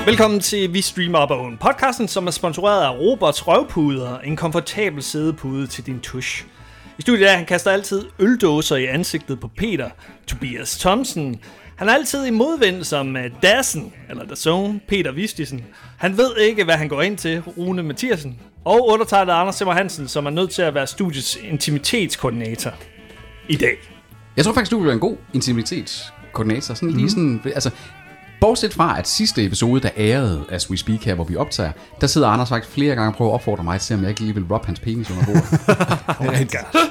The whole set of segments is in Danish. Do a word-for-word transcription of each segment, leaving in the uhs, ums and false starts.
Velkommen til Vi Streamer Op Oven, podcasten, som er sponsoreret af Roberts Røvpuder, en komfortabel sædepude til din tusch. I studiet er han kaster altid øldåser i ansigtet på Peter, Tobias Thomsen. Han er altid i modvind som Dassen, eller Dazone, Peter Vistisen. Han ved ikke, hvad han går ind til, Rune Mathiasen. Og undertegnet Anders Simmer Hansen, som er nødt til at være studiets intimitetskoordinator i dag. Jeg tror faktisk, du vil være en god intimitetskoordinator. Sådan lige sådan, altså, bortset fra, at sidste episode, der ærede As We Speak her, hvor vi optager, der sidder Anders faktisk flere gange og prøver at opfordre mig til, om jeg ikke lige vil rubbe hans penis under bordet. Oh my god.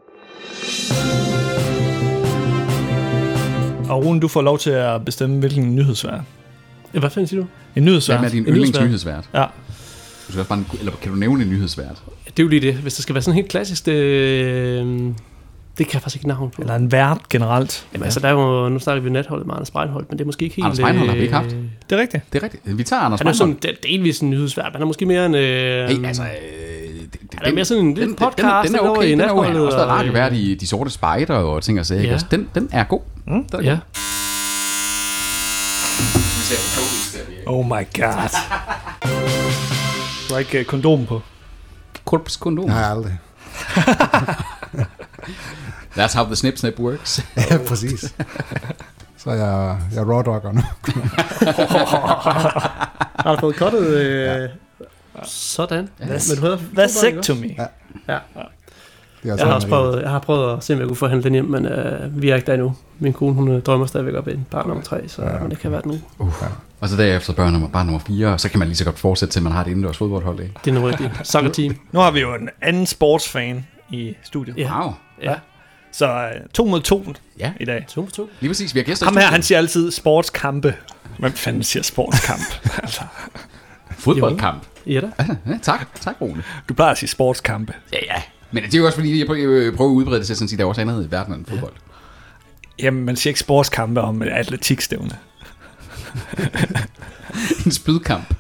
Og Rune, du får lov til at bestemme, hvilken nyhedsvært. Hvad fanden siger du? En nyhedsvært. Hvem er din yndlingsnyhedsvært? Ja. Du skal også bare, eller kan du nævne en nyhedsvært? Det er jo lige det. Hvis det skal være sådan helt klassisk, det, det kan jeg faktisk ikke navn på. Eller en vært generelt. Jamen altså, der er jo, nu snakker vi netholdet med Anders Breinholt, men det er måske ikke helt... Anders Breinholt har vi ikke haft. Det er rigtigt. Det er rigtigt. Vi tager Anders Breinholt. Han er Breinholt. sådan delvis en nyhedsvært, han er måske mere en... Øh, hey, altså... Øh, han er mere sådan en lille podcast, den, den er okay. Den er okay. Han har også været og, radiovært i De Sorte Spejder og ting og sager. Ja. Den, den er god. Mm, den er ja. god. Oh my god. Du har ikke kondom på? Korps kondom? Nej, aldrig. That's how the snip snip works. Ja, præcis. Så jeg, jeg er raw dogger nu. Har du fået cuttet? Øh, ja. Sådan. Yes. Men du hedder vasectomy. Ja. Ja. Det er jeg, har også prøvet, jeg har prøvet at se, om jeg kunne få handlet den hjem, men øh, vi er ikke der endnu. Min kone, hun drømmer stadigvæk op i en barn nummer tre, så ja. Men det kan være nu. Uh. Ja. Og så derefter børn nummer, barn nummer fire, så kan man lige så godt fortsætte til, at man har et indendørs fodboldhold. Ikke? Det er nu rigtigt. Soccer team. Nu har vi jo en anden sportsfan i studiet. Ja. Wow. Ja. Så uh, to mod to ja. i dag. To mod to. Lige præcis, vi har gæster. Ham her, han siger altid sportskampe. Hvem fanden siger sportskamp? altså. Fodboldkamp. Ja da. Ja, tak, tak Rune. Du plejer at sige sportskampe. Ja, ja. Men det er jo også fordi, jeg prøver, prøver at udbrede det til at sige, der er også andet i verden end fodbold. Ja. Jamen, man siger ikke sportskampe om et atletikstævne. En spydkamp.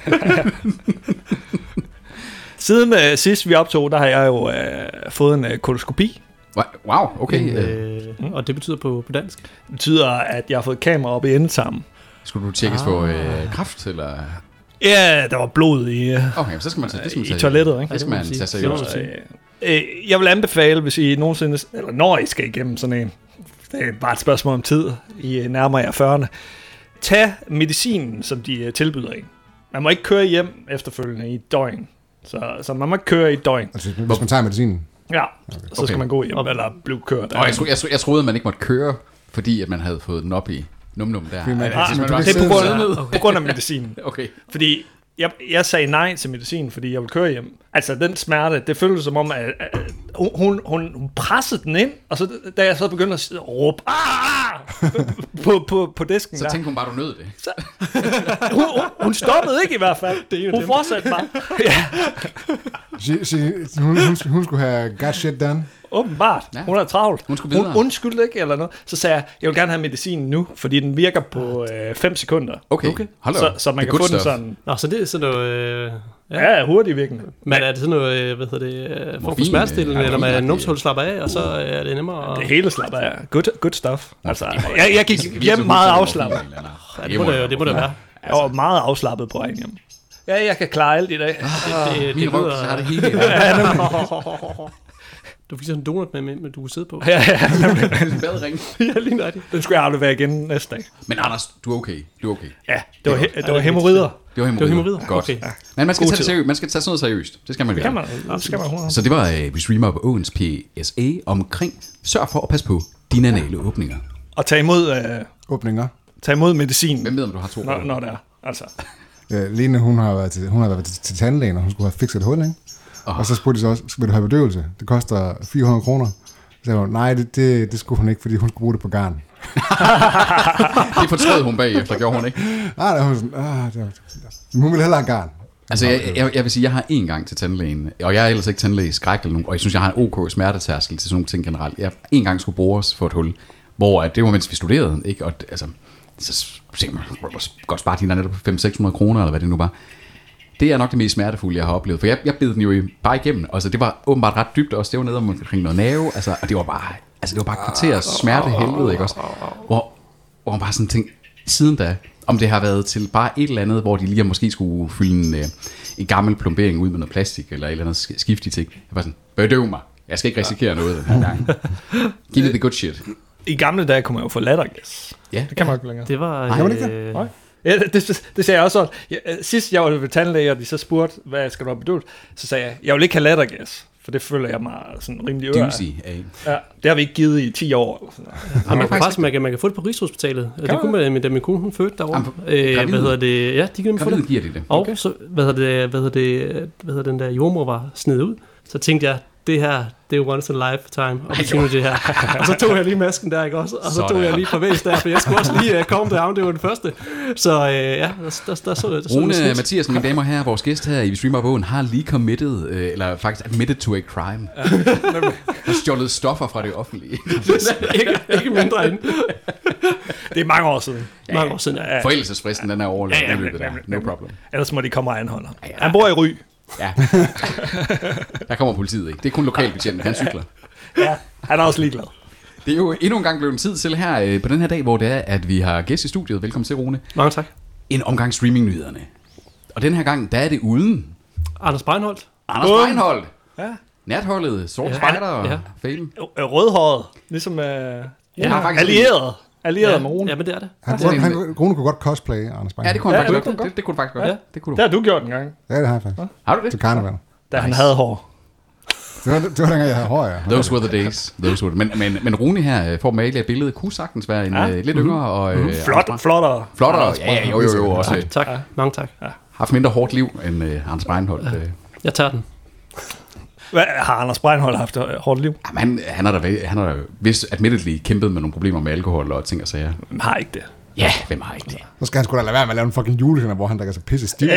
Siden uh, sidst vi optog, der har jeg jo uh, fået en uh, koloskopi. Wow, okay. En, øh, mm. Og det betyder på, på dansk? Det betyder, at jeg har fået kamera op i endetarmen. Skulle du tjekkes ah. for øh, kræft, eller? Ja, der var blod i, uh, okay, så skal man tage, det skal man tage i toilettet. Ikke? Det skal man tage seriøst. Øh, jeg vil anbefale, hvis I nogensinde, eller når I skal igennem sådan en, det er bare et spørgsmål om tid, I nærmer jer fyrrerne, tag medicinen, som de tilbyder en. Man må ikke køre hjem efterfølgende i et døgn. Så, så man må ikke køre i et døgn. Altså, hvis man tager medicinen? Ja, okay. Så skal okay. man gå hjem, okay. eller blive kørt. Og jeg, tro, jeg, tro, jeg troede, at man ikke måtte køre, fordi at man havde fået den op i num-num der. Man, ja, det, det, det er på grund, af, okay. på grund af medicinen. Okay. Fordi jeg, jeg sagde nej til medicinen, fordi jeg ville køre hjem. Altså, den smerte, det føltes som om, at, at hun, hun, hun pressede den ind, og så, da jeg så begyndte at råbe på, på, på disken så der. Så tænkte hun bare, du nød det. Så, hun, hun, hun stoppede ikke i hvert fald. Det hun fortsatte bare. Ja. she, she, hun, hun, hun skulle have got shit done. Åbenbart. Ja. Hun er travlt. Hun skulle videre. Hun undskyldte ikke eller noget. Så sagde jeg, jeg vil gerne have medicinen nu, fordi den virker på fem øh, sekunder. Okay, okay. Så, så man kan få den sådan... Nå, så det er sådan noget... Øh, ja, ja hurtigt virkende. Men er det sådan noget, hvad hedder det, øh, form for smertestillende, eller med numshul slapper af, og så er det nemmere... Det hele slapper af. Good, good stuff. Altså, jeg, jeg gik hjem meget afslappet. Ja, det må det, det, må det være. Jeg var meget afslappet på vejen hjem. Ja, jeg kan klare alt i dag. Ah, det, det, min ryg, så har det hele. Du fik sådan en donut med, med, med du kunne sidde på. Ja, ja. En badring. Ja, lige nøjagtigt. Den skulle jeg aflevere igen næste dag. Men Anders, du er okay. Du er okay. Ja, det var, he- det var hæmorider. Det var hæmorider. Godt. Okay. Ja. Men man skal, tage det seriøst. man skal tage sådan noget seriøst. Det skal man det gøre. Kan man, det skal man. Så det var uh, We Streamer Op Owens P S A omkring sørg for at passe på dine anale åbninger. Og tage imod... Uh, åbninger. Tage imod medicin. Hvem ved, om du har to? Når, når det er. Altså. Ja, Lene, hun har været til, hun har været til, til tandlægen, og hun skulle have fikset et hul, ikke? Oh. Og så spurgte de så også, vil du have bedøvelse? Det koster fire hundrede kroner. Så sagde hun, nej, det, det, det skulle hun ikke, fordi hun skulle bruge det på garn. Det fortrød hun bagefter, gjorde hun ikke? Nej, hun sådan, ah, det var, hun ville hellere have garn. Altså, jeg, jeg, jeg vil sige, jeg har én gang til tandlægen, og jeg er ellers ikke tandlæge skræk eller nogen, og jeg synes, jeg har en ok smertetærskel til sådan nogle ting generelt. Jeg én gang skulle bores for et hul, hvor det var, mens vi studerede, ikke? Og altså, så tænkte man, godt spare de der netop fem til seks hundrede kroner, eller hvad det nu var. Det er nok det mest smertefulde, jeg har oplevet. For jeg, jeg bed den jo bare igennem. Altså, det var åbenbart ret dybt også. Det var nede omkring noget nerve. Altså, og det var bare, altså, det var bare kvarters smerte helvede, ikke også? Hvor, hvor man bare sådan tænkte, siden da, Om det har været til bare et eller andet, hvor de lige måske skulle fylde en, øh, en gammel plombering ud med noget plastik, eller et eller andet skiftigt ting. Jeg var sådan, bedøv mig. Jeg skal ikke risikere noget den her gang. Give me the good shit. I gamle dage kunne man jo få lattergas. Ja. Det kan man jo ikke længere. Det var... Nej, det øh, Nej. Ja, det, det sagde jeg også sådan. Ja, sidst jeg var ved tandlæge, og de så spurgte, hvad skal du have bedøvet? Så sagde jeg, jeg vil ikke have lattergas, for det føler jeg mig sådan rimelig øre. Juicy, eh? Ja, det har vi ikke givet i ti år. Eller sådan Ja, man, kan faktisk, man, kan, man kan få det på Rigshospitalet. Kan det kunne man, da min kone hun fødte derovre. Jamen, Øh, hvad hedder det? Ja, de kan få det. giver de det. Og så, hvad hedder det, hvad hedder det, hvad hedder den der jordmor var snedet ud. Så tænkte jeg, det her, det er jo once in a lifetime opportunity her. Og så tog jeg lige masken der, ikke også? Og så tog jeg lige forvæs der, for jeg skulle også lige uh, calm down, det var den første. Så uh, ja, der, der, der, der så det. Rune Mathiasen, mine damer og herrer, vores gæst her i Vi Streamer Bogen, har lige committed, øh, eller faktisk admitted to a crime. Har stjålet stoffer fra det offentlige. ikke, ikke mindre end. Det er mange år siden. Ja, mange år siden, ja. Forældelsesfristen, den er overlevet. Ja, ja, Ja, ja, no problem. Ellers må de komme og anholde. Ja, ja. Han bor i Ry. Ja. Der kommer politiet ikke. Det er kun lokalbetjenten, han cykler. Ja, han er også ligeglad. Det er jo endnu en gang blevet en tid til her øh, på den her dag, hvor det er, at vi har gæst i studiet. Velkommen til, Rune. Mange tak. En omgang streamingnyhederne. Og den her gang, der er det uden Anders Breinholt. Anders Bum. Breinholt. Ja. Natholdet, Sort Ja. Spider og Ja. Fame. Rødhåret. Ligesom uh, Ja, har faktisk allieret. Allieret Ja, med Rune. ja, men det er det. Han, Det er han, en- han, Rune kunne godt cosplay Anders Bein. Ja, det kunne han Ja, faktisk det godt. kunne Det, det kunne du faktisk godt. Ja. Det kunne du. Det har du gjort en gang, Ja, det har jeg faktisk. Har du det? Til karneval. da han Nice. havde hår. Det var, det var dengang, jeg havde hår, ja. Those were the days. Those were the. Men, men, men Rune her, øh, for at male et billede, kunne sagtens være en Ja. ja. lidt yngre og... Øh, Flot, flottere. Flottere. Ja, ja, jo, jo, jo. Også Tak, tak. Ja. Mange tak. haft mindre hårdt liv end øh, Anders Breinholt. Ja. Øh. Jeg tager den. Hvad, har Anders Breinholt haft et hårdt liv? Jamen, han, han har da, han har da vist admittedly kæmpet med nogle problemer med alkohol og ting og sager. Han har ikke det. Ja, hvem har ikke det? Så skal han sgu da lade være med at lave en fucking julekalender, hvor han drikker sig pisse stiv.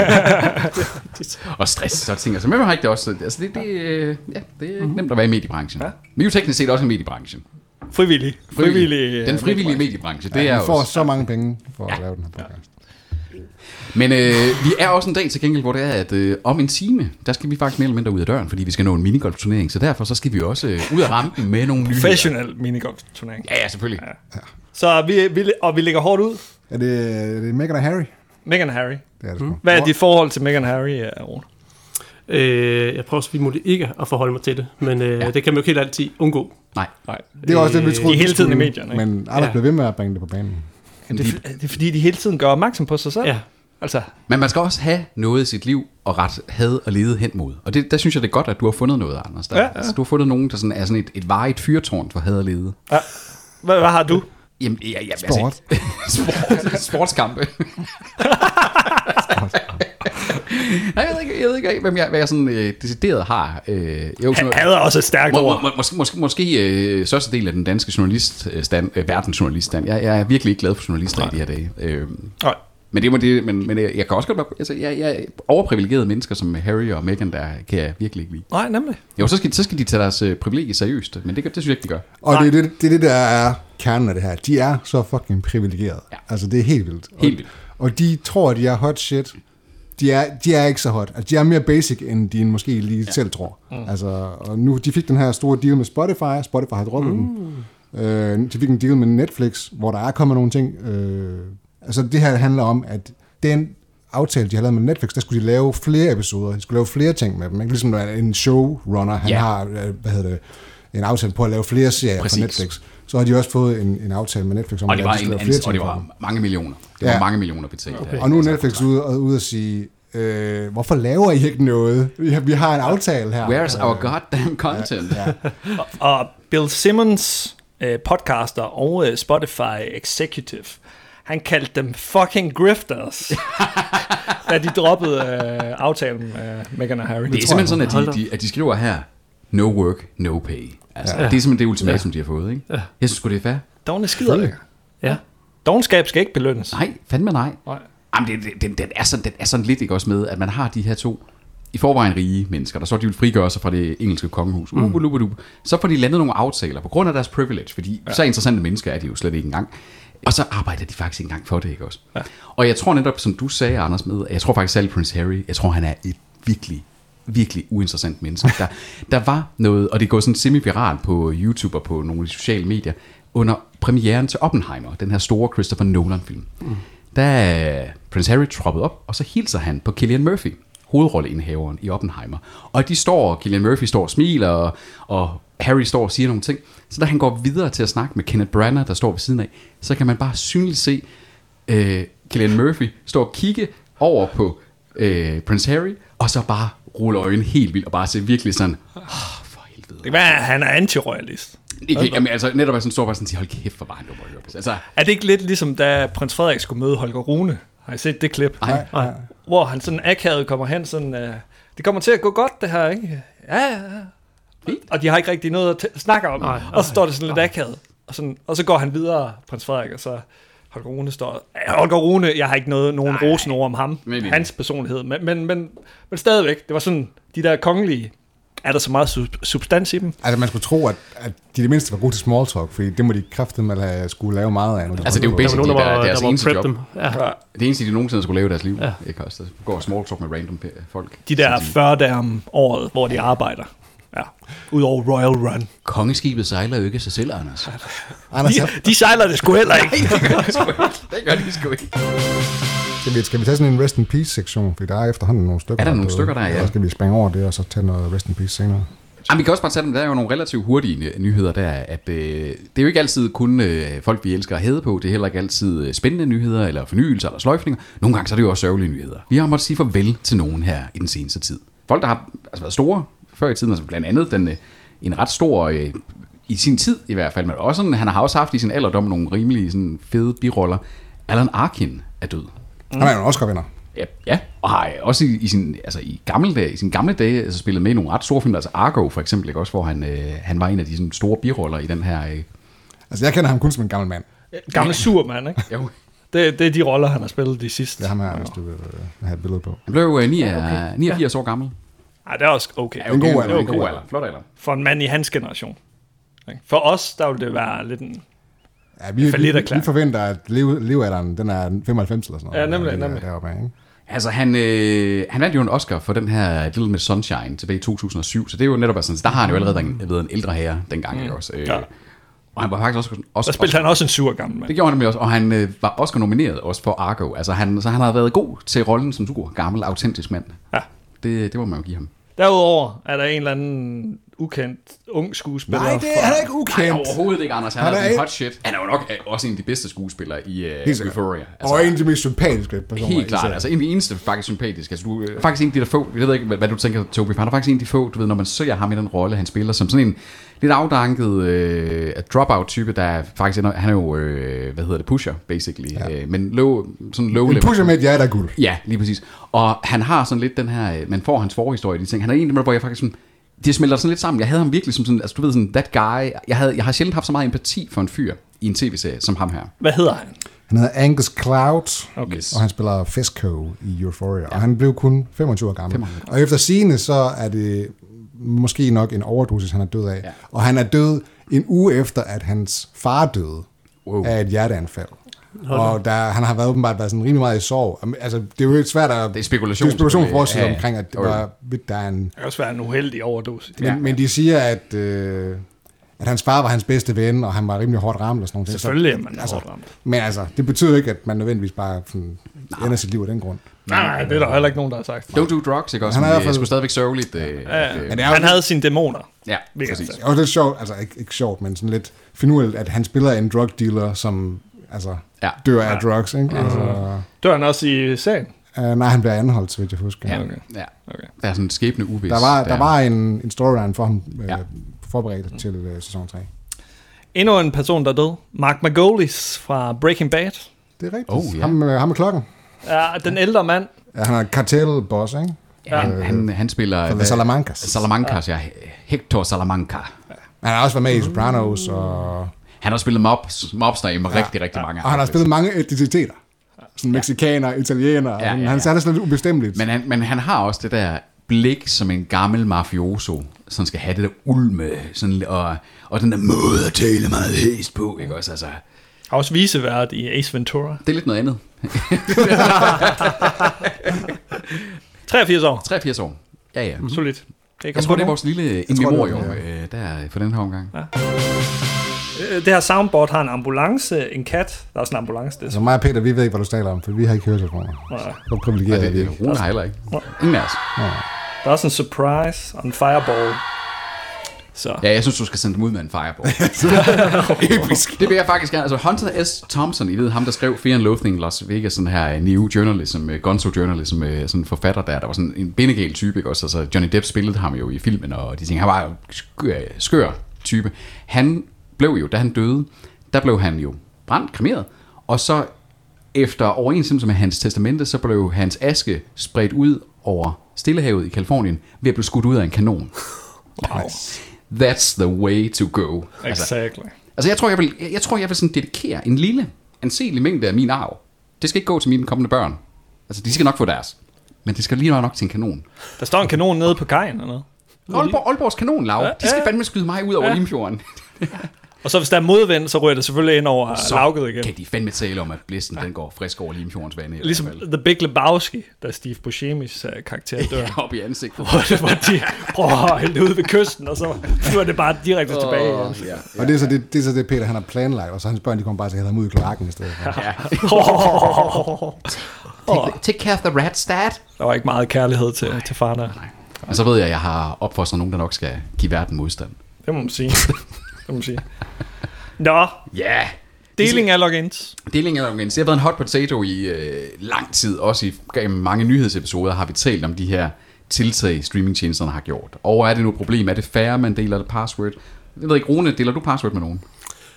Og stress, så ting og sager. Men hvem har ikke det også? Altså, det, det, øh, ja, det er ikke nemt at være i mediebranchen. Ja. Vi er jo teknisk set også i mediebranchen. Frivillig. Frivillig. Den frivillige mediebranche, det Ja, er vi får også. så mange penge for at Ja. lave den her podcast. Men øh, vi er også en dag til gengæld, hvor det er, at øh, om en time, der skal vi faktisk mere eller mindre ud af døren, fordi vi skal nå en minigolf-turnering. Så derfor så skal vi også øh, ud af rampen med nogle nye. Professionel minigolf-turnering. Ja, ja, selvfølgelig. Ja. Så vi, vi, og vi ligger hårdt ud. Er det, er det Meghan og Harry? Meghan og Harry. Det er det sgu. Hvad er dit forhold til Meghan og Harry, Rune? Øh, jeg prøver så vidt muligt ikke at forholde mig til det, men øh, Ja. ja. det kan man jo ikke helt altid undgå. Nej. Nej. Det er også det, vi Øh, troede, de er hele vi tiden i skulle, medierne, ikke? Men Anders Ja. blev ved med at bringe det på banen. Det er, det er fordi, de hele tiden gør opmærksom på sig selv. Ja. Altså, Men man skal også have noget i sit liv og ret had og lede hen mod. Og det, der synes jeg, det er godt, at du har fundet noget, Anders. Der, Ja, ja. Altså, du har fundet nogen, der sådan er sådan et, et varigt fyrtårn for had og lede. ja. Hvad, hvad har du? Jamen, ja, ja, Sport. Altså, sport. Sportskampe. Nej, jeg ved ikke, jeg ved ikke hvem jeg, hvad jeg sådan øh, decideret har. Øh, jo, Han havde også et stærkt må, ord. må, måske måske, måske øh, største del af den danske journaliststand, øh, verdensjournaliststand. Jeg, jeg er virkelig ikke glad for journalister i de her dage. Øh, Nej. men det må det, men, men jeg, jeg kan også godt være, altså, jeg, jeg overprivilegerede mennesker som Harry og Meghan, der kan jeg virkelig ikke lide. Nej, nemlig. Jo, så skal, så skal de tage deres øh, privilegier seriøst, men det, det synes jeg ikke, de gør. Og Nej. det er det, det er det, der er kernen af det her. De er så fucking privilegerede. Ja. Altså, det er helt vildt. Helt vildt. Og, og de tror, at de er hot shit. De er, de er ikke så hot. Altså, de er mere basic, end de måske lige ja. selv tror. Mm. Altså, og nu, de fik den her store deal med Spotify. Spotify har droppet mm. den. Øh, de fik en deal med Netflix, hvor der er kommet nogle ting. Øh, altså, det her handler om, at den aftale, de har lavet med Netflix, der skulle de lave flere episoder. De skulle lave flere ting med dem. Ikke? Ligesom en showrunner, han Ja. har, øh, hvad hedder det, en aftale på at lave flere serier Præcis. på Netflix. Så har de også fået en, en aftale med Netflix om, Og det at var, de skal en, lave en, flere og ting det for var dem. mange millioner. Det Ja. var mange millioner betalt. Okay. Og nu er Netflix ude og, ude og sige, øh, hvorfor laver I ikke noget? Vi har, vi har en aftale her. Where's our goddamn content? Ja. Og, og Bill Simmons, øh, podcaster og øh, Spotify executive, han kaldte dem fucking grifters, da de droppede øh, aftalen med Meghan og Harry. Det er simpelthen sådan, at Hold de, da. de, at de skriver her, no work, no pay. Altså, ja. Det er simpelthen det ultimatum, de har fået. Ikke? Ja. Jeg synes sgu, det er fair. Dogne skider ikke. Ja. Dogenskab skal ikke belønnes. Nej, fandme nej. Nej. Jamen, det, det, den, den, er sådan, den er sådan lidt ikke også med, at man har de her to i forvejen rige mennesker, der så de vil frigøre sig fra det engelske kongehus. Mm. Ubelubedup. Så får de landet nogle aftaler på grund af deres privilege, fordi ja. så interessante mennesker er de jo slet ikke engang. Og så arbejder de faktisk ikke engang for det, ikke også? Ja. Og jeg tror netop, som du sagde, Anders, med, jeg tror faktisk selv Prince Harry, jeg tror, han er et virkelig, virkelig uinteressant menneske. Der, der var noget, og det går sådan semi-viralt på YouTube og på nogle af de sociale medier, under premieren til Oppenheimer, den her store Christopher Nolan-film. Mm. der er Prince Harry troppet op, og så hilser han på Cillian Murphy, hovedrolleindhaveren i Oppenheimer. Og de står, Cillian Murphy står og smiler, og, og Harry står og siger nogle ting. Så da han går videre til at snakke med Kenneth Branagh, der står ved siden af, så kan man bare synligt se øh, Cillian Murphy stå og kigge over på øh, Prince Harry, og så bare rulle øjnene helt vildt, og bare se virkelig sådan, oh, for helvede. Det kan være, at han er anti-royalist. Ikke, jamen, altså, netop at sådan står bare sådan og siger, hold kæft, for bare en dummer. Altså, er det ikke lidt ligesom, da Prins Frederik skulle møde Holger Rune? Har I set det klip? Nej, nej. Hvor han sådan akavet kommer hen, sådan, uh, det kommer til at gå godt, det her, ikke? Ja, ja, ja. Og de har ikke rigtig noget at t- snakke om. Nej, og så står det sådan lidt akavet. Og, sådan, og så går han videre, Prins Frederik, og så Holger Rune står... Ja, Holger Rune, jeg har ikke noget, nogen rosenord om ham, maybe. Hans personlighed, men, men, men, men stadigvæk, det var sådan, de der kongelige... Er der så meget sub- substans i dem? Altså, man skulle tro, at, at de det mindste var gode til small talk, fordi det må de kraftedeme have skulle lave meget af. Altså, det er jo basically der, der, deres eneste job. Ja. Det eneste, de nogensinde skulle lave i deres liv. Ja. Ikke også? Der går small talk med random folk. De der fyrre dage om året, hvor de arbejder. Ja. Udover Royal Run. Kongeskibet sejler jo ikke sig selv, Anders. Anders de, de sejler det sgu heller ikke. Nej, det gør de sgu ikke. Det gør de sgu ikke. Skal vi, skal vi tage sådan en rest in peace-sektion? Fordi der er efterhånden nogle stykker. Er der, der nogle stykker der, ja. Så skal vi springe over det, og så tage noget rest in peace senere. Jamen, vi kan også bare tage dem. Der er jo nogle relativt hurtige nyheder der, at øh, det er jo ikke altid kun øh, folk, vi elsker at hæde på. Det er heller ikke altid spændende nyheder, eller fornyelser, eller sløjfninger. Nogle gange så er det jo også sørgelige nyheder. Vi har måttet sige farvel til nogen her i den seneste tid. Folk, der har altså, været store før i tiden, altså blandt andet den, øh, en ret stor... Øh, i sin tid i hvert fald, men også sådan, han har også haft i sin alderdom nogle rimelige sådan, fede biroller. Alan Arkin er død. Han er jo en Oscar-vinder. Ja, ja, og har også i, i, sin, altså i, gamle dage, i sin gamle dage altså spillet med i nogle ret store film, altså Argo for eksempel, ikke? Også hvor han, øh, han var en af de sådan, store biroller i den her... Øh... Altså jeg kender ham kun som en gammel mand. Gammel sur mand, ikke? Jo. Det, det er de roller, han har spillet de sidste. Det er ham her, hvis du vil have et billede på. Han blev øh, niogfirs år gammel. Ej, det er også okay. Ja, en god alder. En god alder. Flot alder. For en mand i hans generation. For os, der vil det være lidt en... Ja, vi, vi, vi forventer, at lev, levealderen, den er femoghalvfems eller sådan noget. Ja, nemlig, nemlig. Deroppe, ikke? Altså, han, øh, han vandt jo en Oscar for den her Little Miss Sunshine tilbage i to tusind og syv, så det er jo netop sådan, der har han jo allerede været en ældre herre dengang, mm. ikke også? Øh, ja. Og han var faktisk også... også der spillede Oscar. Han også en sur gammel mand. Det gjorde han nemlig også, og han øh, var Oscar nomineret også for Argo. Altså, han, så han har været god til rollen som super gammel, autentisk mand. Ja. Det, det må man jo give ham. Derudover er der en eller anden ukendt ung skuespiller. Nej, det er han ikke ukendt. Nej, overhovedet ikke, Anders. Han, han er, er en hot shit. Han er jo nok også en af de bedste skuespillere i uh, Euphoria. Altså, og en af de mest sympatiske personer. Helt klart. Især. Altså en af de eneste faktisk sympatiske. Altså, du, faktisk en af de der få, jeg ved ikke, hvad, hvad du tænker, Toby, han er faktisk en af de få, du ved, når man ser ham i den rolle, han spiller som sådan en lidt afdanket uh, dropout-type, der faktisk er, han er jo, uh, hvad hedder det, pusher, basically. Ja. Uh, men low, sådan low en level. Pusher med et hjerte af guld. Ja, lige præcis. Og han har sådan lidt den her, man får hans forhistorie, de ting. Han er en af dem, hvor jeg faktisk sådan, det smelter sådan lidt sammen. Jeg havde ham virkelig som sådan, altså du ved sådan, that guy. Jeg, havde, jeg har sjældent haft så meget empati for en fyr i en tv-serie som ham her. Hvad hedder han? Han hedder Angus Cloud, okay. Yes. Og han spiller Fesco i Euphoria. Ja. Og han blev kun femogtyve år gammel. femogtyve. Og efter sigende, så er det måske nok en overdosis, han er død af. Ja. Og han er død en uge efter, at hans far døde wow. af et hjerteanfald. Og der, han har været åbenbart været sådan rimelig meget i sorg. Altså, det er jo lidt svært at... Det er spekulation. Det er spekulation for os ja, omkring, at det var... Der er en, det kan også være en uheldig overdosis. Men, ja. men de siger, at, øh, at hans far var hans bedste ven, og han var rimelig hårdt ramt og sådan noget. Selvfølgelig er man altså, hårdt ramt. Men altså, det betyder ikke, at man nødvendigvis bare sådan, ender sit liv af den grund. Nej, nej, det er der heller ikke nogen, der har sagt. Don't do drugs, ikke også? Han, er det er sgu stadigvæk sørgeligt. Øh, ja, ja. Men han havde sine dæmoner. Ja, præcis. Det var lidt sjovt, altså ikke, ikke sjovt, men sådan lidt finurligt, at han spiller en drug dealer, som... Altså, ja. dør af ja. drugs, ikke? Ja. Altså, dør han også i sagen? Uh, nej, han bliver anholdt, så vidt jeg husker. Ja, okay. Ja. Okay. Der er sådan en skæbne uvis. Der var, der var en, en storyline for ham, ja. uh, forberedt mm. til uh, sæson tre. Endnu en person, der er død. Mark Margolis fra Breaking Bad. Det er rigtigt. Oh, ja. ham, uh, ham med klokken. Ja, den ældre mand. Ja, han er cartel-boss, ikke? Ja, han, han, han spiller... For Salamancas. Salamancas, ja. Hector Salamanca. Ja. Han har også været med i Sopranos, og... Han har spillet mobs, mobster i ja, rigtig, rigtig ja. mange. Og han har spillet mange etniciteter. Sådan mexikaner, italiener. Ja, ja, ja. Han er sådan lidt ubestemmeligt. Men han, men han har også det der blik som en gammel mafioso, som skal have det der ulme, sådan, og, og den der måde at tale meget hæst på, ikke også? Altså, har også visevært i Ace Ventura. Det er lidt noget andet. treogfirs år. treogfirs år. Ja, ja. Mm-hmm. Solidt. Jeg tror, det er vores lille in memoriam der for den her omgang. Ja. Det her soundboard har en ambulance, en kat. Der er også en ambulance. Det er Så mig og Peter, vi ved ikke, hvad du taler om, for vi har ikke høretelefoner. Nej. Så privilegeret er vi det ikke. er Rune har heller ikke. Ingen af os. Der er også en surprise og en fireball. Så. Ja, jeg synes, du skal sende dem ud med en fireball. Episk. Det vil jeg faktisk gerne. Altså, Hunter S. Thompson, I ved ham, der skrev Fear and Loathing in Las Vegas, sådan her new journalism, gonzo journalism, sådan en forfatter der, der var sådan en benegale type, ikke også? Altså, Johnny Depp spillede ham jo i filmen, og de ting, han var jo skør, skør type. Han blev jo, da han døde, der blev han jo brændt, kremeret, og så efter overensstemmelse med hans testamente, så blev hans aske spredt ud over Stillehavet i Kalifornien ved at blive skudt ud af en kanon. Wow. That's the way to go. Exactly. Altså, altså jeg tror, jeg vil, jeg, jeg tror, jeg vil sådan dedikere en lille, anselig mængde af min arv. Det skal ikke gå til mine kommende børn. Altså, de skal nok få deres. Men det skal lige være nok til en kanon. Der står en kanon nede på kajen eller noget. Aalborg, Aalborgs kanonlav, Ja, de skal ja. fandme skyde mig ud over Ja. Limfjorden. Og så hvis der er modvind, så ryger det selvfølgelig ind over Så lauget igen. kan de fandme tale om, at blæsten den går frisk over Limfjordens vande. i Ligesom hvert fald. The Big Lebowski, der Steve Buscemi's uh, karakter dør. Ja, op i ansigtet. Hvor det var, de prøver at hælde det ud ved kysten, og så flyver det bare direkte oh, tilbage igen. Ja, Og det er, så det, det er så det, Peter han har planlagt, og så hans børn, de kommer bare til at hælde ham ud i kloakken i stedet for. ja. Oh, Take care of the rats, dad. der var ikke meget kærlighed til, til far der. Og så ved jeg, at jeg har opfostret nogen, der nok skal give verden modstand. Det må man sige. Det må man sige. Nå, Ja. Yeah. deling af logins. Deling af logins. Det har været en hot potato i øh, lang tid. Også i gennem mange nyhedsepisoder har vi talt om de her tiltag, streamingtjenesterne har gjort. Og er det nu et problem? Er det færre, man deler det password? Jeg ved ikke, Rune, deler du password med nogen?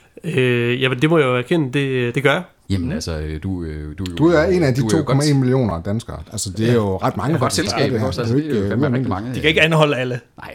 Øh, jamen, det må jeg jo erkende, det, det gør jeg. Jamen mm. altså, du, øh, du, Du er en af de du er to jo komma en millioner danskere. Altså, det er jo ret mange. godt faktisk. selskab, det, ikke er også? det, Altså, er det jo er jo ikke fandme øh, rigtig mange. De kan ikke anholde alle. Nej.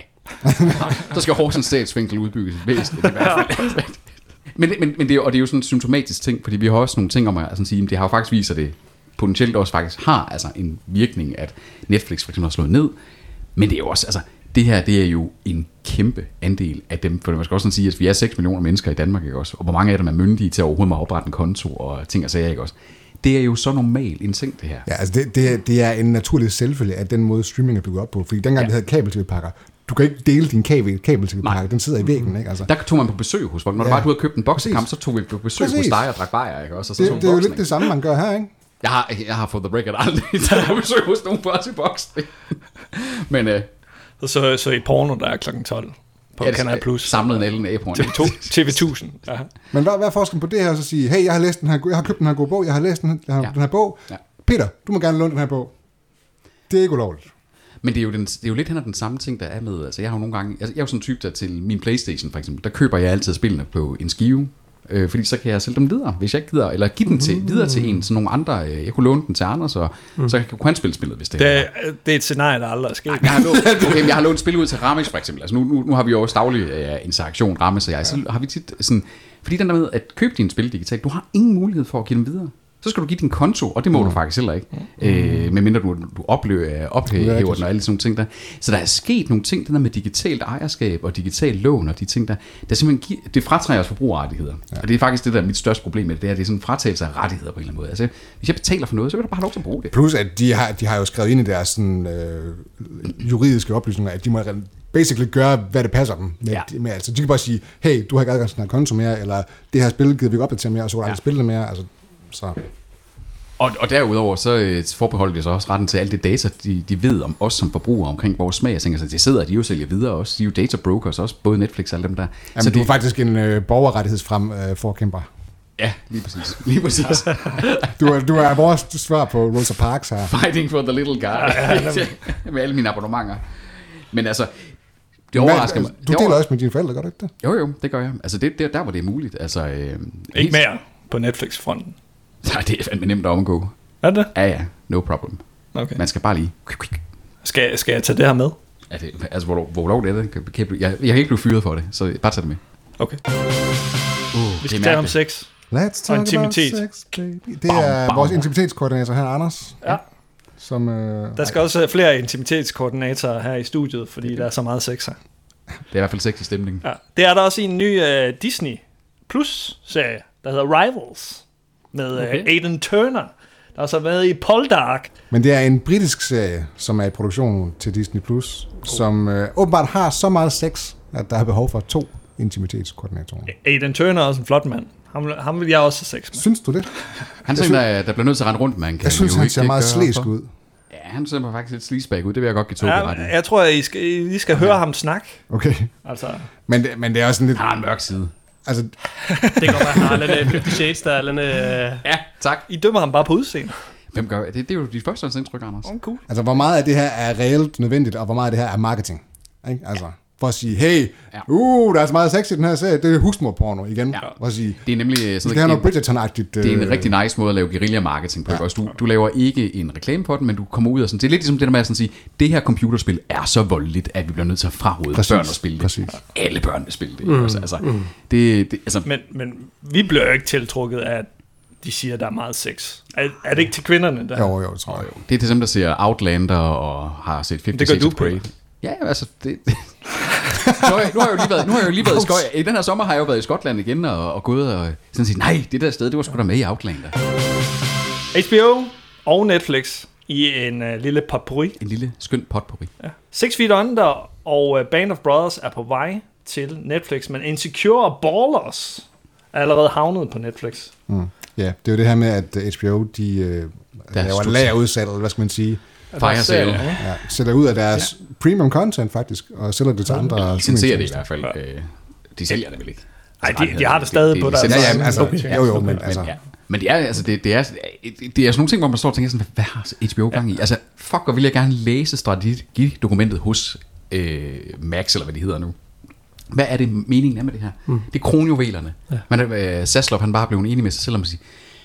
Så skal Horsens statsfængsel udbygges væsentligt i hvert fald. Men, men, men det er, og det er jo sådan en symptomatisk ting, fordi vi har også nogle ting om at altså, sige, at det har jo faktisk vist, at det potentielt også faktisk har altså, en virkning, at Netflix for eksempel har slået ned. Men det er jo også, altså, det her, det er jo en kæmpe andel af dem, for man skal også sådan sige, at vi er seks millioner mennesker i Danmark, ikke også? Og hvor mange af dem er myndige til at overhovedet at oprette en konto og ting og sager, ikke også? Det er jo så normalt en ting, det her. Ja, altså det, det, er, det er en naturlig selvfølge af den måde streaming er bygget op på. Fordi dengang ja. vi havde kabel-tv-pakker, du kan ikke dele din kabel- kabel-tv-pakke, den sidder i væggen, ikke? Altså, Der tog man på besøg hos folk. Når ja. det var, du havde købt en boksekamp, så tog vi på besøg Præcis. hos dig og drak bajer, ikke også? Og så det, så det er jo boksning. lidt det samme, man gør her, ikke? Jeg har, jeg har fået the record aldrig taget på besøg hos nogen på os i boksning. Men øh, Og så, så i porno, der er klokken tolv på ja, Kanal Plus. samlet en Ellen A-porn. T V to, T V tusind. Ja. Men hvad, hvad er forskellen på det her, så sige, hey, jeg har læst den her, jeg har købt den her gode bog, jeg har læst den, jeg har, Ja. den her bog. Ja. Peter, du må gerne låne den her bog. Det er ikke ulovligt. Men det er, jo den, det er jo lidt hen ad den samme ting, der er med. Altså, jeg har jo nogle gange, jeg, jeg er jo sådan en type, der til min PlayStation for eksempel, der køber jeg altid spillene på en skive. Øh, fordi så kan jeg sælge dem videre, hvis jeg ikke gider, eller give den til, videre til en, sådan nogle andre. Øh, jeg kunne låne den til Anders, og mm. så kunne han spille spillet, hvis det, Det, er. er, det er et scenarie, der aldrig er sket. Jeg har, lånt, okay, men jeg har lånt spil ud til Ramesh for eksempel. Altså nu, nu, nu har vi jo også daglig øh, interaktion, Ramesh og jeg. Så har vi tit sådan, fordi den der med at købe dine spil digitalt, du har ingen mulighed for at give dem videre. Så skal du give din konto, og det må mm. du faktisk heller ikke. Mm. Øh, medmindre du, du oplever, ophæver den og alle sådan nogle ting der. Så der er sket nogle ting, den der med digitalt ejerskab og digital lån og de ting der, der simpelthen giver, det fratager os forbrugerrettigheder. Ja. Og det er faktisk det, der er mit største problem med det, det er, det er sådan en fratagelse af rettigheder på en eller anden måde. Altså, hvis jeg betaler for noget, så vil du bare have lov til at bruge det. Plus, at de har, de har jo skrevet ind i deres sådan, øh, juridiske oplysninger, at de må basically gøre, hvad det passer dem. Med, Ja. med, altså, de kan bare sige, hey, du har ikke adgang til den her konto mere, eller det her spil gider vi ikke opdatere mere, og så kan du Ja. aldrig spille det mere. Altså, så. Og, og derudover så øh, forbeholder de så også retten til alt det data, de, de ved om os som forbrugere omkring vores smag. Jeg tænker, så de sidder, de jo sælger videre også. De er jo data brokers også, både Netflix og alle dem der. Jamen, så du det, er faktisk en øh, borgerrettighedsfrem øh, forkæmper. Ja, lige præcis. Lige præcis. Du er, du er vores svar på Rosa Parks her. Fighting for the little guy. Med alle mine abonnementer. Men altså, det Hvad- overrasker mig. Du Det deler over- også med dine forældre, gør du ikke det? Jo, jo, det gør jeg. Altså, det er der, hvor det er muligt. Altså, øh, Ikke helt- mere på Netflix-fronten. Nej, det er fandme nemt at omgå. Er det? Ja, ja, no problem. Okay. Man skal bare lige... Skal, skal jeg tage det her med? Er det, altså, hvor, hvor lov det er det? Kan, kan jeg, jeg, jeg kan ikke blive fyret for det, så bare tag det med. Okay. Uh, Vi skal tale om sex. Let's talk intimitet. about sex, baby. Det er Bam, bam. vores intimitetskoordinator her, Anders. Ja. Som, øh, Der skal også flere intimitetskoordinatorer her i studiet, fordi der er så meget sex her. Det er i hvert fald sex i stemningen. Ja. Det er der også i en ny uh, Disney Plus-serie, der hedder Rivals, med uh, Okay. Aidan Turner, der også har været i Poldark. Men det er en britisk serie, som er i produktion til Disney+, Plus, som øh, åbenbart har så meget sex, at der er behov for to intimitetskoordinatoren. Aidan Turner er også en flot mand. Ham, ham vil jeg også have sex med. Synes du det? Han er sådan, der, der bliver nødt til at rende rundt, man kan. Jeg synes, jo han ikke ser meget gøre slæsk for. ud. Ja, han ser mig faktisk lidt sleazebag ud. Det vil jeg godt give to Ja, ret i. jeg tror, at I skal, I skal høre ham snakke. Okay. Altså, Men det, men det er også sådan lidt... Han har en mørk side. Altså, Det kan godt være, at han er Fifty Shades, der er lidt... Øh... Ja, tak. I dømmer ham bare på udseende. Hvem gør det? Det er jo dit første indtryk, Anders. Oh, cool. altså, hvor meget af det her er reelt nødvendigt, og hvor meget af det her er marketing? Ikke? Altså, for at sige, hey, Ja. uh, der er så meget sex i den her serie, det er husmorporno igen. Ja. For at sige, Det er nemlig vi sådan skal have noget en, Bridgerton-agtigt. det er en øh, rigtig nice måde at lave guerilla-marketing på. Ja. Ja. Også du, du laver ikke en reklame på den, men du kommer ud og sådan. Det er lidt ligesom det der med at sådan sige, det her computerspil er så voldeligt, at vi bliver nødt til at fraråde Præcis, børn at spille det. præcis. Alle børn vil spille det. Mm. Altså, altså, mm. det, det altså, Men, men vi bliver jo ikke tiltrukket af, at de siger, at der er meget sex. Er, er det ikke til kvinderne, der? Jo, jo, det tror jeg. det er til dem, der ser Outlander og har set Fifty Det gør Shades du, of Grey. Ja, altså, det... nu, har jeg, nu har jeg jo lige været, nu har jeg jo lige været i Skotland. I den her sommer har jeg jo været i Skotland igen og, og gået og sådan sige, nej, det der sted, det var sgu da med i Outlander. H B O og Netflix i en uh, lille potpourri. En lille skøn potpourri. Ja. Six Feet Under og uh, Band of Brothers er på vej til Netflix, men Insecure og Ballers er allerede havnet på Netflix. Mm. Ja, det er jo det her med, at H B O, de øh, laver slut. lagerudsat, eller hvad skal man sige, Fire sale. Ja. ja, sætter ud af deres ja. premium content faktisk, og sælger det til andre. De licenserer det i streamingtjenester. hvert fald. Øh, De sælger det vel ikke? Nej, de, de har det stadig på deres... deres... Ja, ja, altså, Okay. jo, jo, men altså... Men, ja. Men det er, altså, det, det, er, det er sådan nogle ting, hvor man står og tænker sådan, hvad har H B O gang i? Altså, fuck, hvor vil jeg gerne læse strategidokumentet hos øh, Max, eller hvad det hedder nu. Hvad er det meningen er med det her? Mm. Det er kronjuvelerne. Ja. Men øh, Zaslav, han bare blev enig med sig selv om at sige,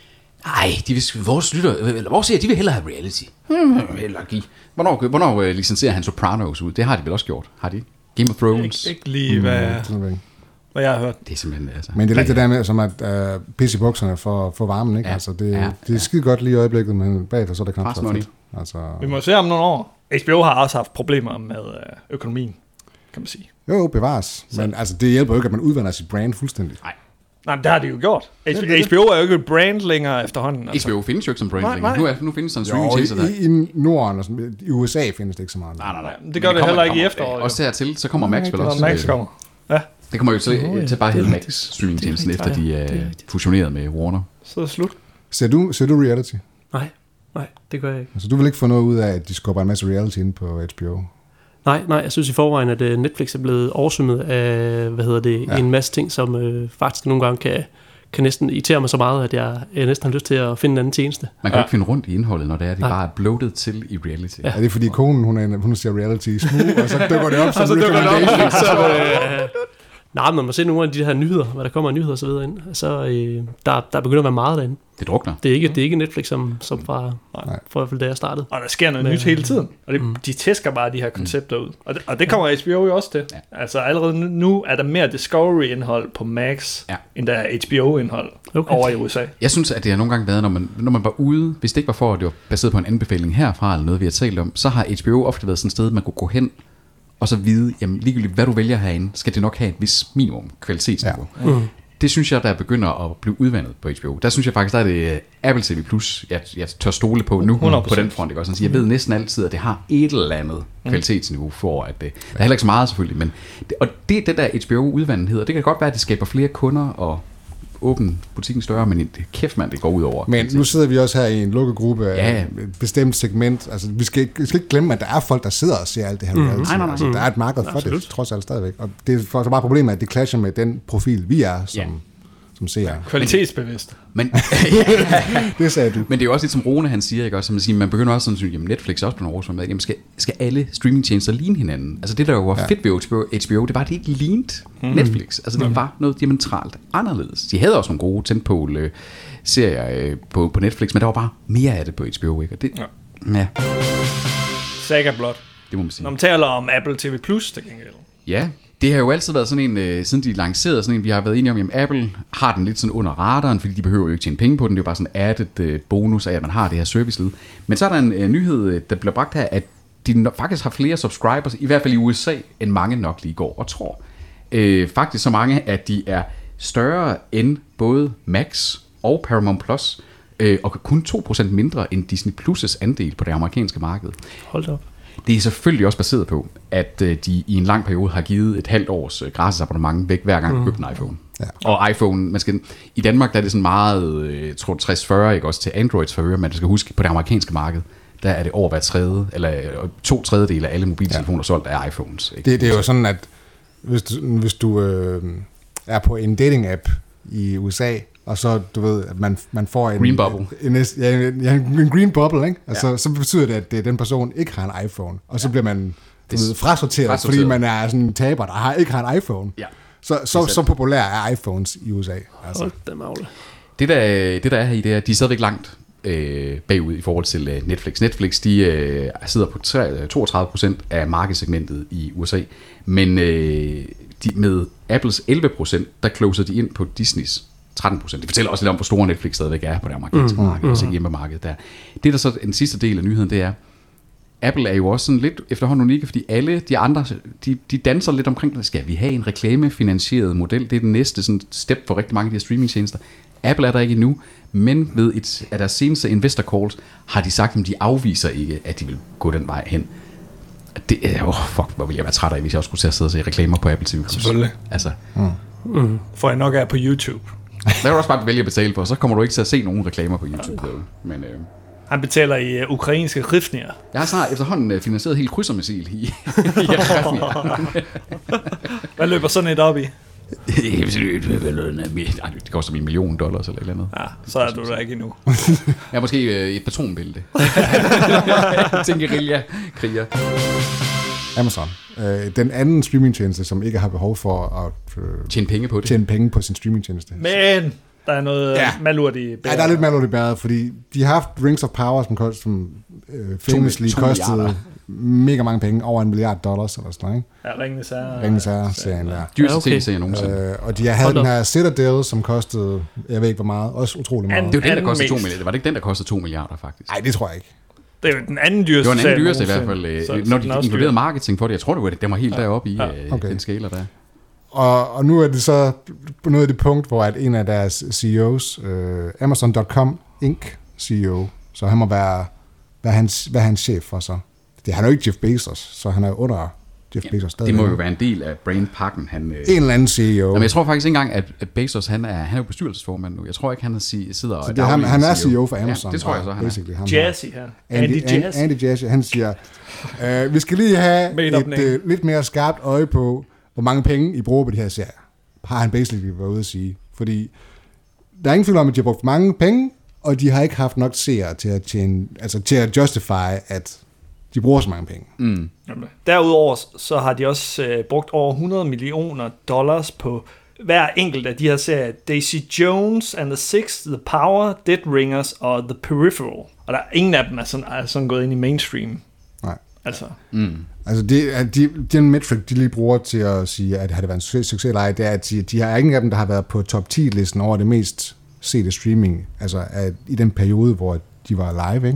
ej, de vil, vores lytter, eller vores siger, de vil hellere have reality. Hmm, hellere give. Hvornår, hvornår øh, licenserer han Sopranos ud? Det har de vel også gjort, har de? Game of Thrones? Ikke, ikke lige, hvad, Mm, hvad jeg har hørt. Det er simpelthen, altså... Men det er lidt det der med, som at uh, pisse i bukserne for, for varmen, ikke? Ja. Altså, det, Ja. det er skide godt lige i øjeblikket, men bagefter så er det knap Fast så money. fedt. Altså, Vi må se om nogle år. H B O har også haft problemer med øh, økonomien, kan man sige. jo, jo, bevares. Men altså, det hjælper jo ikke, at man udvander sit brand fuldstændig. Nej. Nej, men det har de jo gjort. det er det. H B O er jo ikke et brand længere efterhånden. H B O findes jo ikke som brand Nej, længere. nej. Nu, er, nu findes der en Jo, streaming-tjeneste der. i, i Norden og sådan, i U S A findes det ikke så meget. Nej, nej, nej. Det gør det heller ikke i efteråret, jo. Også dertil, så kommer Max vel Når også. Max øh, kommer. Ja, Det kommer jo til, Nå, ja. til bare at hedde Det er Max rigtigt. streamingtjenesten, Det er efter de rigtigt. er Det er rigtigt. fusioneret med Warner. så er det slut. Ser du, ser du reality? Nej, nej, det gør jeg ikke. Altså, du vil ikke få noget ud af, at de skubber en masse reality ind på H B O? Nej, nej, jeg synes i forvejen, at øh, Netflix er blevet oversvømmet af, hvad hedder det, Ja. ja. en masse ting, som øh, faktisk nogle gange kan, kan næsten irritere mig så meget, at jeg, jeg næsten har lyst til at finde en anden tjeneste. Man kan jo Ja. ikke finde rundt i indholdet, når det er, det Nej. bare er bloated til i reality. Ja. Er det fordi konen, hun, er, hun ser reality i smug, og så dykker det op som Og så dykker det op. recommendation? Så, øh, nej, men når man ser nogle af de her nyheder, hvad der kommer af nyheder og så videre ind, så øh, der, der begynder at være meget derinde. Det drukner. Det er ikke, det er ikke Netflix, som, som fra, Nej. fra i hvert fald da jeg startede. Og der sker noget Men- nyt hele tiden. Og det, Mm. de tæsker bare de her koncepter ud. Og det, og det kommer H B O jo også til. Ja. Altså allerede nu, nu er der mere Discovery-indhold på Max, Ja. end der er H B O-indhold Okay. over i U S A. Jeg synes, at det har nogle gange været, når man, når man var ude, hvis det ikke var for, at det var baseret på en anbefaling herfra, eller noget, vi har talt om, så har H B O ofte været sådan et sted, man kunne gå hen, og så vide, jamen ligegyldigt hvad du vælger herinde, skal det nok have et vis minimum kvalitetsniveau. Ja. Mm. Det synes jeg, der begynder at blive udvandet på H B O. Der synes jeg faktisk, der er det Apple T V Plus, jeg, jeg tør stole på nu hundrede procent. på den front. Ikke? Også, jeg ved næsten altid, at det har et eller andet kvalitetsniveau for, at det, der er heller ikke så meget selvfølgelig, men det, og det er det der H B O-udvandet hedder. Det kan godt være, at det skaber flere kunder og åbne butikken større, men det kæft mand, det går ud over. Men nu sidder vi også her i en lukket gruppe af Ja, ja. et bestemt segment. Altså, vi skal, ikke, vi skal ikke glemme, at der er folk, der sidder og ser alt det her reality. Nej, nej, nej. Altså, der er et marked for Absolut. det, trods alt stadigvæk. Og det er for så bare problemet, at det clasher med den profil, vi er, som, Ja. som ser. Kvalitetsbevidst. Men, Det sagde du. men det er jo også lidt som Rune, han siger, ikke? Også, som at sige, man begynder også sådan at sige, jamen Netflix er også på nogle år, jamen skal, skal alle streamingtjenester ligne hinanden? Altså det, der jo var Ja. fedt ved H B O, det var, at det ikke lignede Netflix. Altså det var noget diametralt anderledes. De havde også nogle gode tentpole-serier øh, på, på Netflix, men der var bare mere af det på H B O, ikke? Og det, Ja. ja, Saga blot. det må man sige. Når man taler om Apple T V Plus, det gengæld. Ja, det har jo altid været sådan en, øh, siden de lancerede sådan en, vi har været enige om, jamen Apple har den lidt sådan under radaren, fordi de behøver jo ikke tjene penge på den, det er jo bare sådan en added øh, bonus af, at man har det her serviceled. Men så er der en øh, nyhed, øh, der bliver bragt her, at de no- faktisk har flere subscribers, i hvert fald i U S A, end mange nok lige går og tror. Øh, faktisk så mange, at de er større end både Max og Paramount Plus, øh, og kun to procent mindre end Disney Plus' andel på det amerikanske marked. Hold da op. Det er selvfølgelig også baseret på, at de i en lang periode har givet et halvt års gratis abonnement væk, hver gang du køber en iPhone. Ja. Og iPhone, man skal, i Danmark der er det sådan meget, jeg tror tres fyrre, ikke også til Androids favør, men man skal huske, på det amerikanske marked, der er det over hver tredje, eller to tredjedele af alle mobiltelefoner ja. solgt af iPhones. Ikke? Det, det er jo sådan, at hvis du, hvis du øh, er på en dating-app i U S A, og så, du ved, at man, man får en... Green bubble. En, en, ja, en, en green bubble, ikke? Altså, ja. Så betyder det, at det, den person ikke har en iPhone, og så ja. bliver man du ved, frasorteret, frasorteret, fordi man er sådan en taber, der har, ikke har en iPhone. Ja. Så, så, så populær er iPhones i U S A. Altså. Det, der, det, der er her i, det er, de er stadigvæk langt øh, bagud i forhold til øh, Netflix. Netflix, de øh, sidder på toogtredive procent af markedssegmentet i U S A, men øh, de, med Apples elleve procent, der closer de ind på Disneys tretten procent. Det fortæller også lidt om, hvor store Netflix stadigvæk er på det amerikanske mm, marked, mm, altså hjemmemarkedet der. Det der så den sidste del af nyheden, det er, Apple er jo også sådan lidt efterhånden unikke, fordi alle de andre, de, de danser lidt omkring, skal vi have en reklamefinansieret model? Det er den næste sådan step for rigtig mange af de her streamingtjenester. Apple er der ikke endnu, men ved et af deres seneste investor calls, har de sagt, at de afviser ikke, at de vil gå den vej hen. Det er, oh fuck, hvor ville jeg være træt af, hvis jeg også skulle til at sidde og se reklamer på Apple T V. Selvfølgelig. Altså. Mm. Mm. For jeg nok er på YouTube. Der kan du også bare vælge at betale for, så kommer du ikke til at se nogen reklamer på YouTube. Men, øh, han betaler i uh, ukrainske hryvnier. Jeg har snart efterhånden uh, finansieret helt krydsermissil i, i hryvnier. Hvad løber sådan et op i? Det koster en million dollars eller et eller andet. Ja, så er du der ikke endnu. Jeg er måske uh, et patronbælte. Til en guerilla-kriger. Amazon. Øh, den anden streamingtjeneste, som ikke har behov for at øh, tjene penge på det. Tjene penge på sin streamingtjeneste. Men der er noget ja. malurt i bæret. Ja, der er lidt malurt i bæret, fordi de har haft Rings of Power, som, kost, som øh, famously to, to kostede mega mange penge, over en milliard dollars eller sådan noget, ikke? Ja, Ringenes Herre. Ringenes Herre-serien der. Dyreste ja, okay. tv-serien nogensinde. Øh, og de har havde den her Citadel, som kostede, jeg ved ikke hvor meget, også utrolig meget. Det var den, der kostede to milliarder. Var det ikke den, der kostede to milliarder, faktisk? Nej, det tror jeg ikke. Det er jo den anden dyreste. Det var den anden dyreste i hvert fald. Så, når de inkluderede marketing for det, jeg tror, det var, det var helt ja. deroppe i ja. okay. den skala der. Og, og nu er det så nu er det punkt, hvor at en af deres C E O's, uh, Amazon punktum com Incorporated C E O, så han må være, være, hans, være hans chef for så. Det, han er jo ikke Jeff Bezos, så han er under Jeff ja, Bezos. Det må jo være en del af brainpakken. Han, en eller anden C E O. Jamen, jeg tror faktisk ikke engang, at Bezos han er, han er jo bestyrelsesformand nu. Jeg tror ikke, han sidder og... Det, han, han er C E O for Amazon. Ja, det tror jeg så, han er. Jazzy her. Andy, Andy Jazzy. Andy Jazzy, han siger, øh, vi skal lige have et øh, lidt mere skarpt øje på, hvor mange penge I bruger på de her serier. Har han basically været ude at sige. Fordi der er ingen tvivl om, at de har brugt mange penge, og de har ikke haft nok seere til at, tjene, altså til at justify, at de bruger så mange penge. Mm. Derudover så har de også øh, brugt over hundrede millioner dollars på hver enkelt af de her serier. Daisy Jones and the Six, The Power, Dead Ringers og The Peripheral. Og der er ingen af dem er sådan, er sådan gået ind i mainstream. Nej. Altså, mm. altså det, de, den metric, de lige bruger til at sige, at har det været en succes eller ej, det er, at de, de har ingen af dem, der har været på top ti-listen over det mest sete streaming, altså at, i den periode, hvor de var live, ikke?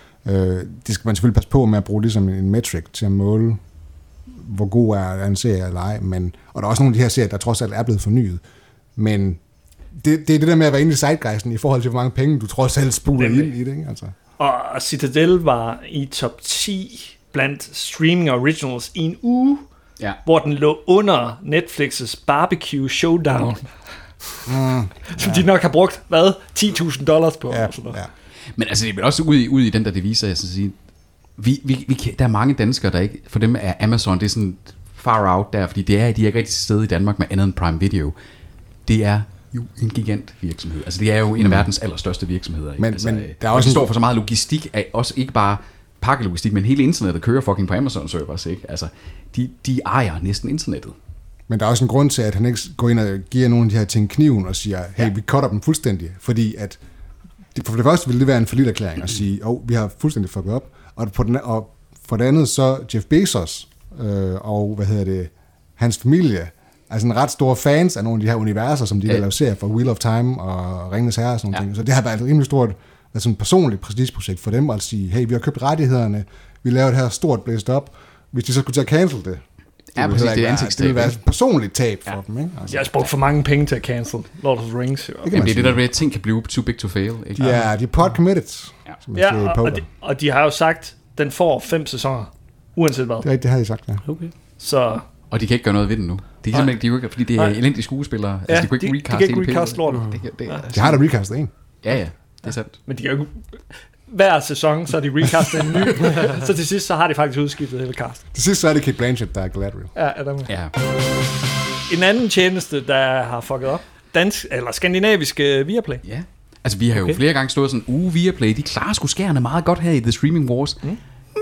Øh, det skal man selvfølgelig passe på med at bruge ligesom en metric til at måle, hvor god er en serie eller ej, men, og der er også nogle af de her serier, der trods alt er blevet fornyet, men det, det er det der med at være inde i zeitgeisten i forhold til, hvor mange penge du trods alt spuler ind i det, ikke? Altså. Og Citadel var i top ti blandt streaming originals i en uge, ja. hvor den lå under Netflix's Barbecue Showdown, mm, som ja. de nok har brugt, hvad, ti tusind dollars på. Ja, og sådan noget. ja. Men altså, det er også ud i, ud i den der devise, jeg skal sige, vi, vi, vi, der er mange danskere, der ikke, for dem er Amazon, det er sådan far out der, fordi det er, de er ikke rigtig sted i Danmark med andet end Prime Video. Det er jo en gigant virksomhed. Altså, det er jo en af verdens allerstørste virksomheder. Ikke? Men, altså, men der er også de står for så meget logistik, af, også ikke bare pakkelogistik, men hele internettet kører fucking på Amazon-servers, ikke? Altså, de, de ejer næsten internettet. Men der er også en grund til, at han ikke går ind og giver nogle af de her ting kniven og siger, hey, ja. vi cutter dem fuldstændig, fordi at for det første ville det være en forlitterklæring at sige, åh, oh, vi har fuldstændig fucket op, og, på den, og for det andet så Jeff Bezos øh, og, hvad hedder det, hans familie, altså en ret store fans af nogle af de her universer, som de ja. laver serier for Wheel of Time og Ringenes Herre og sådan noget. Ja. Så det har været et rimelig stort, altså et personligt prestigeprojekt for dem at sige, hey, vi har købt rettighederne, vi laver det her stort blæst op, hvis de så skulle til at cancel det. Ja, præcis, det er ansigtstab. Det vil være et personligt tab for ja. dem, ikke? Altså. Jeg har brugt for mange penge til at cancel Lord of the Rings. Det, Jamen, det er det der, at ting kan blive too big to fail. Ikke? Ja, de er pot committed. Ja, ja og, og, de, og de har jo sagt, den får fem sæsoner. Uanset hvad. Det, er, det har I sagt, ja. Okay. Så... Og de kan ikke gøre noget ved det nu. De kan simpelthen ikke, fordi det er elendige skuespillere. Ja, altså, de kunne ikke de, recast de kan ikke recast lortet. Det, det, det, De har da recastet en. Ja, ja, det er sandt. Men de kan jo ikke... Hver sæson, så er de recastet en ny. Så til sidst, så har de faktisk udskiftet hele cast. Til sidst så er det Kate Blanchett, der er Galadriel. Ja, er der med. Ja. En anden tjeneste, der har fucket op. Dansk, eller skandinaviske Viaplay. Ja. Altså, vi har jo Okay. flere gange stået sådan, uh, Viaplay, de klarer sgu skærende meget godt her i The Streaming Wars. Mm.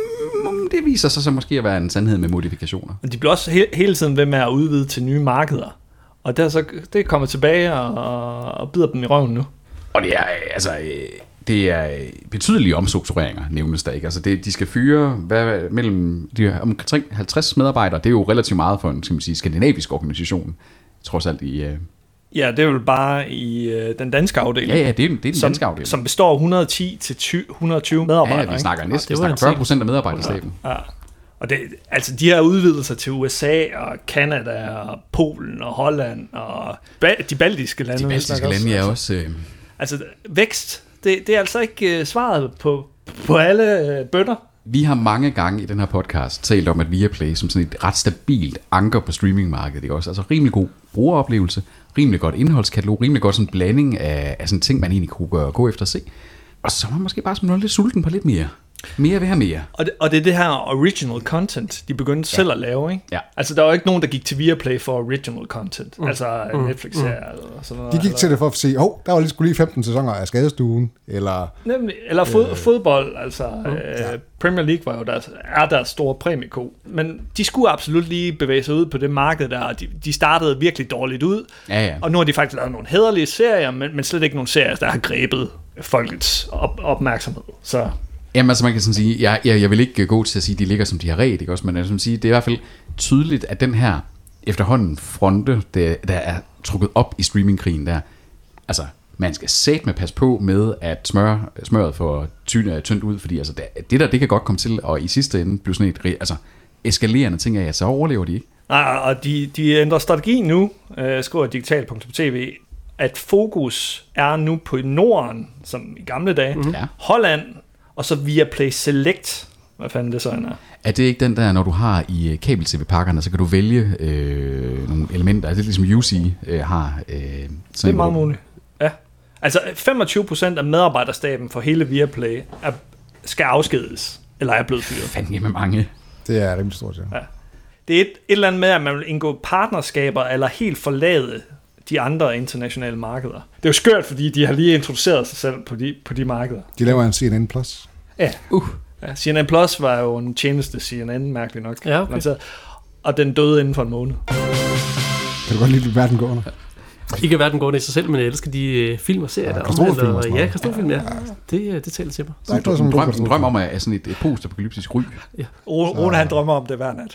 Mm, det viser sig så måske at være en sandhed med modifikationer. Men de bliver også he- hele tiden ved med at udvide til nye markeder. Og det er, så, det kommer tilbage og, og bider dem i røven nu. Og det er, altså, øh, det er betydelige omstruktureringer, nævnes der ikke. Altså, det, de skal fyre hvad, mellem de omkring halvtreds medarbejdere. Det er jo relativt meget for en, skal man sige, skandinavisk organisation, trods alt i... Øh... Ja, det er jo bare i øh, den danske afdeling. Ja, ja, det er, det er den som, danske afdeling. som består af et hundrede og ti til et hundrede og tyve medarbejdere. Ja, vi snakker næsten, det vi var snakker en fyrre ting. procent af medarbejderstaben. Ja. Og det, altså, de har udvidet sig til U S A og Canada og Polen og Holland og ba- de baltiske lande. De baltiske lande er også... Øh... Altså, vækst, det, det er altså ikke uh, svaret på, på alle uh, bønder. Vi har mange gange i den her podcast talt om, at Viaplay som sådan et ret stabilt anker på streamingmarkedet, ikke også? Altså rimelig god brugeroplevelse, rimelig godt indholdskatalog, rimelig godt sådan en blanding af, af sådan ting, man egentlig kunne gøre, gå efter at se. Og så er man måske bare sådan lidt sulten på lidt mere. Mere vil have mere. Og det, og det er det her original content, de begyndte ja. selv at lave, ikke? Ja. Altså, der var ikke nogen, der gik til Viaplay for original content. Mm. Altså, mm. Netflix-serier mm. eller sådan noget. De gik eller... til det for at se, åh, oh, der var lige skulle lige femten sæsoner af Skadestuen, eller... Nemlig, eller fod, øh, fodbold, altså mm. øh, Premier League var jo deres, er deres store præmieko. Men de skulle absolut lige bevæge sig ud på det marked der, og de, de startede virkelig dårligt ud. Ja, ja. Og nu har de faktisk lavet nogle hæderlige serier, men, men slet ikke nogle serier, der har grebet folkets op, opmærksomhed. Så... Jamen altså man kan sådan sige, jeg, jeg, jeg vil ikke gå til at sige, at de ligger som de har ret, ikke også? Men jeg vil sige, det er i hvert fald tydeligt, at den her efterhånden fronte, der, der er trukket op i streamingkrigen der, altså man skal sæt med passe på med at smøre, smøret for tyndt, tyndt ud, fordi altså, det, det der, det kan godt komme til, og i sidste ende blive sådan et altså, eskalerende ting af, at så overlever de ikke. Nej, og de, de ændrer strategi nu, øh, skriver digital punktum t v, at fokus er nu på Norden, som i gamle dage, mm-hmm. Ja. Holland, og så Viaplay Select. Hvad fanden det så er? Er det ikke den der, når du har i kabel-T V-pakkerne, så kan du vælge øh, nogle elementer, altså det er ligesom U C øh, har. Øh, det er meget muligt. Ja. Altså femogtyve procent af medarbejderstaben for hele Viaplay er, skal afskedes, eller er blevet fyret. Fandme med mange. Det er rimelig stort, ja. Ja. Det er et, et eller andet med, at man vil indgå partnerskaber, eller helt forlade de andre internationale markeder. Det er jo skørt, fordi de har lige introduceret sig selv på de, på de markeder. De laver en C N N Plus. Ja. Uh. Ja, C N N Plus var jo en tjeneste, C N N, mærkeligt nok. Ja, okay. Og den døde inden for en måned. Kan du godt lide, at verden går under? Ikke verden går i sig selv, men jeg elsker de uh, film og serier, ja, der katastroffilm og sådan ja, noget. katastroffilm, ja. Det, det taler til mig. Der er ikke noget En som drøm, god en drøm om at sådan et, et post-apokalyptisk ry. Ja. Rune, han drømmer om det hver nat.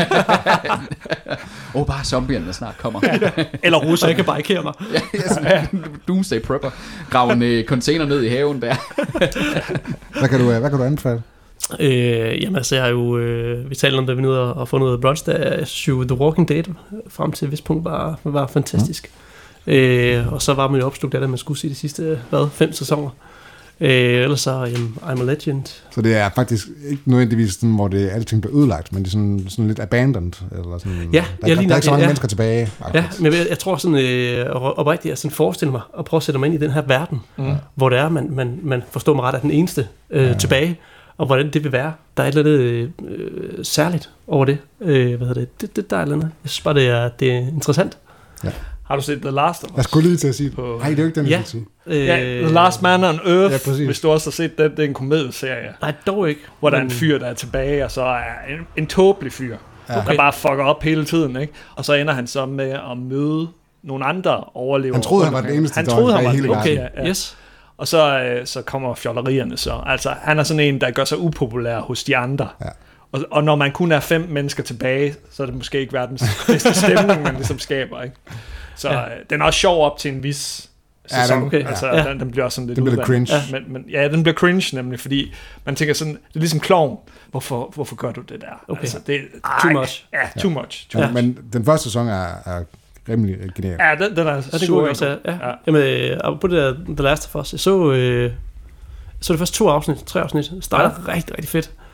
Åh, oh, bare zombierne, der snart kommer. Eller Så russerne. jeg kan barrikere mig. Ja, ja, sådan Doomsday Prepper. Grave en uh, container ned i haven der. Hvad kan du, hvad kan du anbefale? Øh, jamen altså, jeg har jo, øh, vi talte om, da vi nåede at, at få noget brunch, der jeg synes jo, The Walking Dead frem til et vist punkt var, var fantastisk. Mm. Øh, og så var man jo opslugt af det, man skulle sige de sidste, hvad, fem sæsoner. Øh, ellers så, jamen, I'm a Legend. Så det er faktisk ikke nødvendigvis sådan, hvor det, alting bliver ødelagt, men det er sådan, sådan lidt abandoned. Eller sådan, Ja, der, ja, der, lige der er ikke så nok, mange ja. mennesker tilbage. Ja, men jeg, jeg tror sådan øh, oprigtigt, jeg sådan forestiller mig at prøve at sætte mig ind i den her verden, mm. hvor det er, man, man, man forstår mig ret, er den eneste øh, ja. tilbage, og hvordan det vil være. Der er et eller andet øh, særligt over det. Øh, hvad hedder det? Det, det? Der er et eller andet. Jeg synes bare, det er, det er interessant. Ja. Har du set The Last of Us? Jeg skulle lige til at sige det. På... Nej, det er jo ikke den, jeg Ja. vil sige. Øh, Ja, The Last Man on Earth, Ja, hvis du også har set den, det er en komedieserie, Nej, dog ikke. hvor der er Men- en fyr, der er tilbage, og så er en, en tåbelig fyr, ja. Okay. der bare fucker op hele tiden, ikke? Og så ender han så med at møde nogle andre overlevere. Han troede, han var den eneste, Han der troede, var han i var hele den Okay, ja, ja. yes. Og så, øh, så kommer fjollerierne så. Altså, han er sådan en, der gør sig upopulær hos de andre. Ja. Og, og når man kun er fem mennesker tilbage, så er det måske ikke verdens bedste stemning, man ligesom skaber, ikke? Så Ja. øh, den er også sjov op til en vis Ja, sæson. den- okay. Altså, Ja. den, den bliver også sådan lidt Den bliver lidt udvandet. cringe. Ja, men, men, ja, den bliver cringe nemlig, fordi man tænker sådan, det er ligesom klovn. Hvorfor, hvorfor gør du det der? Okay. Altså, det, Too ej, much. Ja, too much. Too Ja. much. Men den første sæson er, er rimelig genial. Ja, den, den er Ja, det super kunne også, ja. god. ja. Jamen, øh, på det der The Last of Us, jeg så, øh, så det første to afsnit, tre afsnit, starter ja. rigtig, rigtig fedt.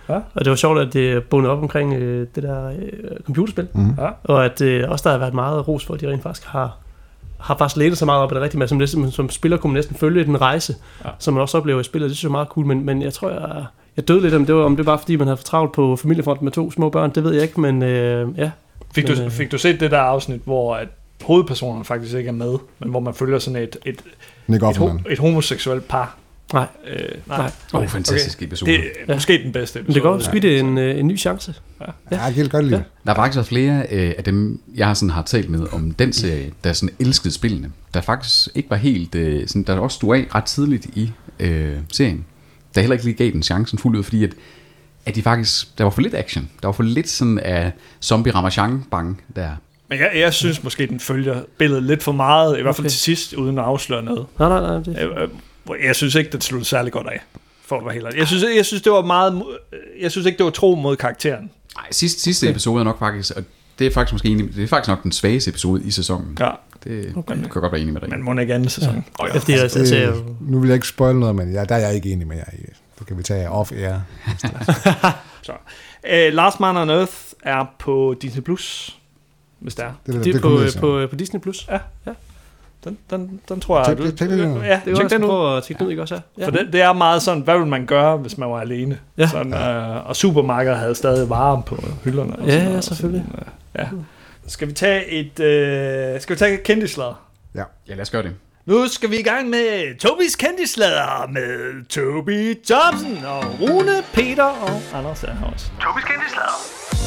Ja. Og det var sjovt, at det bundet op omkring øh, det der øh, computerspil. Mm. Ja. Og at øh, også der har været meget ros for, at de rent faktisk har, har faktisk lænet sig meget op af det rigtige med. Som, næsten, som spiller kunne man næsten følge den rejse, ja. Som man også oplever i spillet. Det synes jeg er meget cool, men, men jeg tror, jeg, jeg døde lidt om det var, om det var fordi, man havde for travlt på familiefronten med to små børn. Det ved jeg ikke, men øh, ja. Fik, men, du, øh, fik du set det der afsnit, hvor at hovedpersonen faktisk ikke er med, men hvor man følger sådan et, et, et, ho- et homoseksuelt par? Nej. Øh, nej. Åh, oh, fantastisk okay. episode. Det er ja. måske den bedste episode. Men det går også ja. en, en ny chance. Ja, ja. Jeg kan godt lide. Ja. Der er faktisk også flere øh, af dem, jeg sådan har talt med om den serie, der sådan elskede spillene, der faktisk ikke var helt, øh, sådan, der også stod af ret tidligt i øh, serien. Der heller ikke lige gav den chancen fuldt ud, fordi at, at de faktisk, der var for lidt action. Der var for lidt sådan af zombie ramachan bang der. Men jeg, jeg synes måske, den følger billedet lidt for meget, i hvert fald okay. til sidst, uden at afsløre noget. Nej, nej, nej. Det... Jeg, jeg synes ikke, det sluttede særlig godt af, for at være helt ærlig. Jeg synes, jeg synes, det var meget, jeg synes ikke, det var tro mod karakteren. Nej, sidste, sidste okay. episode er nok faktisk, og det er faktisk måske enig, det er faktisk nok den svageste episode i sæsonen. Ja. Det okay. kan jeg godt være enig med dig. Men må ikke anden sæson. Ja. Oh, ja. Efter, altså, det, altså, nu vil jeg ikke spoil noget, men jeg, der er jeg ikke enig med jer i. Det kan vi tage off air. Så. Uh, Last Man on Earth er på Disney Plus, hvis det er. Det, det, det, det på, på, på Disney Plus? Ja. Ja. Den, den, den tror jeg... Tjek, tjek, tjek, ja, det tjek den ud. At tjekke den ud, ikke også? Ja. For det, det er meget sådan, hvad ville man gøre, hvis man var alene? Ja. Sådan, øh, og supermarkeder havde stadig varer på hylderne. Og ja, sådan ja, noget, selvfølgelig. Sådan, ja. Skal vi tage et... Øh, skal vi tage et kendisladder? Ja. Ja, lad os gøre det. Nu skal vi i gang med Tobis kendisladder med Toby Thompson og Rune, Peter og Anders er her også. Tobis kendisladder.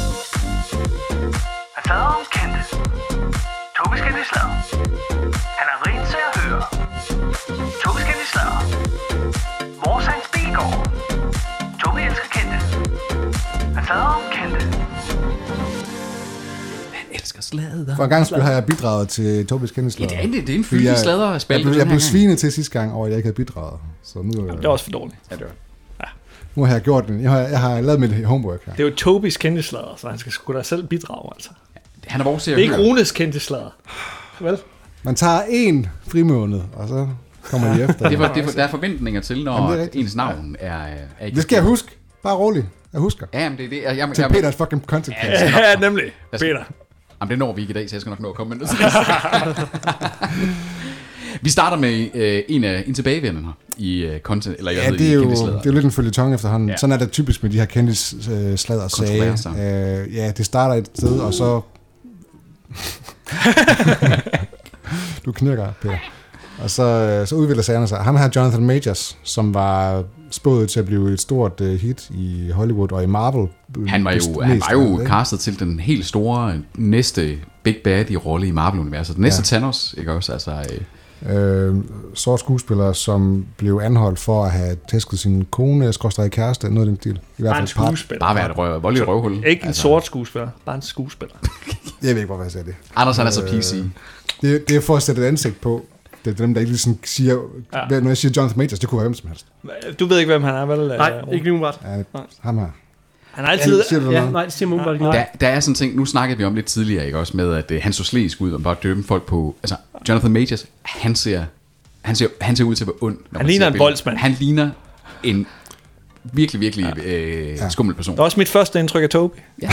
Han fader om kendte. Tobis kendisladder. Han er rent til at høre. Tobis kendisladder. Vores Hans Bilgaard. Tobi elsker kendte. Han fader om kendte. elsker sladder. For en gang skulle har jeg bidraget til Tobis kendisladder. Ja, det er, det er en fyldig sladder. Jeg, jeg, jeg blev svinet til sidste gang over, at jeg ikke havde bidraget. Så nu, Jamen, det er også for dårligt. Ja, det var. Ja. Nu har jeg gjort den. Jeg har, jeg har lavet mit homework her. Det er jo Tobis kendisladder, så han skal sgu da selv bidrage, altså. Ja, han er vores Det er ikke Runes kendisladder. Vel? Man tager en frimåned, og så kommer de efter. Det var, det var, der er forventninger til, når Jamen, ens navn er... er det skal jeg huske. Bare rolig. Jeg husker. Ja, men det er det. Jeg, jeg, til jeg, Peters fucking content. Ja, ja, nemlig. Peter. Jamen, det når vi ikke i dag, så jeg skal nok nå at komme med det. Vi starter med øh, en af en tilbagevendende her i uh, content, eller jeg ja, ved, det er, jo, det er jo lidt en føljeton efterhånden. Ja. Sådan er det typisk med de her kendis-sladder sage. Øh, ja, det starter et sted, og så... du knirker, Peter. Og så, så udvikler sagerne sig. Ham her, Jonathan Majors, som var spået til at blive et stort uh, hit i Hollywood og i Marvel. Han var jo, han var jo castet til den helt store næste Big Bad i rolle i Marvel-universet. Den næste ja. Thanos, ikke også? Altså, øh... øh, sort skuespiller, som blev anholdt for at have tæsket sin kone, skorstræk kæreste, noget af den stil. I hvert fald skuespiller. Bare være et røv, voldelig røvhul. Ikke en altså. Sort skuespiller, bare en skuespiller. Jeg ved ikke, hvorfor jeg siger det. Anders han er så P C. Øh, det, det er for at sætte et ansigt på. Det er dem, der ikke ligesom siger... Ja. Når jeg siger Jonathan Majors, det kunne være hvem som helst. Du ved ikke, hvem han er, vel? Nej, ikke lige umiddelbart. Ja, ham her. Han er altid... Ja, ja, nej, det siger man umiddelbart ikke noget. Der, der er sådan ting, nu snakkede vi om lidt tidligere, ikke også, med at uh, han så slæsk ud og bare dømme folk på... Altså, Jonathan Majors, han ser, han ser, han ser ud til at være ond. Han ligner en voldsmand. Han ligner en virkelig, virkelig ja. øh, ja. skummel person. Det er også mit første indtryk af Toby. Ja.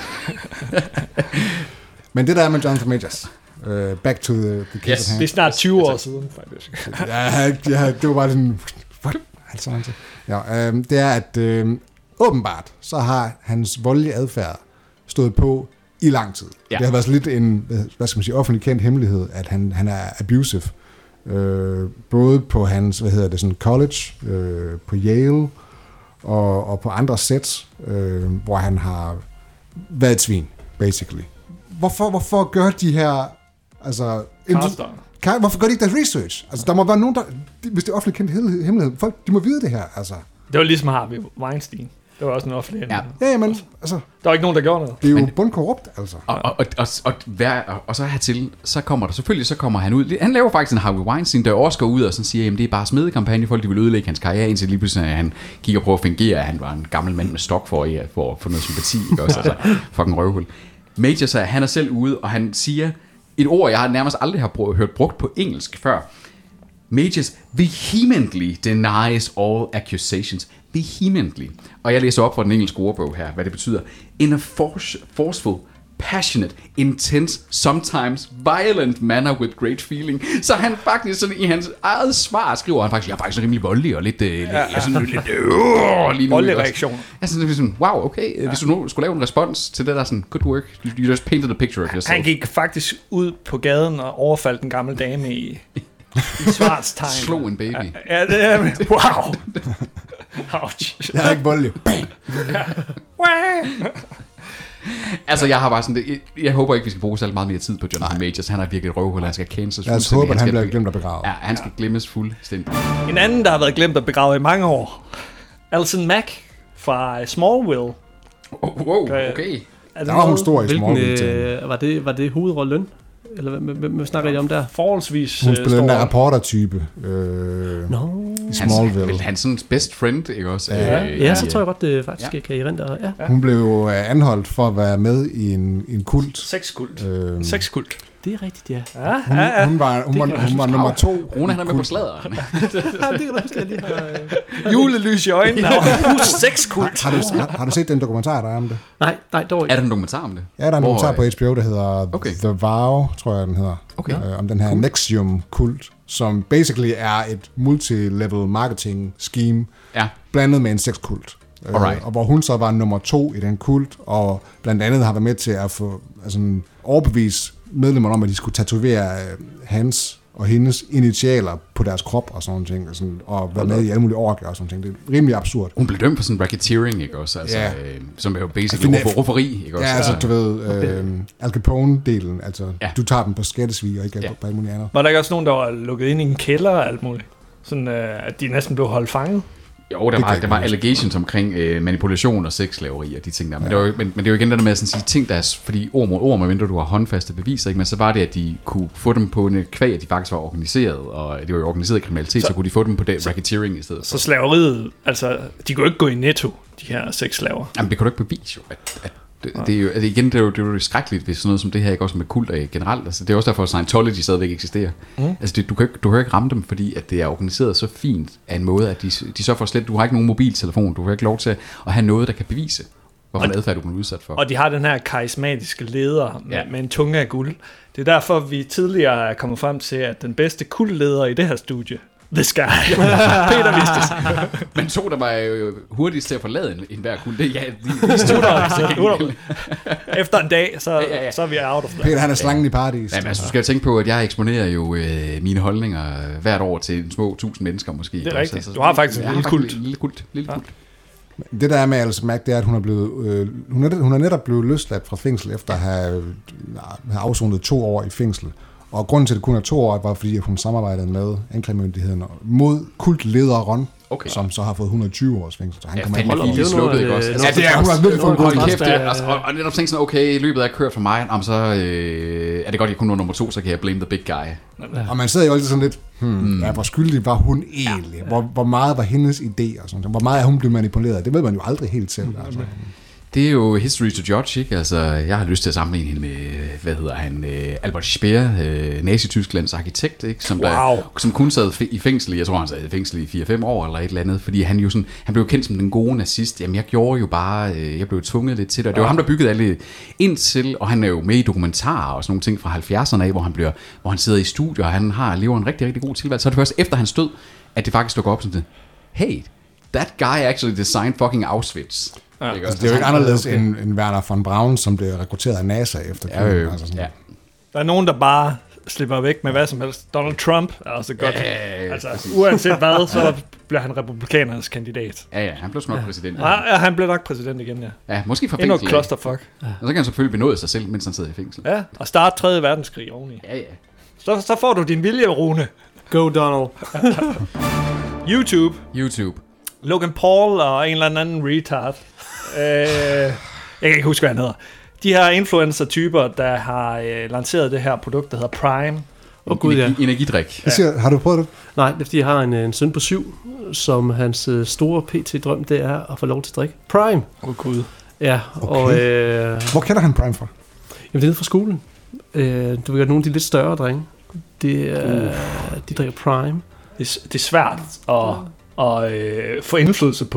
Men det der er med Jonathan Majors... Uh, back to the, the yes. Det er snart tyve år siden, faktisk. ja, ja, det var bare sådan... Altså, ja, um, det er, at um, åbenbart, så har hans voldelige adfærd stået på i lang tid. Ja. Det har været så lidt en, hvad skal man sige, offentlig kendt hemmelighed, at han, han er abusive. Uh, både på hans, hvad hedder det, sådan college, uh, på Yale, og, og på andre sets, uh, hvor han har været et svin, basically. Hvorfor, hvorfor gør de her... Altså, kan, hvorfor gør de ikke deres research? Altså, der må være nogen, der... Hvis det er offentlig kendt hemmelighed, folk, de må vide det her, altså. Det var ligesom Harvey Weinstein. Det var også en offentlig hemmelighed. Ja, ja, men altså... Der var ikke nogen, der gjorde noget. Det er jo men, bundkorrupt, altså. Og, og, og, og, og, og, og så hertil, så kommer der selvfølgelig, så kommer han ud... Han laver faktisk en Harvey Weinstein, der også går ud og sådan siger, jamen det er bare smedekampagne, folk de vil ødelægge hans karriere, indtil lige pludselig han kigger på at fingere, at han var en gammel mand med stok for, ja, for, for noget sympati, ikke også? Altså, fucking røvhul. Major så han er selv ude, og han siger... Et ord, jeg nærmest aldrig har brug, hørt brugt på engelsk før. Majors vehemently denies all accusations. vehemently. Og jeg læser op fra den engelske ordbog her, hvad det betyder. In a force, forceful, passionate, intense, sometimes violent manner with great feeling. Så han faktisk sådan i hans eget svar skriver han faktisk, jeg er faktisk rimelig voldelig og lidt, øh, ja, ja. Sådan, lidt øh, lige nu. Voldelig reaktion. Altså sådan, wow, okay, ja. Hvis du nu skulle lave en respons til det der sådan, good work, you, you just painted a picture of yourself. Han gik faktisk ud på gaden og overfaldt en gammel dame i, i svartstegn. Slog en baby. Ja, det er, wow. Ouch. Jeg er ikke voldelig. Altså, jeg har bare sådan det, jeg, jeg håber ikke, vi skal bruge så meget mere tid på Jonathan Majors. Han har virkelig et røvhul, han skal cancels. Jeg altså, håber, at han bliver glemt at begrave. Ja, han skal glemmes fuldstændig. En anden, der har været glemt at begrave i mange år. Alison Mack fra Smallville. Oh, wow, okay. Er der var hun stor i Smallville. Øh, var, det, var det hovedrollen? Eller hvad, hvad, hvad snakker I om der? Forholdsvis hun spillede stor. den der reporter-type øh, no. i Smallville. Hans, hans sådan best friend, ikke også? Ja, øh, ja så tror jeg godt, det faktisk ja. kan I rente. Ja. Hun blev anholdt for at være med i en, en kult. Sexkult. Øh, Sexkult. Det er rigtigt, ja. Ja, hun, ja, ja. hun var, hun var, hun var nummer to. Rune, han er med på sladder. ja, det kan da huske, jeg lige har... Julelys i øjnene. Uh, sexkult. Har, har, du, har, har du set den dokumentar, der er om det? Nej, nej, dog ikke. Er der en dokumentar om det? Ja, der er en Hvor, dokumentar på H B O, der hedder okay. The Vow, tror jeg, den hedder. Okay. Øh, om den her cool. Nexium-kult, som basically er et multi-level marketing scheme, ja. blandet med en sexkult. Alright. Og hvor hun så var nummer to i den kult, og blandt andet har været med til at få altså, overbevise medlemmerne om, at de skulle tatovere hans og hendes initialer på deres krop og sådan ting, og, sådan, og være med i alle mulige orker og sådan ting. Det er rimelig absurd. Hun blev dømt for sådan racketeering, ikke også? Altså, ja. øh, som er jo basically rufferi, ikke også? Ja, altså du ved, øh, Al Capone-delen, altså ja. Du tager dem på skattesvig og ikke ja. på alt muligt andet. Var der ikke også nogen, der var lukket ind i en kælder og alt muligt? Sådan, øh, at de næsten blev holdt fanget? Jo, der var, der var allegations omkring øh, manipulation og sexslaveri og de ting der. Men, ja. det, var, men, men det er jo igen det med at sådan sige ting, der er, fordi ord mod ord, medmindre du har håndfaste beviser, ikke? Men så var det, at de kunne få dem på en kvæg, at de faktisk var organiseret, og det var jo organiseret kriminalitet, så, så kunne de få dem på det racketeering i stedet for. Så slaveriet, altså, de kunne ikke gå i Netto, de her sexslaver. Jamen, det kunne du ikke bevise jo, at, at Det, det er jo, altså igen, det er jo, det er jo skrækkeligt, hvis sådan noget som det her, ikke også med kult af generelt. Altså, det er også derfor, at Scientology stadigvæk eksisterer. Mm. Altså, det, du, kan ikke, du kan ikke ramme dem, fordi at det er organiseret så fint af en måde, at de, de så får slet, du har ikke nogen mobiltelefon, du har ikke lov til at have noget, der kan bevise, hvorfor en adfærd du er udsat for. Og de har den her karismatiske leder med, ja. med en tunge af guld. Det er derfor, vi tidligere er kommet frem til, at den bedste kultleder i det her studie, this guy. Peter Vistes. Men to, der var jo hurtigst til at forlade en, en hver kul. Det ja, de, de, de efter en dag, så, ja, ja, ja. så er vi out of that. Peter, han er slangen i paradis. Ja, men altså, du skal jo tænke på, at jeg eksponerer jo øh, mine holdninger hvert år til en små tusind mennesker måske. Det er rigtigt. Altså, du har faktisk en lille kult. Lille kult. Lille kult. Det der er med Alison Mack, det er, at hun er, blevet, øh, hun er, hun er netop blevet løsladt fra fængsel, efter at have, øh, have afsonet to år i fængsel. Og grunden til, at det kun er to år, var fordi, at hun samarbejdede med anklagemyndigheden mod kultlederen, okay. som så har fået et hundrede og tyve års fængsel. Så han ja, kommer fandme ikke lige sluppet, ikke også? Ja, det er, hun har virkelig fået en god kæft. Altså, og, og netop tænkt sådan, okay, løbet er kørt for mig, om så øh, er det godt, at jeg kun når nummer to, så kan jeg blame the big guy. Ja. Og man sidder jo altid sådan lidt, hmm, hmm. Ja, hvor skyldig var hun egentlig? Ja. Hvor, hvor meget var hendes idé? Og sådan, hvor meget er hun blevet manipuleret? Det ved man jo aldrig helt selv. Mm. Altså. Det er jo history to judge, ikke? Altså, jeg har lyst til at sammenligne hende med, hvad hedder han, Albert Speer, Nazi-Tysklands arkitekt, ikke? Som, wow. der, som kun sad i fængsel, jeg tror han sad i fængsel i fire fem år eller et eller andet, fordi han jo sådan, han blev kendt som den gode nazist. Jamen, jeg gjorde jo bare, jeg blev tvunget lidt til det, og det var ham, der byggede alle indtil, og han er jo med i dokumentarer og sådan nogle ting fra halvfjerdserne af, hvor han bliver, hvor han sidder i studier, og han har lever en rigtig, rigtig god tilværelse. Så er det først efter hans død, at det faktisk dukker op sådan, hey, that guy actually designed fucking Auschwitz. Ja. Det, altså, det er jo ikke anderledes okay. end, end Werner von Braun, som blev rekrutteret af NASA efter krigen. Ja, altså ja. Der er nogen, der bare slipper væk med hvad som helst. Donald Trump er også godt. Ja, ja, ja, altså, uanset hvad, så bliver han republikanernes kandidat. Ja, ja, han blev smuk ja. præsident. Ja, ja, han blev nok præsident igen, ja. Ja, måske fra fængsel. Endnu et clusterfuck. Ja. Og så kan han selvfølgelig benåde sig selv, mens han sidder i fængsel. Ja, og starte tredje verdenskrig oveni. Ja, ja. Så, så får du din vilje, Rune. Go, Donald. YouTube. YouTube. Logan Paul og en eller anden retard. øh, jeg kan ikke huske, hvad han hedder. De her influencer-typer, der har øh, lanceret det her produkt, der hedder Prime. Åh oh, gud, ja. Energidrik. Ja. Siger, har du prøvet det? Nej, det er fordi, jeg har en, en søn på syv, som hans øh, store P T-drøm, det er at få lov til at drikke Prime. Åh oh, gud. Ja, okay. og... Øh, Hvor kender han Prime fra? Jamen, det er nede fra skolen. Øh, du ved, nogle af de lidt større drenge, det, øh, uh. de drikker Prime. Det er, det er svært at... og øh, få indflydelse på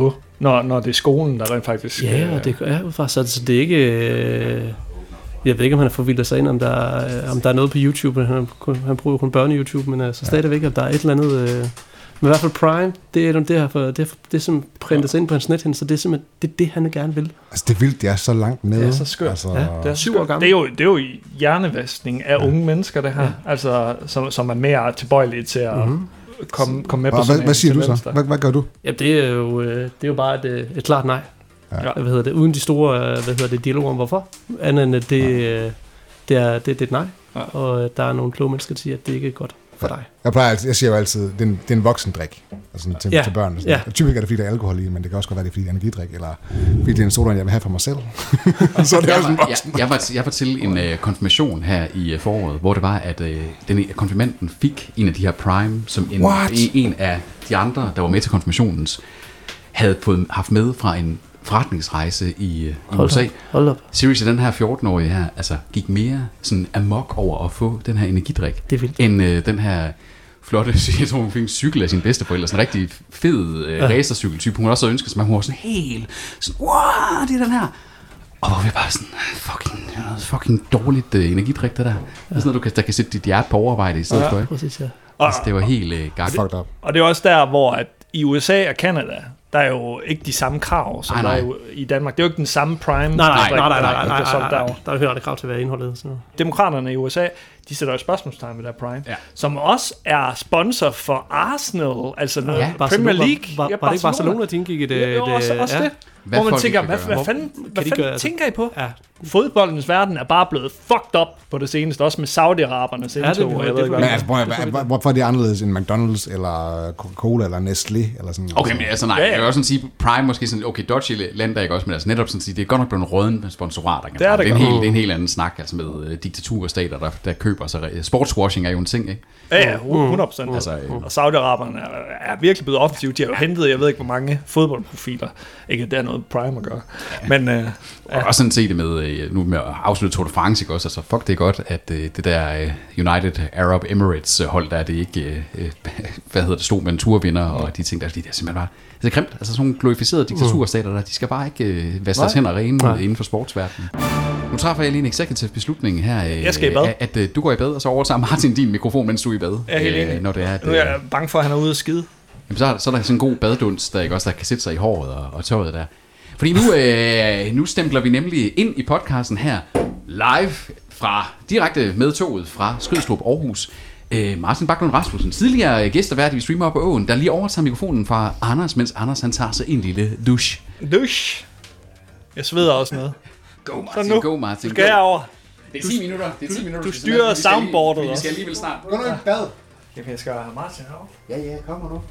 når, når det er skolen, der rent faktisk... Ja, og det er faktisk, altså det er ikke... Øh, jeg ved ikke, om han har forvildet sig ind, om der, øh, om der er noget på YouTube. Han, han bruger kun børne-YouTube, men altså stadigvæk, at der er et eller andet... Øh, men i hvert fald Prime, det er det her for, det, er, det er som printet sig ind på hans nethænde, så det er simpelthen det, er det han gerne vil. Altså det er vildt, det er så langt nede. Det er så skørt. Altså, Ja, Det er, syv år gammel. det, er jo, det er jo hjernevaskning af ja. unge mennesker, det her. Ja. Altså, som, som er mere tilbøjelige til at mm-hmm. komme, komme med på hvad, sådan hvad, hvad siger du tendens så? der. Hvad, hvad gør du? Ja, det er jo, øh, det er jo bare et, et klart nej. Ja. Hvad hedder det? Uden de store hvad hedder det, dialoger om hvorfor. Andet end at det, øh, det, er, det, det er et nej. Ja. Og øh, der er nogle kloge mennesker, der siger, at det ikke er godt for dig. Jeg plejer altid, jeg siger jo altid, det er en, det er en voksendrik, altså til, Ja. til børn. Ja. Og typisk er det, fordi der er alkohol i, men det kan også godt være, det er, fordi det er energidrik, eller fordi det er en sodavand, jeg vil have for mig selv. Så er det jeg, også en var, voksen. jeg, jeg, var, jeg var til en uh, konfirmation her i uh, foråret, hvor det var, at uh, den konfirmanden fik en af de her Prime, som en, en af de andre, der var med til konfirmationens, havde fået, haft med fra en forretningsrejse i, uh, i U S A. Hold op. Hold op. Seriously, den her fjorten-årige her, altså gik mere sådan amok over at få den her energidrik, Det er vildt. end uh, den her flotte, jeg tror hun fik en cykel af sine bedsteforældre, sådan en rigtig fed uh, ja. racercykeltype. Hun havde også ønsket sig, men hun var sådan helt sådan, wow, det er den her. Og hvor vi bare sådan, fucking, fucking dårligt uh, energidrik, det der. Ja. Det er sådan noget, du kan, der kan sætte dit hjerte på overarbejde i stedet Ja. for, ikke? Præcis, ja. Altså, det var helt uh, gak. Fucked up. Og det er også der, hvor at i U S A og Canada, der er jo ikke de samme krav, som Nej, der er nej. jo i Danmark. Det er jo ikke den samme Prime. Nej, nej, drik, nej, nej, der- nej, der nej, bliver solgt nej, nej, derovre. der er jo helt krav til at være indholdet. Så. Demokraterne i U S A, de sætter jo spørgsmålstegn ved der Prime, Ja. som også er sponsor for Arsenal, altså ja, Premier Barcelona, League. Var, var, var det ikke Barcelona, de indgik i det? Ja, jo, også, også ja. det. Hvad Hvor man folk tænker, ikke hvad, kan hvad gøre. fanden, hvad de fanden gøre- tænker I på? Ja. Fodboldens verden er bare blevet fucked up på det seneste, også med Saudi-Arabernes det- indtog. det- og jeg ved det- ikke, Men hvad. altså, prøv, at- hvor- hvor- hvorfor er det anderledes end McDonald's, eller Coca-Cola, eller Nestlé, eller sådan Okay, men altså nej, Ja, ja. jeg vil også sådan sige, Prime måske sådan, okay, dodgy land der ikke også, men altså netop sådan sige, det er godt nok blevet røden med sponsorater. Det er det det, er en godt. helt, det er en helt anden snak, altså med uh, diktaturstater, der, der køber sig. Sportswashing er jo en ting, ikke? Ja, ja, hundrede procent. Altså, Altså, øh, og Saudi-Araberne er, er virkelig blevet offensivt. De har jo hentet, jeg ved ikke, hvor mange fodboldprofiler. Ikke, at det er noget Prime at gøre. Men øh, Og også sådan se det med, øh, nu med at afslutte Tour de France, ikke også? Altså, fuck, det er godt, at øh, det der øh, United Arab Emirates øh, hold der, det ikke, øh, hvad hedder det, stod med en turvinder, og de ting der, fordi det er simpelthen bare, det er grimt. Altså sådan nogle glorificerede diktaturstater der, de skal bare ikke øh, vaske deres hænder rene Nej. inden for sportsverdenen. Nu træffer jeg lige en executive beslutning her, øh, Jeg skal i bad. at, at øh, du går i bad, og så overtager Martin din mikrofon, mens du er i bad. Jeg er helt Øh, enig. når det er, at, nu er jeg bange for, at han er ude at skide. Jamen, så, er, så er der sådan en god badduns, der, ikke også, der kan sætte sig i håret og, og tøjet der. Fordi nu, øh, nu stempler vi nemlig ind i podcasten her live fra direkte med toget fra Skrydstrup Aarhus. Øh, Martin Baklund Rasmussen, tidligere gæstervært i Streamer op på åen, der lige overtager mikrofonen fra Anders, mens Anders han tager sig en lille douche. Dusch. Jeg sveder også noget. Go Så Martin, nu, go Martin. du skal herover. Det er ti minutter. Det er ti minutter. du vi skal styrer med. Vi skal lige- soundboardet Vi også. skal alligevel snart. Gå nu i bad. Jamen, jeg skal have Martin herover. Ja, ja, kommer nu.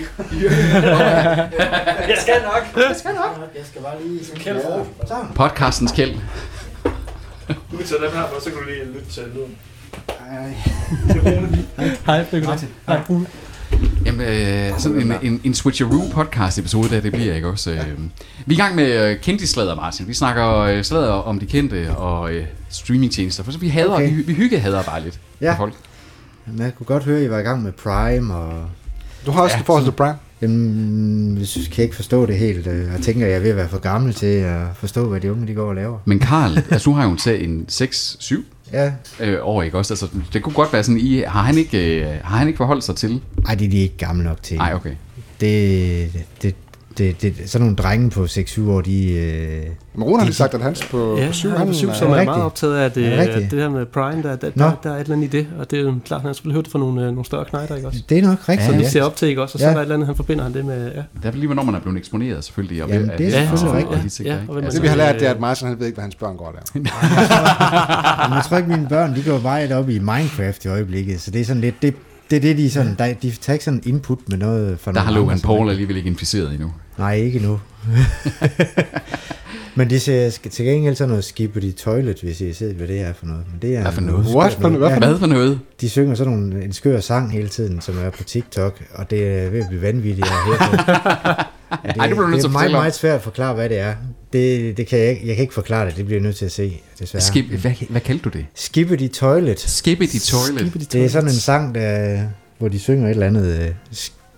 Jeg skal nok. Jeg skal nok. Jeg skal bare lige... Kæld ro. Så. Podcastens kæld. Du kan tage dem her, og så kan du lige lytte til lyden. Hej, det er godt. Hej, Rune. Jamen, øh, sådan en, en, en switcheroo podcast episode der, det bliver ikke også. Øh. Vi er i gang med øh, kendte-sladder, Martin. Vi snakker øh, sladder om de kendte og øh, streamingtjenester. For så vi hader, Okay. vi, vi hygge hader bare lidt. Ja. for folk. Men jeg kunne godt høre, at I var i gang med Prime, og... Du har også Ja, ja, forhold til Prime. Jamen, jeg synes, kan jeg ikke forstå det helt. øh, Jeg tænker, at jeg er ved at være for gammel til at forstå, hvad de unge de går og laver. Men Karl, altså nu har jeg jo en, en seks syv Ja. øh, år, ikke også? Altså, det kunne godt være sådan, I, har, han ikke, øh, har han ikke forholdt sig til? Ej, det er de ikke gamle nok til. Nej, okay. Det, det, det, det, sådan nogle drenge på seks syv år, de... Øh, Men Rune har lige sagt, at hans på, Ja, på syv, han er på syv, er- som er rigtigt? meget optaget af det, Er det rigtigt? det der med Prime, der, der, Nå. der, der er et eller andet i det, og det er jo klart, han har selvfølgelig hørt det fra nogle, øh, nogle større knejder, ikke også? det er nok rigtigt, Som ja. de ser op til, ikke også? Og så Ja. er der et eller andet, han forbinder han det med, ja. Det er vel lige, hvornår man er blevet eksponeret, selvfølgelig. Og Jamen, ved- det er at- selvfølgelig og- rigtigt. og de ting, Ja, der, ikke? og hvad man Altså, Det vi har lært, det er, at Martin han ved ikke, hvad hans børn går der. Men jeg tror ikke, mine børn, de går bare op i Minecraft i øjeblikket, så det er sådan lidt... Det, det er det, de sådan... Der, de tager ikke sådan input med noget for der nogle har andre, Logan som Paul ikke- alligevel ikke inficeret endnu. Nej, ikke nu. Men det ser skal til gengæld sådan noget Skibidi Toilet, hvis I ser, hvad det er for noget. Men det er Hvad for noget? skørt What? Hvad for- hvad for Hvad for noget? De synger sådan nogle, en skør sang hele tiden, som er på TikTok, og det er ved at blive vanvittigt at høre på. Ja, det, Ej, det bliver du nødt det til er at meget, fortælle om. meget svært at forklare, hvad det er. Det, det kan jeg, ikke- jeg kan ikke forklare det, det bliver jeg nødt til at se, desværre. Skib, hvad, hvad kaldte du det? Skibidi Toilet. Skibidi Toilet. Det er sådan en sang, der, hvor de synger et eller andet... øh, sk-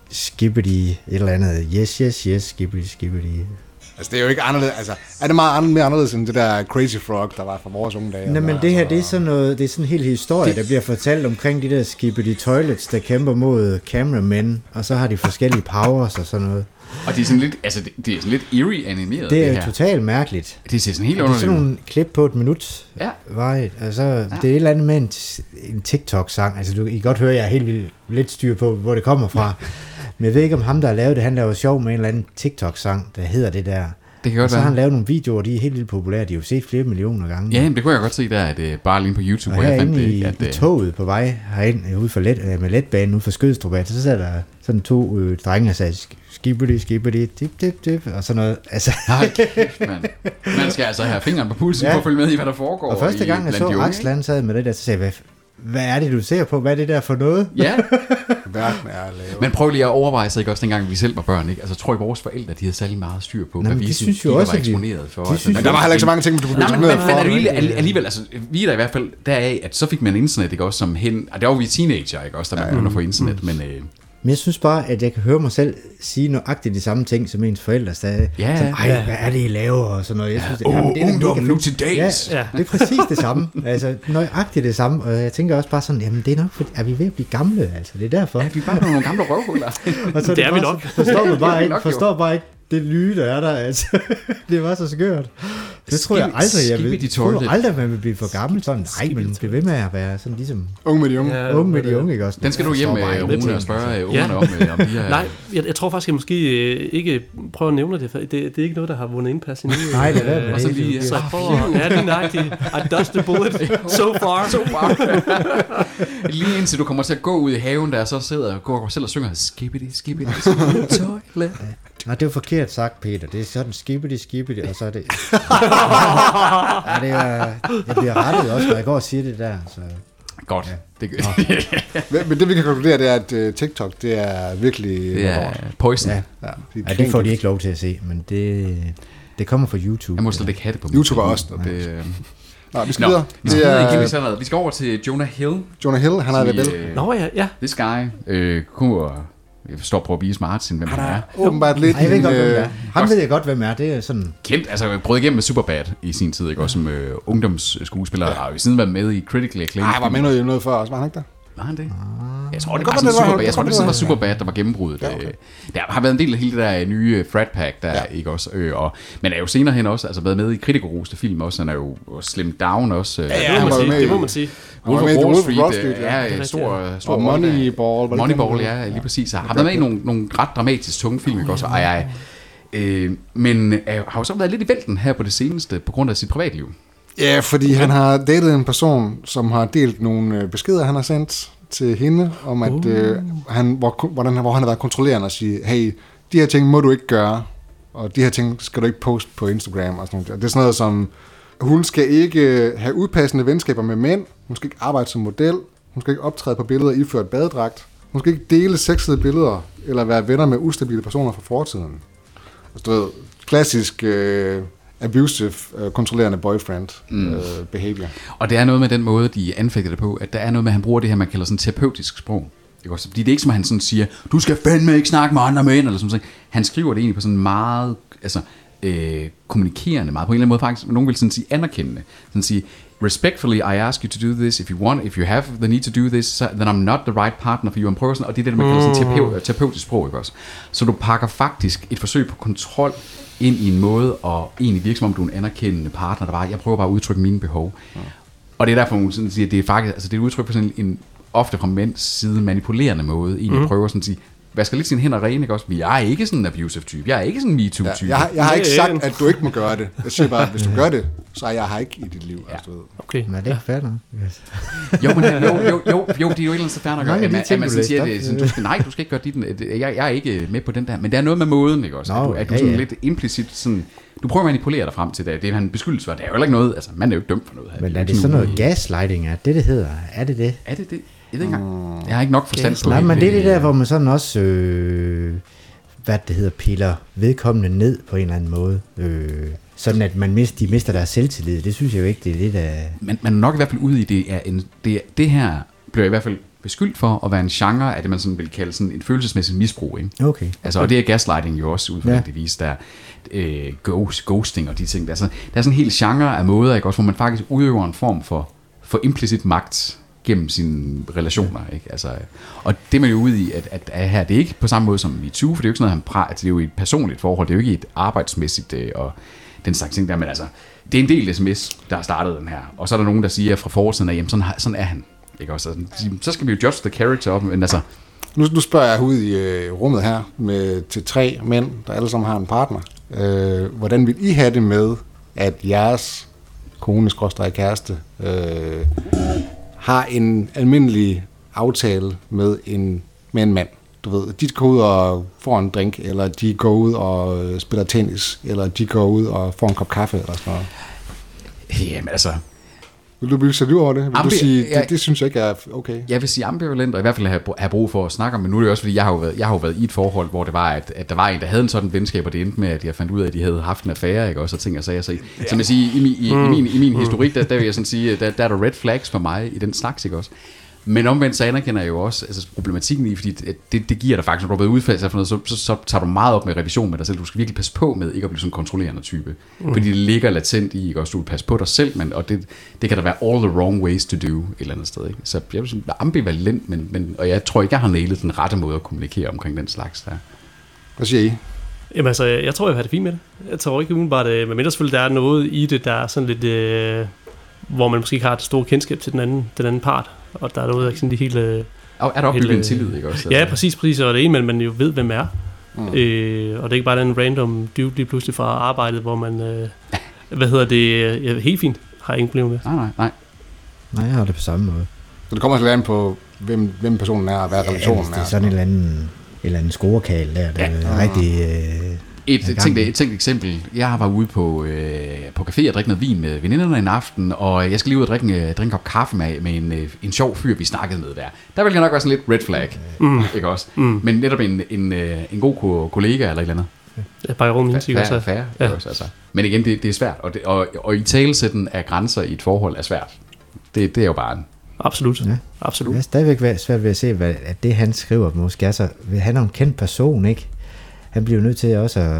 skibbity, et eller andet, yes, yes, yes, skibbity, skibbity. Altså, det er jo ikke anderledes, altså, er det meget andet, mere anderledes end det der Crazy Frog, der var fra vores unge dage? Nej, men det her, det er sådan noget, det er sådan en hel historie, Det- der bliver fortalt omkring de der skibbity toilets, der kæmper mod cameramen, og så har de forskellige powers og sådan noget. Og det er sådan lidt, altså det, det er sådan lidt eerie animeret, Det det, er her. totalt mærkeligt. Det ser sådan helt Det er sådan underligt ud. nogle klip på et minut. Ja. Right. Altså, ja. Det er et eller andet med en, en TikTok-sang. Altså, du I kan godt høre, at jeg er helt vildt lidt styr på, hvor det kommer fra. Men jeg ved ikke, om ham, der har lavet det, han laver sjov med en eller anden TikTok-sang, der hedder det der. Det kan Og godt så har være. han lavet nogle videoer, de er helt vildt populære. De er jo set flere millioner gange. Ja, men det kunne jeg godt se der, at uh, bare lige på YouTube, Og hvor jeg fandt herinde det. i, At, i uh, toget på vej herind, øh, ude for let, øh, med letbanen ude for Skødstrup, så sad der sådan to øh, drenge, der sagde, skibbity, skibbity, dip, dip, dip, og sådan noget. Altså, Hold kæft, mand. Man skal altså have fingeren på pulsen Ja. for at følge med i, hvad der foregår. og første i- gang, jeg blandt så de unge, Axel, han sad med det der, så sagde jeg, hvad, hvad er det, du ser på? Hvad er det der for noget? ikke? Ja, Verden er lavet. men prøv lige at overveje sig ikke også dengang, vi selv var børn, ikke? Altså, tror I, vores forældre, de havde særlig meget styr på, Nå, hvad men vi de sådan, synes jo de også, var at vi- eksponeret for. de Altså, synes men Men der var heller ikke så mange ting, du kunne Nej, blive men, eksponeret men, men for. alligevel, alligevel, altså, vi er der i hvert fald deraf, at så fik man internet, ikke også, som hen, og der var vi teenager, ikke også, da man begyndte at få internet, men øh, Men jeg synes bare, at jeg kan høre mig selv sige nøjagtigt de samme ting, som ens forældre sagde. Ja, Sådan, Ej, ja. hvad er det, I laver? Og sådan noget. Jeg synes, Åh, jamen, det er da ungdom mega nu fedt. til dags. Ja, Ja. det er præcis det samme. Altså, nøjagtigt det samme. Og jeg tænker også bare sådan, jamen det er nok, fordi, er vi ved at blive gamle? Altså, det er derfor. ja, vi er bare nogle gamle røvhuller. Og så Det er vi bare, nok. så Forstår man Det er bare vi ikke, nok, jo. forstår bare ikke det lyde, der er der. Altså, det var så skørt. Det tror jeg Skib- aldrig, jeg vil. skibidi Jeg tror toilet. aldrig, at man vil blive for gammel. Sådan, nej, men blive ved med at være sådan ligesom Unge med de unge. Ja, unge med de unge, ikke også? Den skal du hjem med Forstår bare ikke Rune det, og spørge altså. ungerne om, øh, om de her... Nej, jeg, jeg tror faktisk, jeg måske øh, ikke prøver at nævne det, for det, det er ikke noget, der har vundet indpas endnu. Nej, det er det. Og så Det er lige... helt Så jeg prøver, ja, det er nøjagtigt. I dodged the bullet so far. Så bare. Lige indtil du kommer til at gå ud i haven, der så sidder og går selv og synger skibbity, skibbity, skibbity, toilet. Nej, det er jo forkert sagt, Peter. Det er sådan skibbity, skibbity, og så er det... ja, det er, jeg bliver rettet også, når jeg går og siger det der. Så. Godt. Det, Men men det vi kan konkludere, det er, at uh, TikTok, det er virkelig... det er poison. Ja. Ja, Ja, det får de ikke lov til at se, men det, det kommer fra YouTube. Jeg må slet ikke have det på min YouTube er telefon. også Det, øh, Nå, vi skal Nå, videre. vi skal Det videre igen, er vi skal noget. Vi skal over til Jonah Hill. Jonah Hill, han har som det i, vel. øh, Nå ja, ja. This guy øh, kunne... Jeg står på at vise Martin, hvem han er. Åbenbart lidt Ej, jeg ved en, godt, hvem det er. øh, Ham ved jeg godt, hvem er. Det er sådan... Kendt, altså brød igennem med Superbad i sin tid, ikke? Også som øh, ungdomsskuespiller. Har jo siden været med i Critically Acclaimed. Ej, han var med noget, noget før også, var han ikke der? Var han det? Jeg tror, det Godt, var det sådan var- Superbad. Jeg tror, det det sådan var- var Superbad, der var gennembruddet. Ja, okay. Der har været en del af hele det der nye Frat Pack, der Ja. ikke også. Øh, og, men er jo senere hen også, altså været med i kritikerroste film også. Han er jo Slim Down også. Øh, Ja, Det han må var man jo sige. med Det må i- man sige. Wolf Han of var med i Wall The Street, Wolf of Wall øh, Street, er ja. en stor, stor Og rolle der. Moneyball. var det Moneyball, den? ja, lige præcis. Har været med i nogle, nogle ret dramatisk tunge film, ikke også? Og jeg, øh, men øh, har jo så været lidt i vælten her på det seneste, på grund af sit privatliv. Ja, fordi han har datet en person, som har delt nogle øh, beskeder, han har sendt til hende, om at uh. øh, han, hvor, hvordan, hvor han har været kontrollerende og sige, hey, de her ting må du ikke gøre, og de her ting skal du ikke poste på Instagram og sådan noget. Det er sådan noget som, hun skal ikke have udpassende venskaber med mænd, hun skal ikke arbejde som model, hun skal ikke optræde på billeder iført badedragt, hun skal ikke dele sexede billeder, eller være venner med ustabile personer fra fortiden. Altså, du ved, klassisk øh, abusive, øh, kontrollerende boyfriend mm. øh, behavior. Og det er noget med den måde, de anfægter det på, at der er noget med, at han bruger det her, man kalder sådan terapeutisk sprog. Ikke også? Fordi det er ikke som, at han sådan siger, du skal fandme ikke snakke med andre mænd, eller sådan noget. Han skriver det egentlig på sådan meget, altså, øh, kommunikerende meget, på en eller anden måde faktisk, nogen vil sådan sige anerkendende. Sådan sige, respectfully, I ask you to do this, if you want, if you have the need to do this, so, then I'm not the right partner for you. And sådan, og det er det, man kalder sådan terapeut, terapeutisk sprog, ikke også? Så du pakker faktisk et forsøg på kontrol ind i en måde, og egentlig virker som om du er en anerkendende partner, der bare, jeg prøver bare at udtrykke mine behov. Ja. Og det er derfor, hun sådan siger, at det er faktisk, altså det er et udtryk på sådan en, ofte fra mænds side, manipulerende måde, egentlig mm. prøver sådan at sige, vasker lidt sine hænder rene, ikke også? Men jeg er ikke sådan en abusive type, jeg er ikke sådan en MeToo-type. Ja, jeg, har- jeg har ikke Ja, sagt, ja. at du ikke må gøre det. Jeg siger bare, at hvis du gør det, så er jeg her ikke i dit liv. Ja. Altså, du ved. Okay. Men det er ikke fair nok. Yes. Jo, men jo, jo, jo, jo, det er jo et eller andet så fair nok, Mange af at de man, ting, at man du sådan siger, læste det, sådan, du skal, nej, du skal ikke gøre dit, jeg, jeg er ikke med på den der, men det er noget med måden, ikke også? Nå, At du, at du ja, sådan ja. lidt implicit sådan, du prøver at manipulere dig frem til det, det er han beskyldes for, det er jo heller ikke noget, altså man er jo ikke dømt for noget her. Men jo er ikke det sådan noget gaslighting? Er det, det hedder? Er det det? Er det det? Jeg ved ikke engang. Jeg har ikke nok forstand på Nej, det. men det er det der, hvor man sådan også, øh, hvad det hedder, piller vedkommende ned på en eller anden måde. Øh, sådan at man mister, de mister deres selvtillid. Det synes jeg jo ikke, det er det, der... Men man er nok i hvert fald ude i, det er en, det, er- det her bliver i hvert fald beskyldt for at være en genre af det, man sådan vil kalde sådan en følelsesmæssig misbrug. Ikke? Okay. Altså, og det er gaslighting jo også, ud fra Ja. det vis, der øh, ghost, ghosting og de ting. Der er, sådan, der er sådan en hel genre af måder, ikke? Også, hvor man faktisk udøver en form for, for implicit magt gennem sine relationer. Ikke? Altså, og det er man jo ude i, at, at, at her, det er ikke på samme måde som MeToo, for det er jo ikke sådan noget, han pra- det er jo et personligt forhold, det er jo ikke et arbejdsmæssigt øh, og den slags ting der, men altså, det er en del sms, der har startet den her. Og så er der nogen, der siger fra forsiden af, jamen sådan, sådan er han. Ikke også? Så skal vi jo judge the character op, men altså... Nu, nu spørger jeg ud i øh, rummet her med, til tre mænd, der alle sammen har en partner. Øh, hvordan vil I have det med, at jeres kone, skråstreg kæreste, øh, har en almindelig aftale med en, med en mand? Du ved, de går ud og får en drink, eller de går ud og spiller tennis, eller de går ud og får en kop kaffe, eller sådan noget. Jamen altså... Vil du blive jaloux over det? Vil Ambi- du sige, jeg- det, det synes jeg ikke er okay? Jeg vil sige ambivalent, og i hvert fald have, have brug for at snakke om, men nu er det også, fordi jeg har jo været, jeg har jo været i et forhold, hvor det var, at, at der var en, der havde en sådan venskab, og det endte med, at jeg fandt ud af, at de havde haft en affære, ikke? Også, og ting og sager. Så, ja. så man siger, i, i, i, i, min, i min historik, der, der vil jeg sådan sige, der, der er der red flags for mig i den slags, ikke også? Men omvendt så anerkender jeg jo også altså problematikken i, fordi det, det giver dig faktisk, når du har været udfaldet for noget, så, så, så tager du meget op med revision med dig selv. Du skal virkelig passe på med ikke at blive sådan en kontrollerende type. Mm. Fordi det ligger latent i, ikke også? Du vil passe på dig selv, men, og det, det kan der være all the wrong ways to do et eller andet sted. Ikke? Så jeg vil sige, ambivalent, men, men, og jeg tror ikke, jeg har nailet den rette måde at kommunikere omkring den slags der. Hvad siger I? Jamen altså, jeg tror, jeg vil have det fint med det. Jeg tror ikke umiddelbart, øh, men mindre selvfølgelig, der er noget i det, der er sådan lidt, øh, hvor man måske ikke har et stort kendskab til den anden, den anden part, og der er noget af sådan de helt... Øh, Og er der opbygget helt, en tillid, ikke også? ja, præcis, præcis, og det er en, man, man jo ved, hvem er. Mm. Øh, og det er ikke bare den random dude lige pludselig fra arbejdet, hvor man, øh, hvad hedder det, ja, helt fint, har jeg ingen problem med. Nej, nej, nej. Nej, jeg har det på samme måde. Så det kommer altså an på, hvem, hvem personen er, og hvad relationen ja, er. det er sådan en eller anden, en eller anden scorekal der, der Ja. er rigtig... Øh, Et, i gang. tænk, et tænkt eksempel. Jeg var ude på, øh, på café og drikke noget vin med veninderne en aften, og jeg skal lige ud og drikke, en- drikke en kop kaffe med, med en, øh, en sjov fyr, vi snakkede med der. Der ville jeg nok være sådan lidt red flag, mm. ikke også? Mm. Men netop en, en, øh, en god ko- kollega eller et eller andet. Jeg bare rum min sig Fair, også. fair, Ja. også, altså. Men igen, det, det er svært, og, det, og, og i talesætten af grænser i et forhold er svært. Det, det er jo bare en... Absolut, Ja. absolut. Jeg er stadigvæk væ- svært ved at se, hvad, at det han skriver måske er så... Han er en kendt person, ikke? Han bliver nødt til også at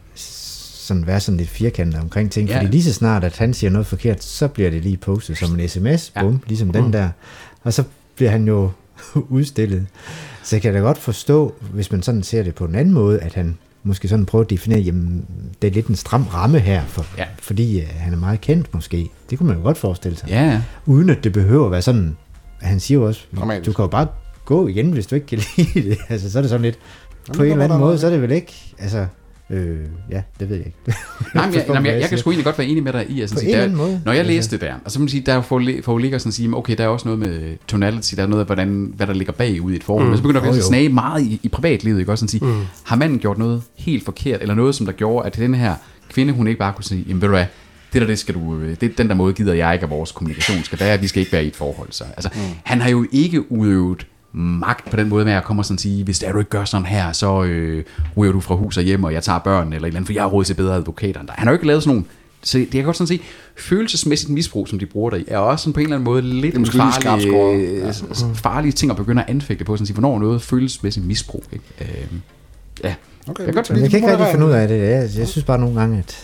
sådan være sådan lidt firkantet omkring ting, Ja. fordi lige så snart, at han siger noget forkert, så bliver det lige postet som en sms, Ja. bum, ligesom den der, og så bliver han jo udstillet. Så jeg kan da godt forstå, hvis man sådan ser det på en anden måde, at han måske sådan prøver at definere, jamen, det er lidt en stram ramme her, for, Ja. fordi uh, han er meget kendt måske. Det kunne man jo godt forestille sig. Ja, ja. Uden at det behøver at være sådan, han siger jo også, Normalt. du kan jo bare gå igen, hvis du ikke kan lide det. Altså, så er det sådan lidt, på Jamen, en eller der anden var måde, der så er det vel ikke, altså, øh, ja, det ved jeg ikke. Nej, men jeg, Forstår, nej, men hvad jeg, jeg jeg kan siger. sgu egentlig godt være enig med dig i, altså, På sige, en der, eller anden måde. når jeg Altså. læste det der, og så må man sige, der er jo for, for ligger sådan at sige, okay, der er også noget med tonality, der er noget af, hvordan, hvad der ligger bagud i et forhold. Mm. Men så begynder vi Jo, at jo. snage meget i, i privatlivet, ikke også? Sådan at sige, mm. har manden gjort noget helt forkert, eller noget, som der gjorde, at den her kvinde, hun ikke bare kunne sige, jamen ved du hvad, det der, det skal du, det, den der måde gider jeg ikke, at vores kommunikation skal være, vi skal ikke være i et forhold. Så. Altså, mm. han har jo ikke udøvet magt på den måde med at komme og sådan sige, hvis det er, du ikke gør sådan her, så øh, ryger du fra hus og hjem, og jeg tager børn, eller et eller andet, for jeg har råd til bedre advokater end dig. Han har jo ikke lavet sådan nogle, så det kan godt sådan sige, følelsesmæssigt misbrug, som de bruger der i, er også sådan på en eller anden måde lidt en måske lige skarpt farlige, skåret. ja. farlige ting at begynde at anfægte på, sådan at sige, hvornår er noget følelsesmæssigt misbrug. Ikke? Øh, ja, Okay, jeg kan godt Men jeg kan ikke må rigtig være- finde ud af det. Jeg, jeg synes bare nogle gange, at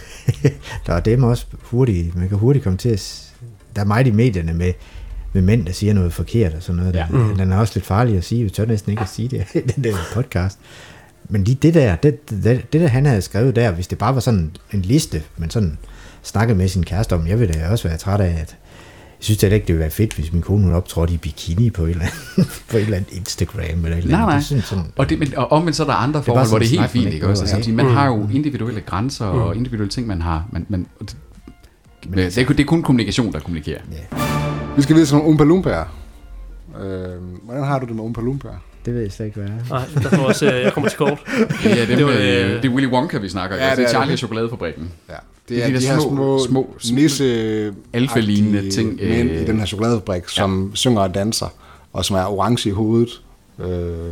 der er dem også hurtigt, man kan hurtigt komme til at... s- Der er meget i medierne med, med mænd, der siger noget forkert og sådan noget. Der. Ja. Mm. Den er også lidt farlig at sige. Vi tør næsten ikke at sige det i den der podcast. Men lige det der, det, det, det der han havde skrevet der, hvis det bare var sådan en liste, men sådan snakkede med sin kæreste om, jeg ville da også være træt af, at jeg synes da ikke, det ville være fedt, hvis min kone hun optrådte i bikini på et eller andet, på et eller andet Instagram eller et eller andet. Nej, nej. Det synes sådan, Og, det, men, og omvendt så er der andre forhold, sådan hvor det er en helt snak, man fint, ikke ikke også? behøver Altså, at have. man har jo individuelle grænser og individuelle ting, man har. Man, man, det, men det, er, kun- det er kun kommunikation, der kommunikerer. Vi skal videre til nogle Oompa Loompaer. Øh, hvordan har du det med Oompa Loompaer? det ved jeg slet ikke, hvad er. Nej, der får også, øh, jeg kommer til kort. Ja, dem, Det var, øh, øh, det er Willy Wonka, vi snakker. Ja, Ja, det, det er er Charlie det. og chokoladefabrikken. Ja, Det er de der små- små- nisse alfa-lignende ting, mænd øh, i den her chokoladefabrik, som synger og danser, og som er orange i hovedet. Øh,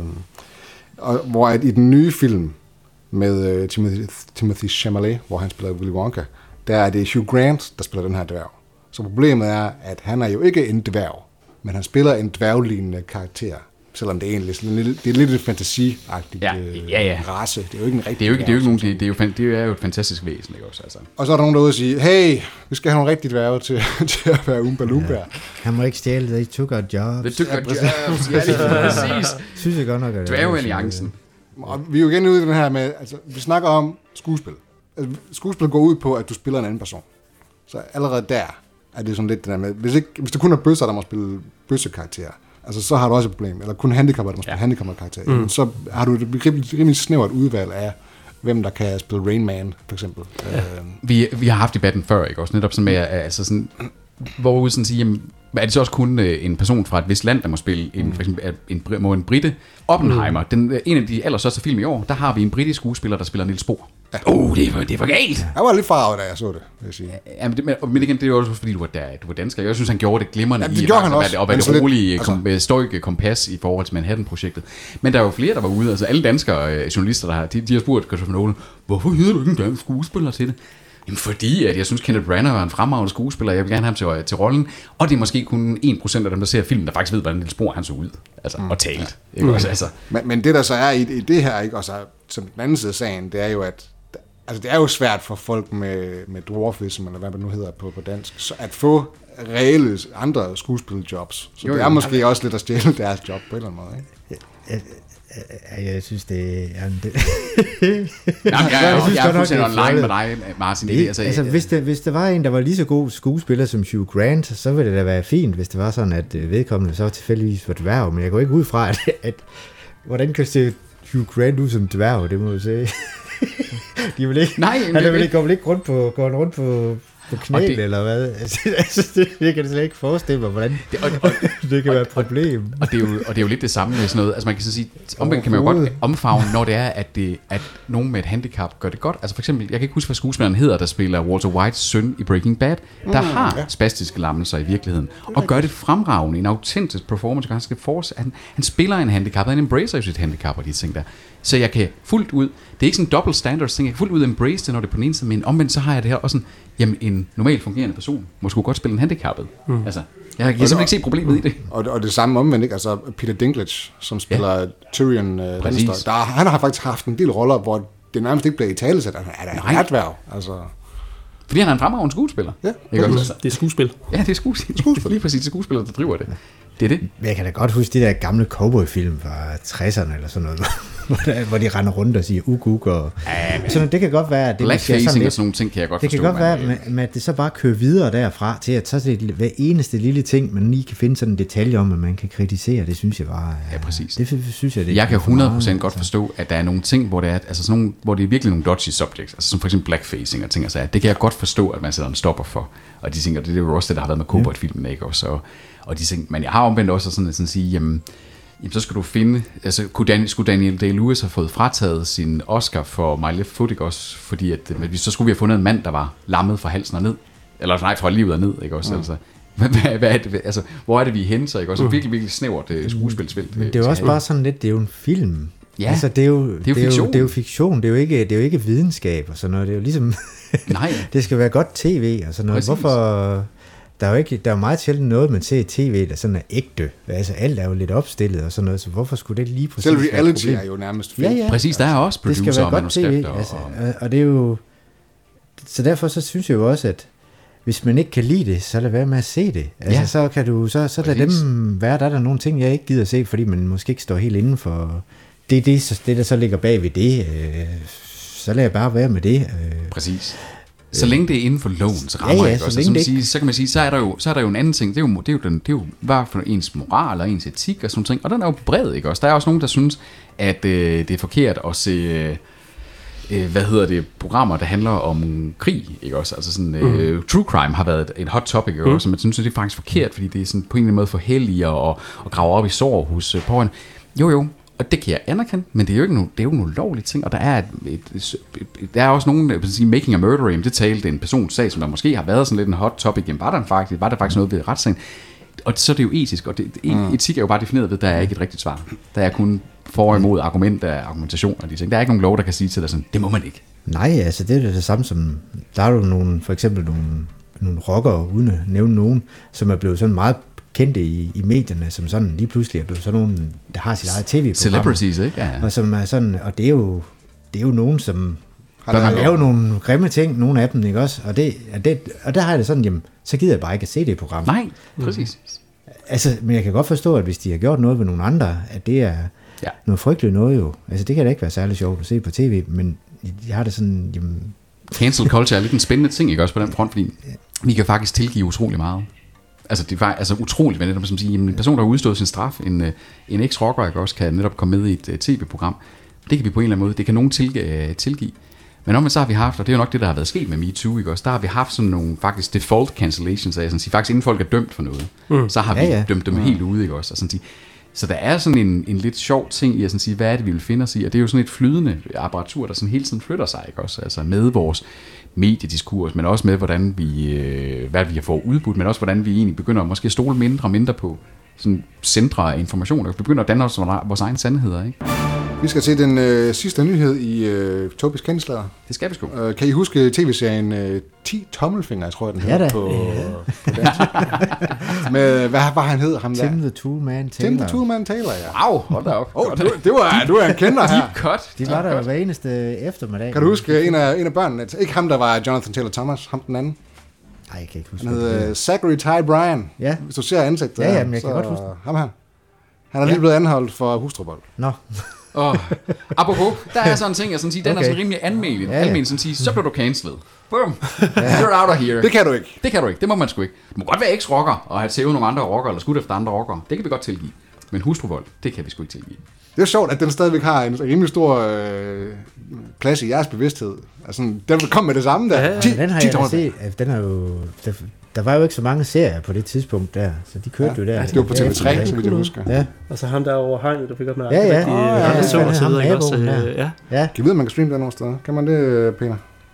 og hvor at i den nye film med uh, Timothy, Timothy Chalamet, hvor han spiller Willy Wonka, der er det Hugh Grant, der spiller den her dværg. Så problemet er, at han er jo ikke en dværg. men han spiller en dværglignende karakter, selvom det er egentlig sådan lidt, det er lidt et fantasi-agtigt Ja, ja, ja. race. Det er jo ikke en rigtig Det er jo ikke, det er jo ikke nogen, det, det, er jo, fan- det er jo et fantastisk væsen, ikke også? Altså. Og så er der nogen derude og sige, hey, vi skal have nogle rigtige dværge til, til at være Oompa Loompa. Ja. Han må ikke stjæle, they took our jobs. Det tykker jobs, ja, det er præcis. Synes jeg godt nok, at Dværgealliancen. Og vi er jo igen ude i den her med, altså, vi snakker om skuespil. Altså, skuespil går ud på, at du spiller en anden person. Så allerede der er det sådan lidt det der med, hvis, ikke, hvis du kun er bøsser, der må spille bøssekarakterer, altså så har du også et problem, eller kun handicapper, der må spille ja. handicappede karakterer, mm. så har du et rimelig, rimelig snævert udvalg af, hvem der kan spille Rain Man, for eksempel. Ja. Øh. Vi, vi har haft debatten før, ikke også? Netop sådan med, altså sådan, hvor vi sådan siger, jamen, er det så også kun en person fra et vist land, der må spille en, for eksempel en, en, en brite? Oppenheimer, den, en af de allerstørste film i år, der har vi en britisk skuespiller, der spiller Niels Bohr. Åh, oh, det var, det var galt! Jeg var lidt farvet, da jeg så det, vil jeg sige. Ja, men, det, men igen, det er jo også fordi, du var, der, du var dansker. Jeg synes, han gjorde det glimrende ja, det i gjorde altså, han også. Og være det rolige, altså. kom, støjke kompas i forhold til Manhattan-projektet. Men der er jo flere, der var ude. Altså alle danskere øh, journalister, der har, de, de har spurgt Christopher Nolan, hvorfor hedder du ikke en dansk skuespiller til det? Jamen fordi, at jeg synes, Kenneth Branagh var en fremragende skuespiller, jeg vil gerne have ham til, til rollen, og det er måske kun en procent af dem, der ser filmen, der faktisk ved, hvordan Niels Bohr han så ud, altså, mm. og talt. Ikke mm. også, altså. men, men det, der så er i, i det her, ikke, også, som den anden side af sagen, det er jo, at altså, det er jo svært for folk med, med dwarfism, eller hvad man nu hedder på, på dansk, så at få reelle andre skuespilleljobs. Så jo, det er jo, måske jeg... også lidt at stjæle deres job på en eller anden måde, ikke? Jeg, jeg, jeg synes, det er... En del. Jamen, jeg, jeg, jeg, jeg er fuldstændig online med dig, Martin. Det, altså, altså, hvis, det, hvis der var en, der var lige så god skuespiller som Hugh Grant, så ville det da være fint, hvis det var sådan, at vedkommende så tilfældigvis var dværg. Men jeg går ikke ud fra, at, at hvordan kan se Hugh Grant ud som dværg, det må jeg sige. De vil ikke, Nej, han er vel ikke, går vel ikke rundt på, går rundt på, på knæl, det, eller hvad? Altså, det, jeg kan slet ikke forestille mig, hvordan det, og, og, det kan og, være et problem. Og, og, det er jo, og det er jo lidt det samme med sådan noget. Altså man kan så sige, omvendt kan man jo godt omfavne, når det er, at, det, at nogen med et handicap gør det godt. Altså for eksempel, jeg kan ikke huske, hvad skuespilleren hedder, der spiller Walter Whites søn i Breaking Bad, der mm, har ja. spastiske lammelser i virkeligheden, og gør det fremragende, en autentisk performance, han skal force, han, han spiller en handicap, han embracer sit handicap og de ting der. Så jeg kan fuldt ud, det er ikke sådan en double standards ting, jeg kan fuldt ud embrace det, når det er på den ene side, men omvendt så har jeg det her også sådan, jamen en normalt fungerende person må sgu godt spille en handicappet. Mm. Altså, jeg kan simpelthen ikke se problemet i det. Og, og det samme omvendt, ikke? Altså Peter Dinklage, som spiller ja. Tyrion uh, Lannister, der, han har faktisk haft en del roller, hvor det nærmest ikke bliver i tale sat, han er da et dværg, altså... Fordi han er en fremragende skuespiller. Ja, ikke også? Det er skuespil. Ja, det er skuespil. skuespil. Lige præcis, det er skuespiller, der driver det. Det er det. Men jeg kan da godt huske de der gamle cowboyfilm fra tresserne eller sådan noget, hvor de render rundt og siger uk uk og ja, sådan. Det kan godt være, at det blackfacing og sådan nogle ting kan jeg godt det forstå. Det kan godt være, med, med at det så bare kører videre derfra til at så det hver eneste lille ting, man lige kan finde sådan en detalje om, at man kan kritisere. Det synes jeg bare. Ja, præcis. Det synes jeg det. Jeg kan hundrede procent godt forstå, at der er nogle ting, hvor det er, altså sådan nogle, hvor det er virkelig nogle dodgy subjects, altså som for eksempel blackfacing og ting og så. Det kan jeg godt forstå, at man sætter en stopper for. Og de tænker, det er jo også det, der har været med Cobalt-filmen, ikke også? Og, og de tænker, men jeg har omvendt også sådan at sådan sige, jamen, jamen, så skal du finde, altså kunne Daniel, skulle Daniel Day-Lewis have fået frataget sin Oscar for My Left Foot, ikke også? Fordi at, så skulle vi have fundet en mand, der var lammet fra halsen og ned, eller nej, fra livet og ned, ikke også? Mm. Altså, hvad, hvad er det, altså, hvor er det, vi henter, ikke også? Mm. Virkelig, virkelig snævert uh, skuespilsfelt. Men det er jo også bare sådan lidt, det er jo en film. Ja, altså, det er jo, det er jo det er fiktion. Jo, det er jo fiktion, det er jo ikke, det er jo ikke videnskab og sådan noget, det er jo ligesom, nej. Det skal være godt tv og sådan noget. Præcis. Hvorfor... Der er jo ikke, der er meget sjældent noget, man ser i tv, der sådan er ægte. Altså alt er jo lidt opstillet og sådan noget, så hvorfor skulle det lige præcis selv reality er jo nærmest fint. Ja, ja. Præcis, der er også producer og manuskripter. Altså, og, og det er jo... Så derfor så synes jeg jo også, at hvis man ikke kan lide det, så lad være med at se det. Altså, ja. så kan du, så, så lad dem være, der er der nogle ting, jeg ikke gider at se, fordi man måske ikke står helt inden for... Det er det, så, det, der så ligger bag ved det. Øh, så lad jeg bare være med det. Øh. Præcis. Så længe det er inden for lovens rammer, ja, ja, ikke? Så, så, så, sige, så kan man sige, så er der jo, så er der jo en anden ting. Det er jo, det er jo, den, det er jo hvad for ens moral og ens etik og sådan ting. Og den er jo bred, ikke også? Der er også nogen, der synes, at øh, det er forkert at se, øh, hvad hedder det, programmer, der handler om krig, ikke også? Altså sådan, øh, mm. true crime har været et, et hot topic, ikke mm. også? Man synes, at det er faktisk forkert, fordi det er sådan på en eller anden måde for helligere og, og grave op i sår hos øh, pårørende. Jo, jo. Og det kan jeg anerkende, men det er jo ikke nogen, det er jo nogle lovlige ting, og der er, et, et, et, et, der er også nogen, der vil sige, making a murderer, det talte en persons sag, som der måske har været sådan lidt en hot topic, jamen var der faktisk, var der faktisk noget ved retssagen, og så er det jo etisk, og det, mm. etik er jo bare defineret ved, at der er ikke et rigtigt svar. Der er kun for og imod argument af argumentation og de ting. Der er ikke nogen lov, der kan sige til dig sådan, det må man ikke. Nej, altså det er det samme som, der er jo nogle, for eksempel nogle, nogle rockere, uden at nævne nogen, som er blevet sådan meget kendte i, i medierne, som sådan lige pludselig er blevet sådan nogen, der har sit eget tv-program. Celebrities, ikke? Ja, ja. Og, som er sådan, og det er jo, det er jo nogen, som Har har lavet- lavet nogle grimme ting, nogle af dem, ikke også? Og, det, og, det, og der har jeg det sådan, jamen, så gider jeg bare ikke at se det program. Nej, præcis. Altså, men jeg kan godt forstå, at hvis de har gjort noget ved nogle andre, at det er Ja. noget frygteligt noget jo. Altså, det kan da ikke være særlig sjovt at se på tv, men jeg har det sådan, jamen, Cancel culture er lidt en spændende ting, ikke også på den front, fordi vi kan faktisk tilgive utrolig meget. Altså, det er faktisk altså, utroligt, men som siger, en person, der har udstået sin straf, en, øh, en eks-rocker, ikke også, kan netop komme med i et uh, tv-program. Det kan vi på en eller anden måde, det kan nogen tilgive. Uh, tilgive. Men omvendt så har vi haft, og det er jo nok det, der har været sket med MeToo, ikke også, der har vi haft sådan nogle faktisk default cancellations, af sådan sige, faktisk inden folk er dømt for noget, mm. så har vi Ja, ja. dømt dem mm. helt ude, ikke også, og sådan sige. Så der er sådan en, en lidt sjov ting i at sådan sige, hvad er det, vi vil finde os i, og det er jo sådan et flydende apparatur, der sådan hele tiden flytter sig, ikke også, altså med vores mediediskurs, men også med, hvordan vi, øh, hvad vi får udbudt, men også hvordan vi egentlig begynder at måske stole mindre og mindre på sådan centre af information, og vi begynder at danne os vores egne sandheder, ikke? Vi skal til den øh, sidste nyhed i øh, Tobis Kendeslader. Det skal vi sgu. Øh, kan I huske tv-serien øh, ti tommelfingre, jeg tror, jeg, den Ja hedder da. på, på dansk? Med, hvad var han hed? Ham der? Tim the Tool Man Taylor. Tim the Toolman Taylor, ja. Au, hold da op. Oh, du, det var, du er en kender her. Deep cut. De var der hver eneste eftermiddag. Kan du huske en af, en af børnene? Ikke ham, der var Jonathan Taylor Thomas, ham den anden. Nej, jeg kan ikke huske. Han hvad det hed hedder. øh, Zachary Ty Bryan. Ja. Hvis du ser ansigtet. Ja, ja, her, men jeg kan så godt huske ham her. Han er lige blevet anholdt for hustruvold. Nå, Og apropos, der er sådan en ting, jeg sådan siger, den Okay. er sådan rimelig anmeldt. Ja, Ja, ja. Almen sådan siger, så bliver du cancelled. Boom. You're out of here. Det kan du ikke. Det kan du ikke. Det må man sgu ikke. Du må godt være eks-rocker og have tævet nogle andre rockere, eller skudt efter andre rockere. Det kan vi godt tilgive. Men hustruvold, det kan vi sgu ikke tilgive. Det er sjovt, at den stadigvæk har en rimelig stor øh, plads i jeres bevidsthed. Altså, den kom med det samme der. Ja, ja. Ti- den har ti jeg da tommer- set. Altså, Den er jo, der, der var jo ikke så mange serier på det tidspunkt der, så de kørte Ja, jo der. det var på T V tre, så vidt jeg husker. Ja, Og så ham der over hegnet, der fik godt mærke. Ja, ja. rigtig, Åh, øh, ja, relation ja, og så ham videre, ikke også? naboen Øh, Ja. ja. Kan vi vide, at man kan streame den nogle steder? Kan man det, Peter?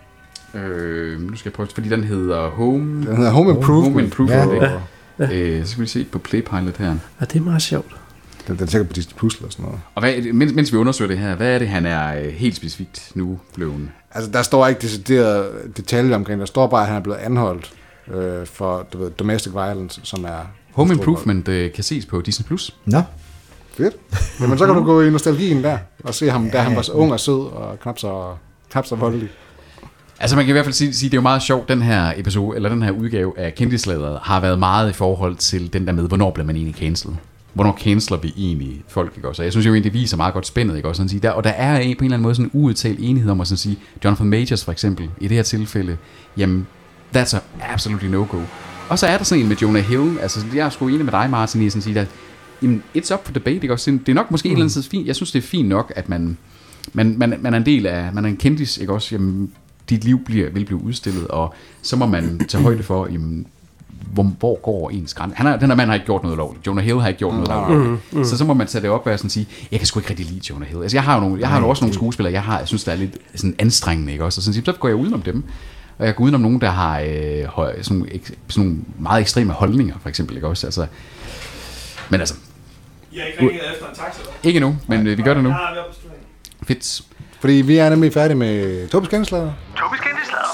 Øh, nu skal jeg prøve, fordi den hedder Home... Den hedder Home Improvement. Home Improvement, Ja. ikke? Øh, så skal vi se på Playpilot her. Ja, det er meget sjovt. Den, den er sikkert på Disney Plus eller sådan noget. Og hvad, mens, mens vi undersøger det her, hvad er det, han er øh, helt specifikt nu blevet? Altså, der står ikke decideret detaljer omkring. Der står bare, at han er blevet anholdt øh, for du ved, domestic violence, som er... Home Improvement øh, kan ses på Disney Plus. Nå, Fedt. Jamen, så kan du gå i nostalgien der, og se ham, da han var så ung og sød, og knap så, knap så voldelig. Altså man kan i hvert fald sige, sige, det er jo meget sjovt, den her episode, eller den her udgave af Kendisladeret, har været meget i forhold til den der med, hvornår bliver man egentlig cancelled? Hvornår canceler vi egentlig folk, ikke også? Og jeg synes jo egentlig, det viser meget godt spændet, ikke også? Sådan at sige, der, og der er en, på en eller anden måde sådan en uudtalt enighed om at sådan sige, Jonathan Majors for eksempel, i det her tilfælde, jamen, that's a absolutely no-go. Og så er der sådan en med Jonah Hill, altså jeg er sgu enig med dig, Martin, i sådan at sige, at jamen, it's up for debate, ikke også? Det er nok måske mm. et eller andet sted fint, jeg synes det er fint nok, at man, man, man, man er en del af, man er en kendis, ikke også? Jamen, dit liv bliver, vil blive udstillet, og så må man tage højde for, jamen, hvor, hvor går ens grænse? Han er, den her mand har ikke gjort noget lovligt. Jonah Hill har ikke gjort noget lovligt. Mm, mm. Så så må man tage det op og sådan sige, jeg kan sgu ikke rigtig lide Jonah Hill. Altså jeg har jo nogle, jeg har jo også nogle skuespillere, jeg har, jeg synes der er lidt sådan anstrengende, ikke også? Og sådan, så går jeg udenom dem. Og jeg går udenom nogen, der har øh, høj, sådan, ek, sådan nogle meget ekstreme holdninger, for eksempel, ikke også? Altså, men altså, Jeg har ikke ringet efter en taxa. ikke nu, men øh, vi gør det nu. Jeg er ved at bestille en. Fedt. Fordi vi er nemlig færdige med Tobis Kendeslader. Tobis Kendeslader.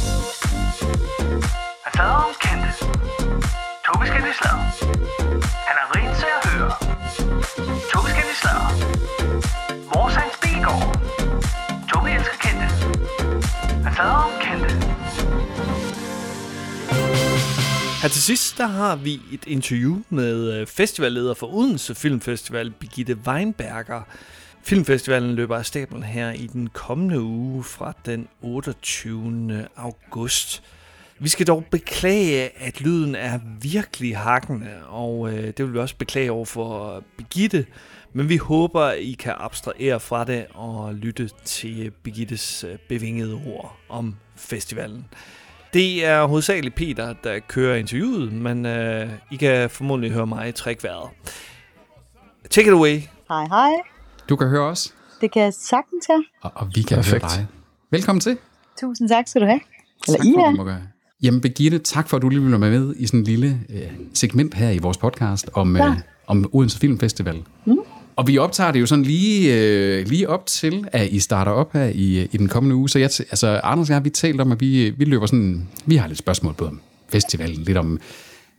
Han fader om kendte. Tobis Kendeslader. Han er rent til at høre. Tobis Kendeslader. Mors Hans Bilgaard. Tobi elsker kendte. Han fader om kendte. Her til sidst, der har vi et interview med festivalleder for Odense Filmfestival, Birgitte Weinberger. Filmfestivalen løber af stablen her i den kommende uge fra den otteogtyvende august. Vi skal dog beklage, at lyden er virkelig hakkende, og øh, det vil vi også beklage over for Birgitte, men vi håber, at I kan abstrahere fra det og lytte til Birgittes øh, bevingede ord om festivalen. Det er hovedsageligt Peter, der kører interviewet, men øh, I kan formodentlig høre mig trække vejret. Take it away. Hej, hej. Du kan høre os, Det kan jeg sagtens her. og, og vi kan Perfekt. høre dig. Velkommen til. Tusind tak skal du have. Eller Tak I for, er. at du må gøre. Jamen Birgitte, tak for, at du lige vil være med i sådan en lille øh, segment her i vores podcast om, øh, om Odense Filmfestival. Mm. Og vi optager det jo sådan lige, øh, lige op til, at I starter op her i, i den kommende uge. Så jeg, t- altså, Anders og jeg har vi talt om, at vi, vi løber sådan, vi har lidt spørgsmål både om festivalen, lidt om,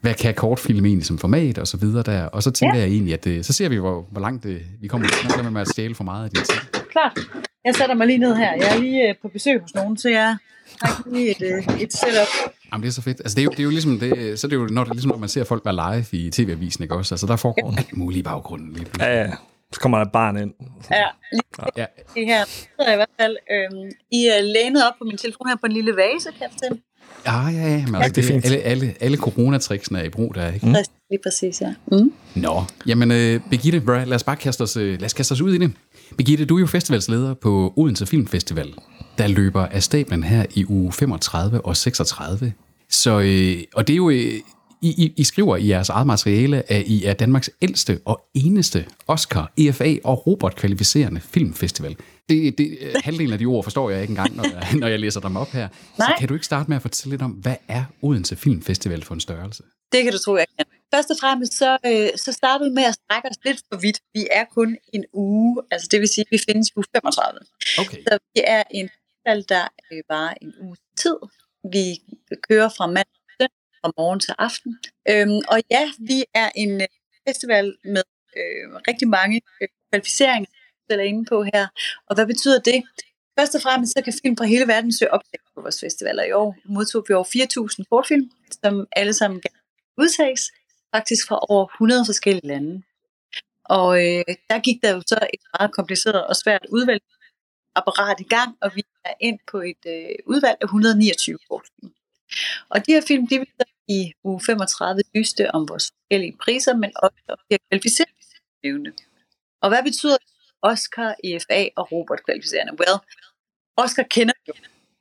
hvad kan kortfilm egentlig som format og så videre der. Og så tænker ja. jeg egentlig, at det, så ser vi, hvor, hvor langt det, vi kommer til med at stjæle for meget af din tid. Klart. Jeg sætter mig lige ned her. Jeg er lige øh, på besøg hos nogen, så jeg har lige et, øh, et setup. Jamen, det er så fedt. Altså, det er jo, det er jo ligesom, det, så det er jo når, det er ligesom, når man ser folk være live i tv-avisen, ikke også? Altså, der foregår alt muligt i baggrunden. Lige ja, ja. Så kommer der et barn ind. Ja, lige ja. Det her sidder jeg i hvert fald. Øhm, I er lænet op på min telefon her på en lille vase, kan jeg fortælle. Ja, ja, ja. Men altså, det er fint. Alle, alle, alle coronatricksene er i brug der, ikke? Mm. Lige præcis, ja. Mm. Nå, jamen, uh, Birgitte, bro, lad os bare kaste os, uh, lad os kaste os ud i det. Birgitte, du er jo festivalsleder på Odense Filmfestival, der løber af stablen her i uge femogtredive og seksogtredive. Så, øh, og det er jo, øh, I, I skriver i jeres eget materiale, at I er Danmarks ældste og eneste Oscar, E F A og Robert-kvalificerende filmfestival. Det, det, halvdelen af de ord forstår jeg ikke engang, når jeg, når jeg læser dem op her. Nej. Så kan du ikke starte med at fortælle lidt om, hvad er Odense Filmfestival for en størrelse? Det kan du tro, jeg kan. Først og fremmest så, øh, så startede vi med at strække os lidt for vidt. Vi er kun en uge, altså det vil sige, at vi findes i uge femogtredive. Okay. Så vi er en festival, der øh, bare en uges tid. Vi kører fra mandag fra morgen til aften. Øhm, og ja, vi er en festival med øh, rigtig mange øh, kvalificeringer, der er inde på her. Og hvad betyder det? Først og fremmest så kan film fra hele verden søge optag på vores festivaler. I år modtog vi over fire tusind kortfilm, som alle sammen kan udtages, faktisk fra over hundrede forskellige lande. Og øh, der gik der jo så et meget kompliceret og svært udvalgsapparat i gang, og vi er ind på et øh, udvalg af et hundrede og niogtyve kortfilm. Og de her film, de vil så i uge femogtredive dyste om vores forskellige priser, men også om de her kvalificerende. Og hvad betyder Oscar, E F A og Robert-kvalificerende? Well, Oscar kender jo.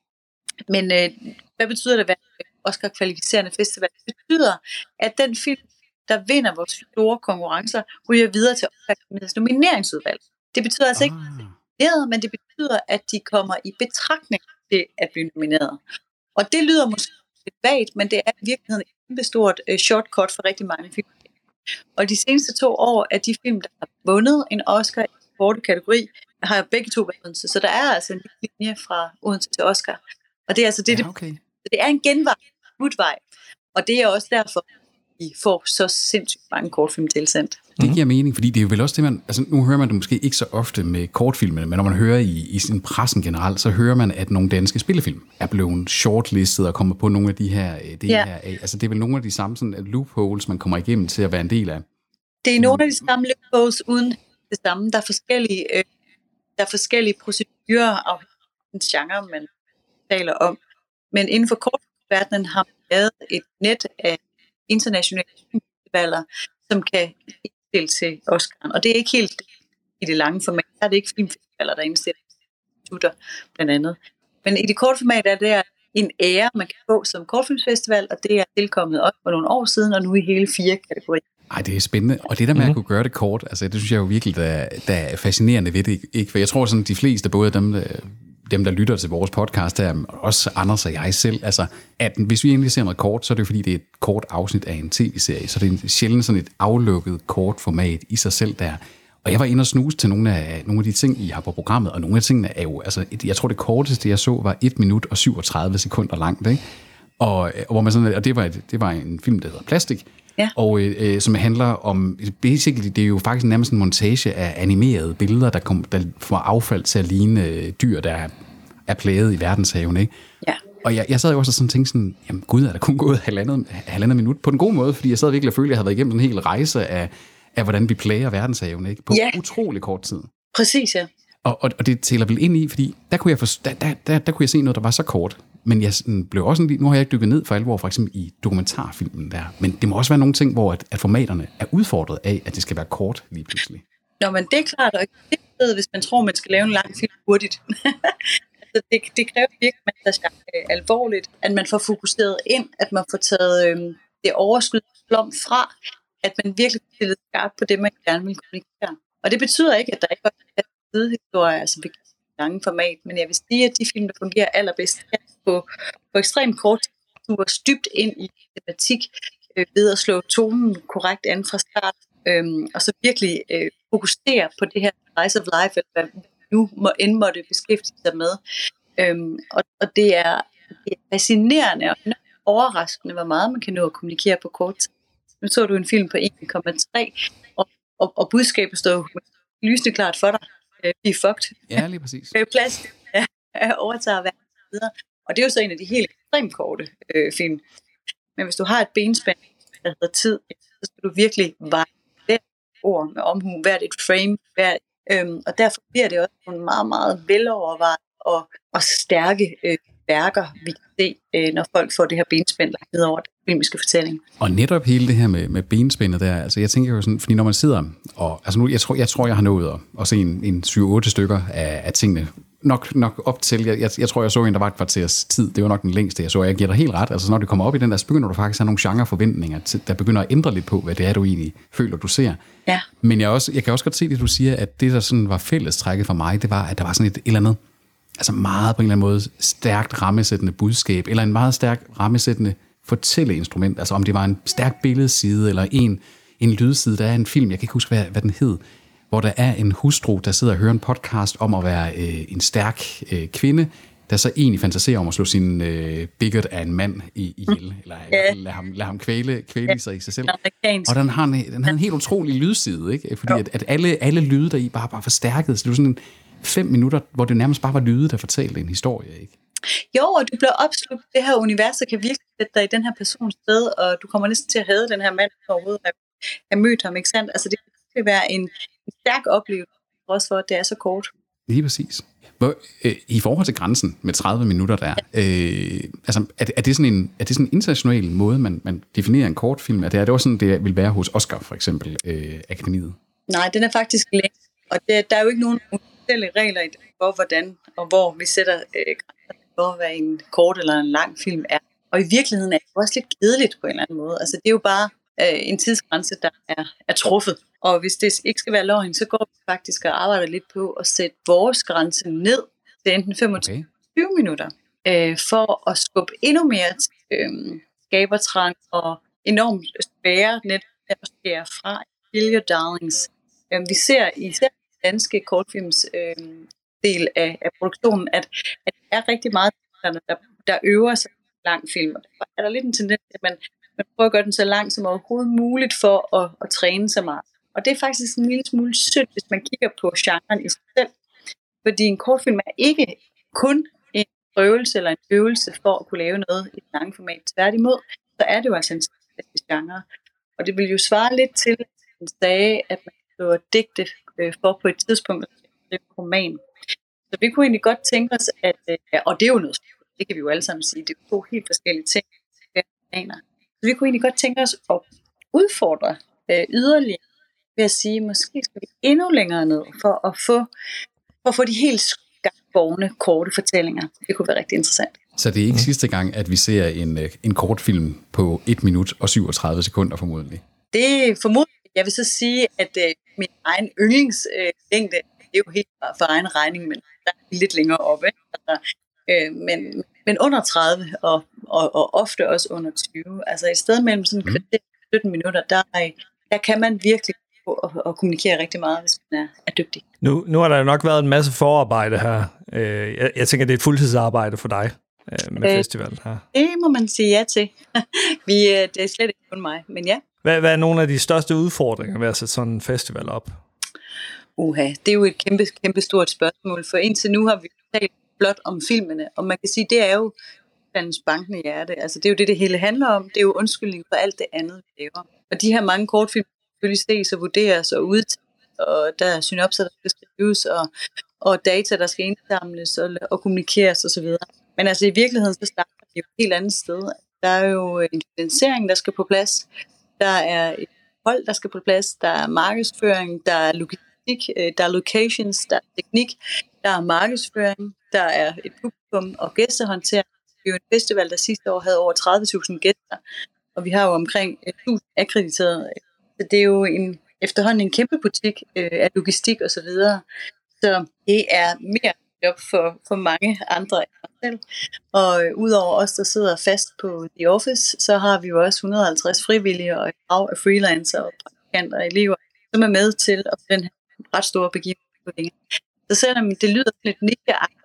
Men øh, hvad betyder det at være Oscar-kvalificerende festival? Det betyder, at den film, der vinder vores store konkurrencer, ryger videre til Oscar-komiteens nomineringsudvalg. Det betyder altså ikke, at de er nomineret, men det betyder, at de kommer i betragtning til at blive nomineret. Og det lyder måske lidt vagt, men det er i virkeligheden et kæmpe stort uh, shortcut for rigtig mange film. Og de seneste to år er de film, der har vundet en Oscar i korte kategori, har jo begge to været Odense. Så der er altså en linje fra Odense til Oscar. Og det er altså det, ja, okay. det, det er en genvej, utvej. Og det er også derfor, vi får så sindssygt mange kortfilm tilsendt. Det giver mening, fordi det er jo vel også det, man... Altså, nu hører man det måske ikke så ofte med kortfilmene, men når man hører i, i sin pressen generelt, så hører man, at nogle danske spillefilm er blevet shortlistet og kommer på nogle af de her... Det ja. her altså, det er vel nogle af de samme sådan, loopholes, man kommer igennem til at være en del af. Det er nogle af de samme loopholes uden det samme. Der er forskellige, øh, der er forskellige procedurer af den genre, man taler om. Men inden for kortfilmverdenen har man lavet et net af internationale festivaler, som kan indstille til Oscar'en. Og det er ikke helt i det lange format. Der er det ikke filmfestivaler, der indstiller institutter, blandt andet. Men i det korte format er det en ære, man kan få som kortfilmsfestival, og det er tilkommet op for nogle år siden, og nu i hele fire kategorier. Ej, det er spændende. Og det der med at kunne gøre det kort, altså det synes jeg jo virkelig, der, der er fascinerende ved det. Ikke? For jeg tror sådan, de fleste, både dem, der, dem, der lytter til vores podcast, der, også Anders og jeg selv, altså, at hvis vi egentlig ser noget kort, så er det jo fordi, det er et kort afsnit af en tv-serie, så det er sjældent sådan et aflukket kort format i sig selv der. Og jeg var inde og snuse til nogle af, nogle af de ting, I har på programmet, og nogle af tingene er jo, altså, jeg tror det korteste, jeg så, var et minut og syvogtredive sekunder langt, ikke? Og, og, hvor man sådan, og det var, et, det var en film, der hedder Plastik, ja. og øh, som handler om, basically, det er jo faktisk nærmest en montage af animerede billeder, der, kom, der får affald til at ligne øh, dyr, der er, er plaget i verdenshaven, ikke? Ja. Og jeg, jeg sad jo også og sådan tænkte sådan, jamen gud, er der kun gået halvandet, halvandet minut på den gode måde, fordi jeg sad virkelig og følte, at jeg havde været igennem en hel rejse af, af hvordan vi plager verdenshaven, ikke? På ja. utrolig kort tid. Præcis, ja. Og, og, og det tæller vel ind i, fordi der kunne jeg, for, der, der, der, der kunne jeg se noget, der var så kort. Men jeg sådan, blev også sådan, nu har jeg ikke dykket ned for alvor, for eksempel i dokumentarfilmen der. Men det må også være nogle ting, hvor at, at formaterne er udfordret af, at det skal være kort lige pludselig. Nå, men det er klart, og det er hvis man tror, man skal lave en lang film hurtigt. altså, det, det kræver virkelig, at man tager øh, alvorligt, at man får fokuseret ind, at man får taget øh, det overskud blom fra, at man virkelig bliver skarpt på det, man gerne vil kommunikere. Og det betyder ikke, at der ikke er sidehistorier, som vi kan i lange format, men jeg vil sige, at de film, der fungerer allerbedst, er på, på ekstremt kort tid, dybt ind i tematik, øh, ved at slå tonen korrekt an fra start, øh, og så virkelig øh, fokusere på det her Rise of Life, eller hvad nu må, end måtte beskæftige sig med. Øh, og, og det er, det er fascinerende, og overraskende, hvor meget man kan nå at kommunikere på kort tid. Nu så du en film på en komma tre, og, og, og budskabet står lysende klart for dig. Øh, vi er fucked. Ja, lige præcis. Øh, plads ja, overtager verden videre. Og det er jo så en af de helt ekstremt korte øh, film. Men hvis du har et benspænd, der hedder tid, så skal du virkelig veje hvert ord med omhu, hvert et frame, hvert, øhm, og derfor bliver det også nogle meget, meget velovervejet og, og stærke øh, værker, vi kan se, øh, når folk får det her benspænd lagt ned over den filmiske fortælling. Og netop hele det her med, med benspændet der, altså jeg tænker jo sådan, fordi når man sidder, og altså nu, jeg tror, jeg, tror, jeg har nået at, at se en, en syv otte stykker af, af tingene, nok, nok op til, jeg, jeg, jeg tror, jeg så en, der var et kvarters tid, det var nok den længste, jeg så, jeg giver dig helt ret, altså når det kommer op i den der, så begynder du faktisk at have nogle genreforventninger, der begynder at ændre lidt på, hvad det er, du egentlig føler, du ser. Ja. Men jeg, også, jeg kan også godt se det, du siger, at det, der sådan var fællestrækket for mig, det var, at der var sådan et, et eller andet, altså meget på en eller anden måde stærkt rammesættende budskab, eller en meget stærk rammesættende fortælleinstrument, altså om det var en stærk billedside, eller en, en lydside, der er en film, jeg kan ikke huske, hvad, hvad den hed, hvor der er en hustru, der sidder og hører en podcast om at være øh, en stærk øh, kvinde, der så egentlig fantaserer om at slå sin øh, bigot af en mand i ihjel, eller yeah. lade ham, lade ham kvæle, kvæle yeah. sig i sig selv. Og den har en, den har en helt utrolig lydside, ikke? Fordi at, at alle, alle lyde der i bare bare forstærket, så det var sådan en fem minutter, hvor det nærmest bare var lyde, der fortalte en historie, ikke? Jo, og du bliver opslugt. Det her univers, der kan virkelig sætte dig i den her persons sted, og du kommer næsten til at hade den her mand overhovedet, at have mødt ham, ikke sandt? Altså det kan være en, en stærk oplevelse, også for at det er så kort. Lige præcis. Hvor, øh, I forhold til grænsen med tredive minutter der, øh, altså, er, er, det sådan en, er det sådan en international måde, man, man definerer en kortfilm? Er det, er det også sådan, det vil være hos Oscar, for eksempel, øh, akademiet? Nej, den er faktisk længe, og det, der er jo ikke nogen officielle regler i det, for hvordan og hvor vi sætter øh, grænser for, hvad en kort eller en lang film er. Og i virkeligheden er det også lidt kedeligt på en eller anden måde. Altså det er jo bare øh, en tidsgrænse, der er, er truffet. Og hvis det ikke skal være løgn, så går vi faktisk og arbejder lidt på at sætte vores grænse ned til enten femogtyve okay. minutter, øh, for at skubbe endnu mere til øh, skabertrang og enormt svære net at skære fra Kill Darlings. Øh, vi ser især danske kortfilms øh, del af, af produktionen, at, at der er rigtig meget, der, der øver sig lang film. Og der er der lidt en tendens, at man, man prøver at gøre den så lang som overhovedet muligt for at, at træne sig meget. Og det er faktisk en lille smule synd, hvis man kigger på genren i sig selv. Fordi en kortfilm er ikke kun en prøvelse eller en øvelse for at kunne lave noget i et langt format. Tværtimod, så er det jo altså en speciel genre. Og det vil jo svare lidt til, at man sagde, at man skriver digte for på et tidspunkt at skrive en roman. Så vi kunne egentlig godt tænke os, at, ja, og det er jo noget, det kan vi jo alle sammen sige, det er to helt forskellige ting. Så vi kunne egentlig godt tænke os at udfordre øh, yderligere ved at sige, måske skal vi endnu længere ned for at få, for at få de helt skarpgående korte fortællinger. Det kunne være rigtig interessant. Så det er ikke sidste gang, at vi ser en, en kortfilm på et minut og syvogtredive sekunder formodentlig? Det er formodentlig. Jeg vil så sige, at øh, min egen yndlingslængde, øh, det er jo helt for egen regning, men der er lidt længere oppe. Altså, øh, men, men under tredive, og, og, og ofte også under tyve. Altså i stedet mellem sådan mm. sytten minutter, der, der kan man virkelig og, og kommunikere rigtig meget, hvis man er, er dygtig. Nu, nu har der jo nok været en masse forarbejde her. Jeg, jeg tænker, det er et fuldtidsarbejde for dig med øh, festivalen her. Det må man sige ja til. Vi, det er slet ikke kun mig, men ja. Hvad, hvad er nogle af de største udfordringer ved at sætte sådan en festival op? Uha, det er jo et kæmpe, kæmpe stort spørgsmål, for indtil nu har vi talt blot om filmene, og man kan sige, det er jo bandens bankende hjerte. Altså det er jo det, det hele handler om. Det er jo undskyldning for alt det andet, vi laver. Og de her mange kortfilm selvfølgelig ses og vurderes og udtages, og der er synopser, der skal skrives, og, og data, der skal indsamles og, og kommunikeres osv. Men altså i virkeligheden, så starter vi jo et helt andet sted. Der er jo en finansiering, der skal på plads. Der er et hold, der skal på plads. Der er markedsføring, der er logistik, der er locations, der er teknik, der er markedsføring, der er et publikum og gæstehåndtering. Det er jo en festival, der sidste år havde over tredive tusind gæster, og vi har jo omkring tusind akkrediterede. Så det er jo en, efterhånden en kæmpe butik øh, af logistik og så videre. Så det er mere job for, for mange andre end mig selv. Og øh, udover os, der sidder fast på The Office, så har vi jo også et hundrede og halvtreds frivillige og et hav af freelancer og praktikanter og elever, som er med til at få den her ret store begivenhed på det. Så selvom det lyder lidt nicheagtigt,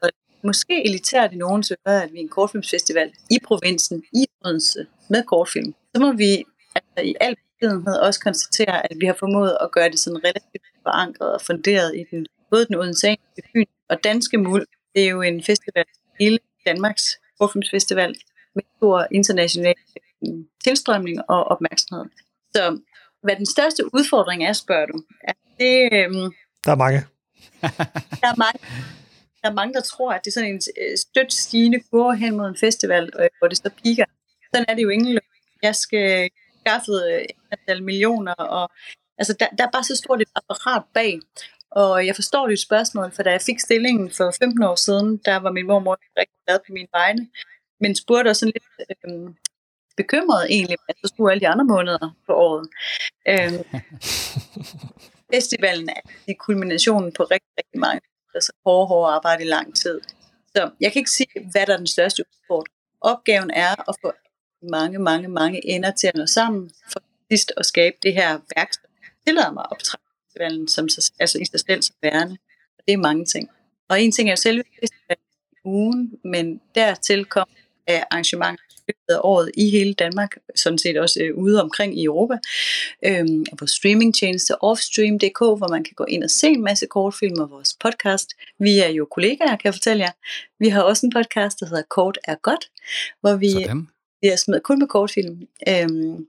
måske elitært i nogens ører, at vi er en kortfilmsfestival i provinsen, i Odense, med kortfilm. Så må vi altså, i al beskedenhed også konstatere, at vi har formået at gøre det sådan relativt forankret og funderet i den, både den odenseanske by og danske muld. Det er jo en festival, hele Danmarks kortfilmsfestival, med stor international tilstrømning og opmærksomhed. Så hvad den største udfordring er, spørger du, er det... Øhm, der er mange. der, er mange der er mange, der tror, at det er sådan en stødt stigende kurve hen mod en festival, hvor det så piker. Sådan er det jo ingen. Jeg skal skaffe et antal millioner, og altså, der, der er bare så stort et apparat bag. Og jeg forstår dit spørgsmål, for da jeg fik stillingen for femten år siden, der var min mormor rigtig glad på mine vegne, men spurgte også sådan lidt øhm, bekymret egentlig, at så skulle alle de andre måneder på året. Øhm, festivalen er kulminationen på rigtig, rigtig mange altså hårde, hårde arbejde i lang tid. Så jeg kan ikke sige, hvad der er den største udfordring. Opgaven er at få mange, mange, mange ender til at nå sammen, for sidst at skabe det her værk, som tillader mig at optræde festivalen som, altså i sig selv som værende. Og det er mange ting. Og en ting er jo selve festivalen i ugen, men dertil kommer af arrangementer af året i hele Danmark, sådan set også øh, ude omkring i Europa, øhm, og på streamingtjeneste offstream punktum d k, hvor man kan gå ind og se en masse kortfilm og vores podcast. Vi er jo kollegaer, kan jeg fortælle jer. Vi har også en podcast, der hedder Kort er godt, hvor vi, vi er smidt kun med kortfilm. Øhm,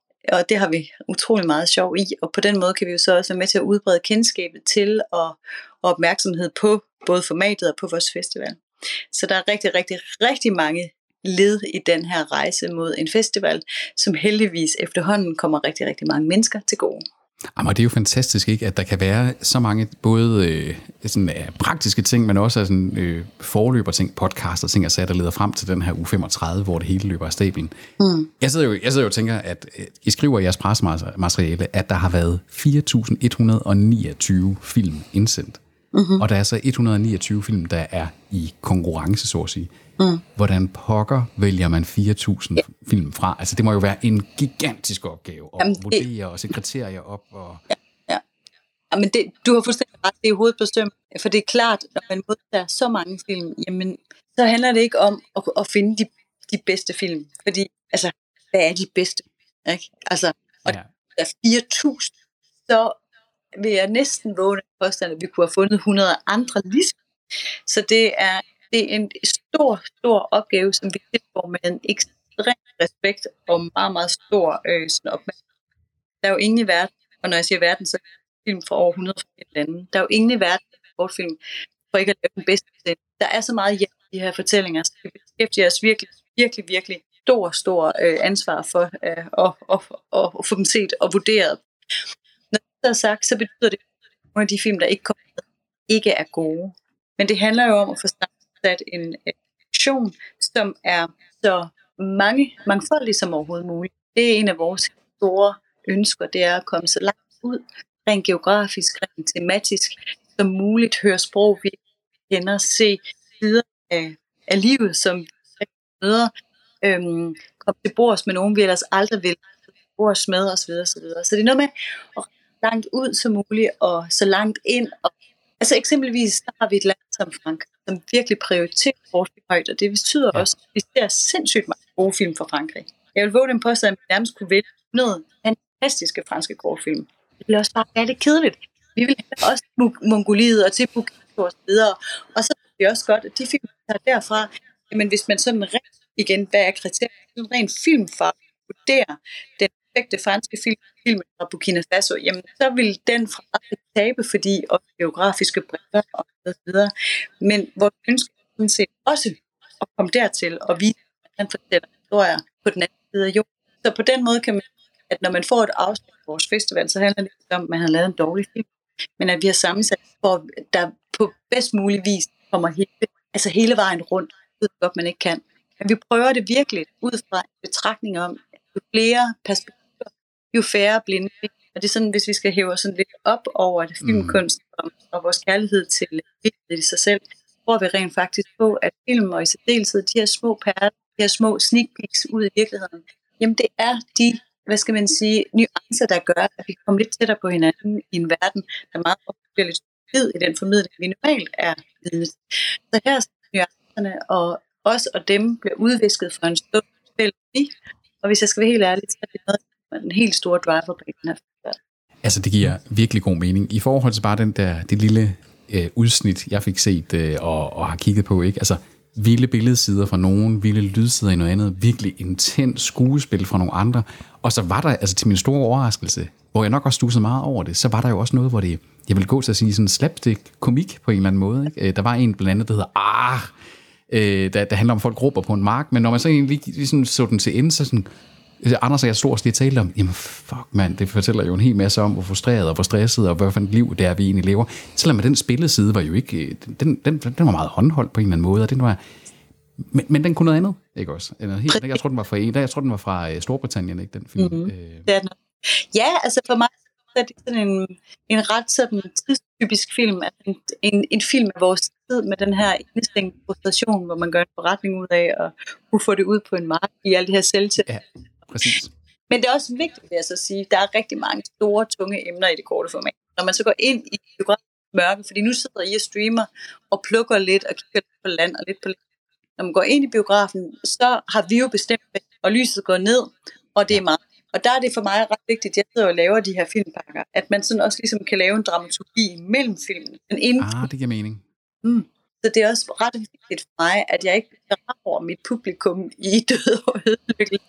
og det har vi utrolig meget sjov i, og på den måde kan vi jo så også være med til at udbrede kendskabet til og, og opmærksomhed på både formatet og på vores festival. Så der er rigtig, rigtig, rigtig mange led i den her rejse mod en festival, som heldigvis efterhånden kommer rigtig, rigtig mange mennesker til gode. Jamen, det er jo fantastisk, ikke, at der kan være så mange både øh, sådan, øh, praktiske ting, men også sådan, øh, forløberting, podcaster, ting, der leder frem til den her uge femogtredive, hvor det hele løber af stablen. Mm. Jeg sidder jo jeg sidder jo og tænker, at øh, I skriver i jeres pressemateriale, at der har været fire tusind et hundrede og niogtyve film indsendt. Mm-hmm. Og der er så et hundrede og niogtyve film, der er i konkurrence, så at sige. Mm. Hvordan pokker vælger man fire tusind ja. film fra? Altså, det må jo være en gigantisk opgave at Jamen, det... vurdere og sætte kriterier op. Og... Ja, ja. Jamen, det, du har fuldstændig ret, det er hovedet på søm. For det er klart, når man modtager så mange film, jamen, så handler det ikke om at, at finde de, de bedste film. Fordi, altså, hvad er de bedste? Ikke? Altså, og ja. der er fire tusind, så vil jeg næsten våge den påstand, at vi kunne have fundet hundrede andre ligesom. Så det er, det er en stor, stor opgave, som vi tilgår med en ekstrem respekt og meget, meget stor øh, sådan opmærksomhed. Der er jo ingen i verden, og når jeg siger verden, så er det film fra over hundrede forskellige lande. Der er jo ingen i verden, der er kortfilm, for ikke at lave den bedste til. Der er så meget hjælp i de her fortællinger, så vi beskæftiger os virkelig, virkelig, virkelig stor, stor øh, ansvar for øh, at, at, at, at få dem set og vurderet. Når det er sagt, så betyder det, at nogle af de film, der ikke kommer med, ikke er gode. Men det handler jo om at få sat en aktion, som er så mange, mangfoldig som overhovedet muligt. Det er en af vores store ønsker, det er at komme så langt ud, rent geografisk, rent tematisk, som muligt, høre sprog, vi kender, se sider af, af livet, som vi møder, øhm, komme til bords med nogen, vi ellers aldrig vil bords med, osv. osv. Så det er noget med at langt ud som muligt, og så langt ind. Og, altså eksempelvis, så har vi et land som Frankrig, som virkelig prioriterer kortfilm højt, og det betyder ja. også, at vi ser sindssygt mange gode film fra Frankrig. Jeg vil våge den påstand, at vi nærmest kunne vælge noget fantastiske franske kortfilm. Det bliver også bare rigtig kedeligt. Vi vil have også Mongoliet og Timbuktu og så videre. Og så er det også godt, at de film, der er derfra, jamen hvis man sådan rent igen, hvad er kriteriet, sådan rent filmfag vurderer den perfekte franske film, filmen fra Burkina Faso, jamen så vil den fra tabe, fordi og geografiske bredder og så videre. Men vores ønske er sådan set også at komme dertil og vise, at man fortæller historier på den anden side af jorden. Så på den måde kan man, at når man får et afsnit på vores festival, så handler det ikke om, at man har lavet en dårlig film, men at vi har sammensat, hvor der på bedst mulig vis kommer hele, altså hele vejen rundt, det godt man ikke kan. Men vi prøver det virkelig ud fra en betragtning om, at jo flere perspektiver, jo færre blinde. Og det er sådan, hvis vi skal hæve os sådan lidt op over det filmkunst og, og vores kærlighed til billedet i sig selv, tror vi rent faktisk på, at film og i særdeleshed de her små perler, de her små sneak peeks ud i virkeligheden, jamen det er de, hvad skal man sige, nuancer, der gør, at vi kommer lidt tættere på hinanden i en verden, der meget ofte bliver lidt fed i den formidling, vi normalt er vidne. Så her er nuancerne, og os og dem bliver udvisket for en stund fælles. Og hvis jeg skal være helt ærlig, så er det noget, der er den helt store driver på den her festival. Altså, det giver virkelig god mening. I forhold til bare den der, det lille øh, udsnit, jeg fik set øh, og, og har kigget på, ikke? Altså, vilde billedsider fra nogen, vilde lydsider i noget andet, virkelig intens skuespil fra nogle andre. Og så var der, altså til min store overraskelse, hvor jeg nok også stussede meget over det, så var der jo også noget, hvor det, jeg vil gå til at sige sådan slapstick-komik på en eller anden måde. Ikke? Der var en blandt andet, der hedder Ah, øh, der, der handler om folk råber på en mark, men når man så egentlig ligesom så den til ende, så sådan, Anders og jeg stod og lige talte om, jamen fuck mand, det fortæller jo en hel masse om, hvor frustreret og hvor stresset og hvad for et liv det er, vi egentlig lever. Selvom den spilleside var jo ikke, den, den, den var meget håndholdt på en eller anden måde, og den var, men, men den kunne noget andet, ikke også? Helt, jeg tror den var fra en, jeg tror den var fra Storbritannien, ikke den film. Mm-hmm. Øh. Det er den. Ja, altså for mig er det sådan en, en ret sådan tidstypisk film, altså en, en, en film af vores tid med den her indestængte frustration, hvor man gør en forretning ud af og kunne få det ud på en mark i alle de her selvtæt. Ja. Præcis. Men det er også vigtigt, vil jeg så sige, der er rigtig mange store, tunge emner i det korte format. Når man så går ind i biografens mørke, fordi nu sidder I og streamer og plukker lidt og kigger lidt på land og lidt på land. Når man går ind i biografen, så har vi jo bestemt, og lyset går ned, og det er meget. Og der er det for mig ret vigtigt, at jeg sidder og laver de her filmpakker, at man sådan også ligesom kan lave en dramaturgi mellem filmen. Men inden ah, det giver mening. Mm. Så det er også ret vigtigt for mig, at jeg ikke drager over mit publikum i død og ødelæggelse.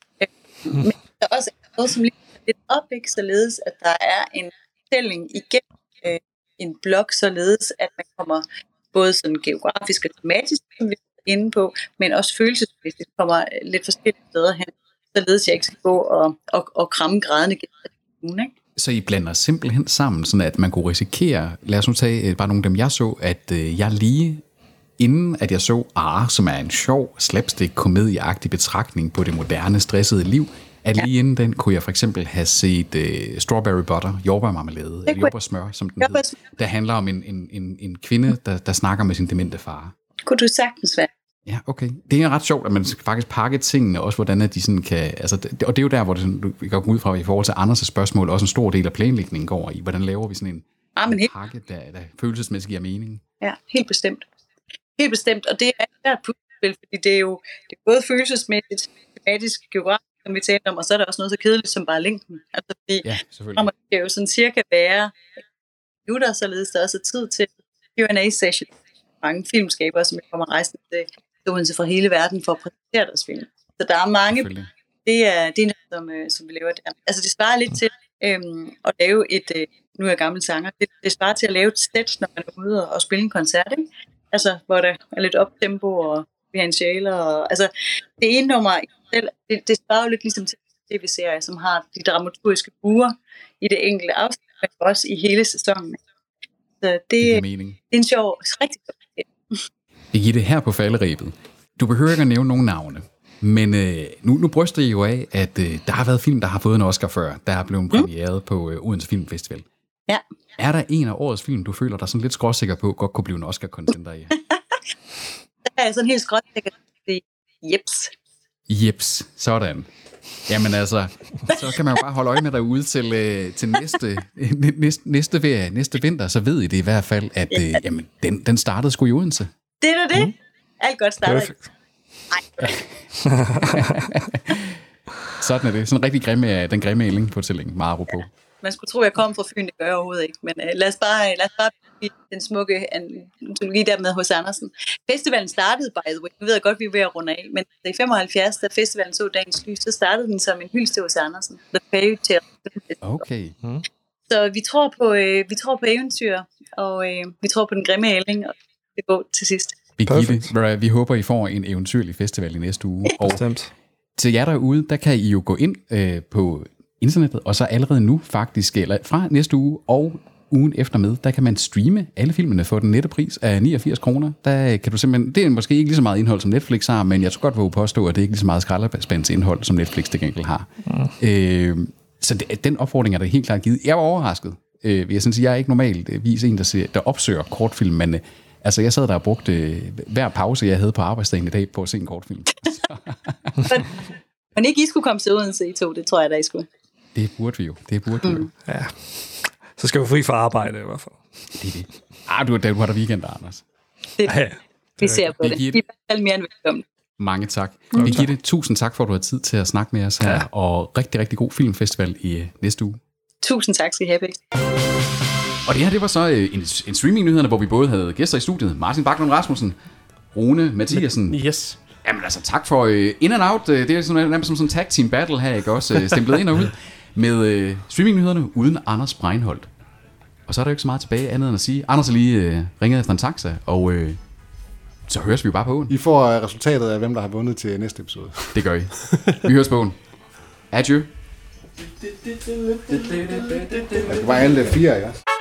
Men der er også noget, som lige er lidt op, ikke, således at der er en fortælling igennem øh, en blog, således at man kommer både sådan geografisk og tematisk, som vi er inde på, men også følelsesmæssigt kommer lidt forskellige steder hen, således jeg ikke skal gå og, og, og kramme grædende gennem, ikke? Så I blander simpelthen sammen, sådan at man kunne risikere, lad os nu tage bare nogle af dem, jeg så, at øh, jeg lige inden at jeg så Ah, som er en sjov slapstick-komedieagtig betragtning på det moderne, stressede liv, at lige inden den kunne jeg for eksempel have set uh, Strawberry Butter, jordbærmarmelade, eller jordbærsmør, som den hedder, der handler om en, en, en, en kvinde, der, der snakker med sin demente far. Kunne du sagtens være? Ja, okay. Det er ret sjovt, at man faktisk pakke tingene, også hvordan de sådan kan, altså, det, og det er jo der, hvor det sådan, vi går ud fra i forhold til Anders' spørgsmål, også en stor del af planlægningen går i, hvordan laver vi sådan en, ah, men en pakke, der, der følelsesmæssigt giver mening. Ja, helt bestemt. Helt bestemt, og det er et puslespil, fordi det er jo det er både følelsesmæssigt, tematisk, geografisk, som vi talte om, og så er der også noget så kedeligt som bare længden. Altså, fordi ja, selvfølgelig. Man skal jo sådan cirka være minutter, således der også er tid til Q and A-session. Mange filmskabere, som kommer rejsen til Odense fra hele verden for at præsentere deres film. Så der er mange, det er, det er noget, som, som vi laver der. Altså det svarer lidt til øhm, at lave et, øh, nu er jeg gammel sanger, det, det svarer til at lave et sæt, når man er ude og spille en koncert, ikke? Altså, hvor der er lidt optempo og viancieler og altså, det ene nummer, det, det svarer jo lidt ligesom til T V-serier, som har de dramaturgiske uger i det enkelte afsnit, men også i hele sæsonen. Så det, det, det er en sjov, rigtig godt. Birgitte, her på falderebet, du behøver ikke at nævne nogen navne, men øh, nu, nu bryster I jo af, at øh, der har været film, der har fået en Oscar før, der er blevet premieret mm. på øh, Odense Filmfestival. Ja. Er der en af årets film, du føler dig sådan lidt skråsikker på, godt kunne blive en Oscar-contender i? Der er sådan helt skråsikker til jeps. Jeps, sådan. Jamen altså, så kan man jo bare holde øje med derude til, øh, til næste, næste, næste, næste vinter, så ved I det i hvert fald, at øh, jamen, den, den startede sgu i Odense. Det er det. Mm. Alt godt starter. Perfekt. Nej. Sådan er det. Sådan en rigtig grimme, den grimme ælling-fortælling, Maro på. Man skulle tro, at jeg kom fra Fyn, det gør jeg overhovedet ikke. Men uh, lad os bare, lad os bare den smukke antologi der med hos Andersen. Festivalen startede, by the way, jeg ved godt, vi er ved at runde af, men i femoghalvfjerds, da festivalen så dagens lys, så startede den som en hyldest til hos Andersen. The Fairy Tale. Okay. Mm. Så vi tror på, øh, vi tror på eventyr, og øh, vi tror på den grimme ælling, og det går til sidst. Birgitte, vi håber, I får en eventyrlig festival i næste uge. Og til jer derude, der kan I jo gå ind øh, på internettet, og så allerede nu faktisk, eller fra næste uge og ugen efter med, der kan man streame alle filmene for den nette pris af niogfirs kroner. Der kan du simpelthen, det er måske ikke lige så meget indhold, som Netflix har, men jeg tror godt våge påstå, at det er ikke lige så meget skraldespands indhold, som Netflix til gengæld har. Mm. Øh, så det, den opfordring er der helt klart givet. Jeg var overrasket. Øh, jeg synes, jeg er ikke normalt vis en, der, ser, der opsøger kortfilm, men øh, altså, jeg sad der og brugte øh, hver pause, jeg havde på arbejdsdagen i dag, på at se en kortfilm. men, men ikke I skulle komme til Odense i to, det tror jeg, der I skulle. Det burde vi jo. Det burde vi jo. Mm. Ja. Så skal vi fri fra arbejde i hvert fald. Det er det. Ah, du, du har da weekend, Anders. Det. Ja, Vi ser på det. Birgitte. I hvert fald mere end velkommen. Mange tak. Birgitte, tusind tak for, at du har tid til at snakke med os her, ja. og rigtig, rigtig god filmfestival i øh, næste uge. Tusind tak skal I have, begge. Og det her, det var så øh, en, en streaming-nyhederne, hvor vi både havde gæster i studiet. Martin Backlund Rasmussen, Rune Mathiasen. Yes. Jamen altså, tak for øh, In and Out. Øh, det er sådan, nærmest som sådan en tag team battle her, ikke også? Øh, stemplet ind og ud med øh, streaming-nyhederne uden Anders Breinholt. Og så er der jo ikke så meget tilbage andet end at sige, Anders har lige øh, ringet efter en taxa, og øh, så høres vi jo bare på åen. I får øh, resultatet af, hvem der har vundet til næste episode. Det gør I. Vi høres på åen. Adieu. Det var alle fire, ikke?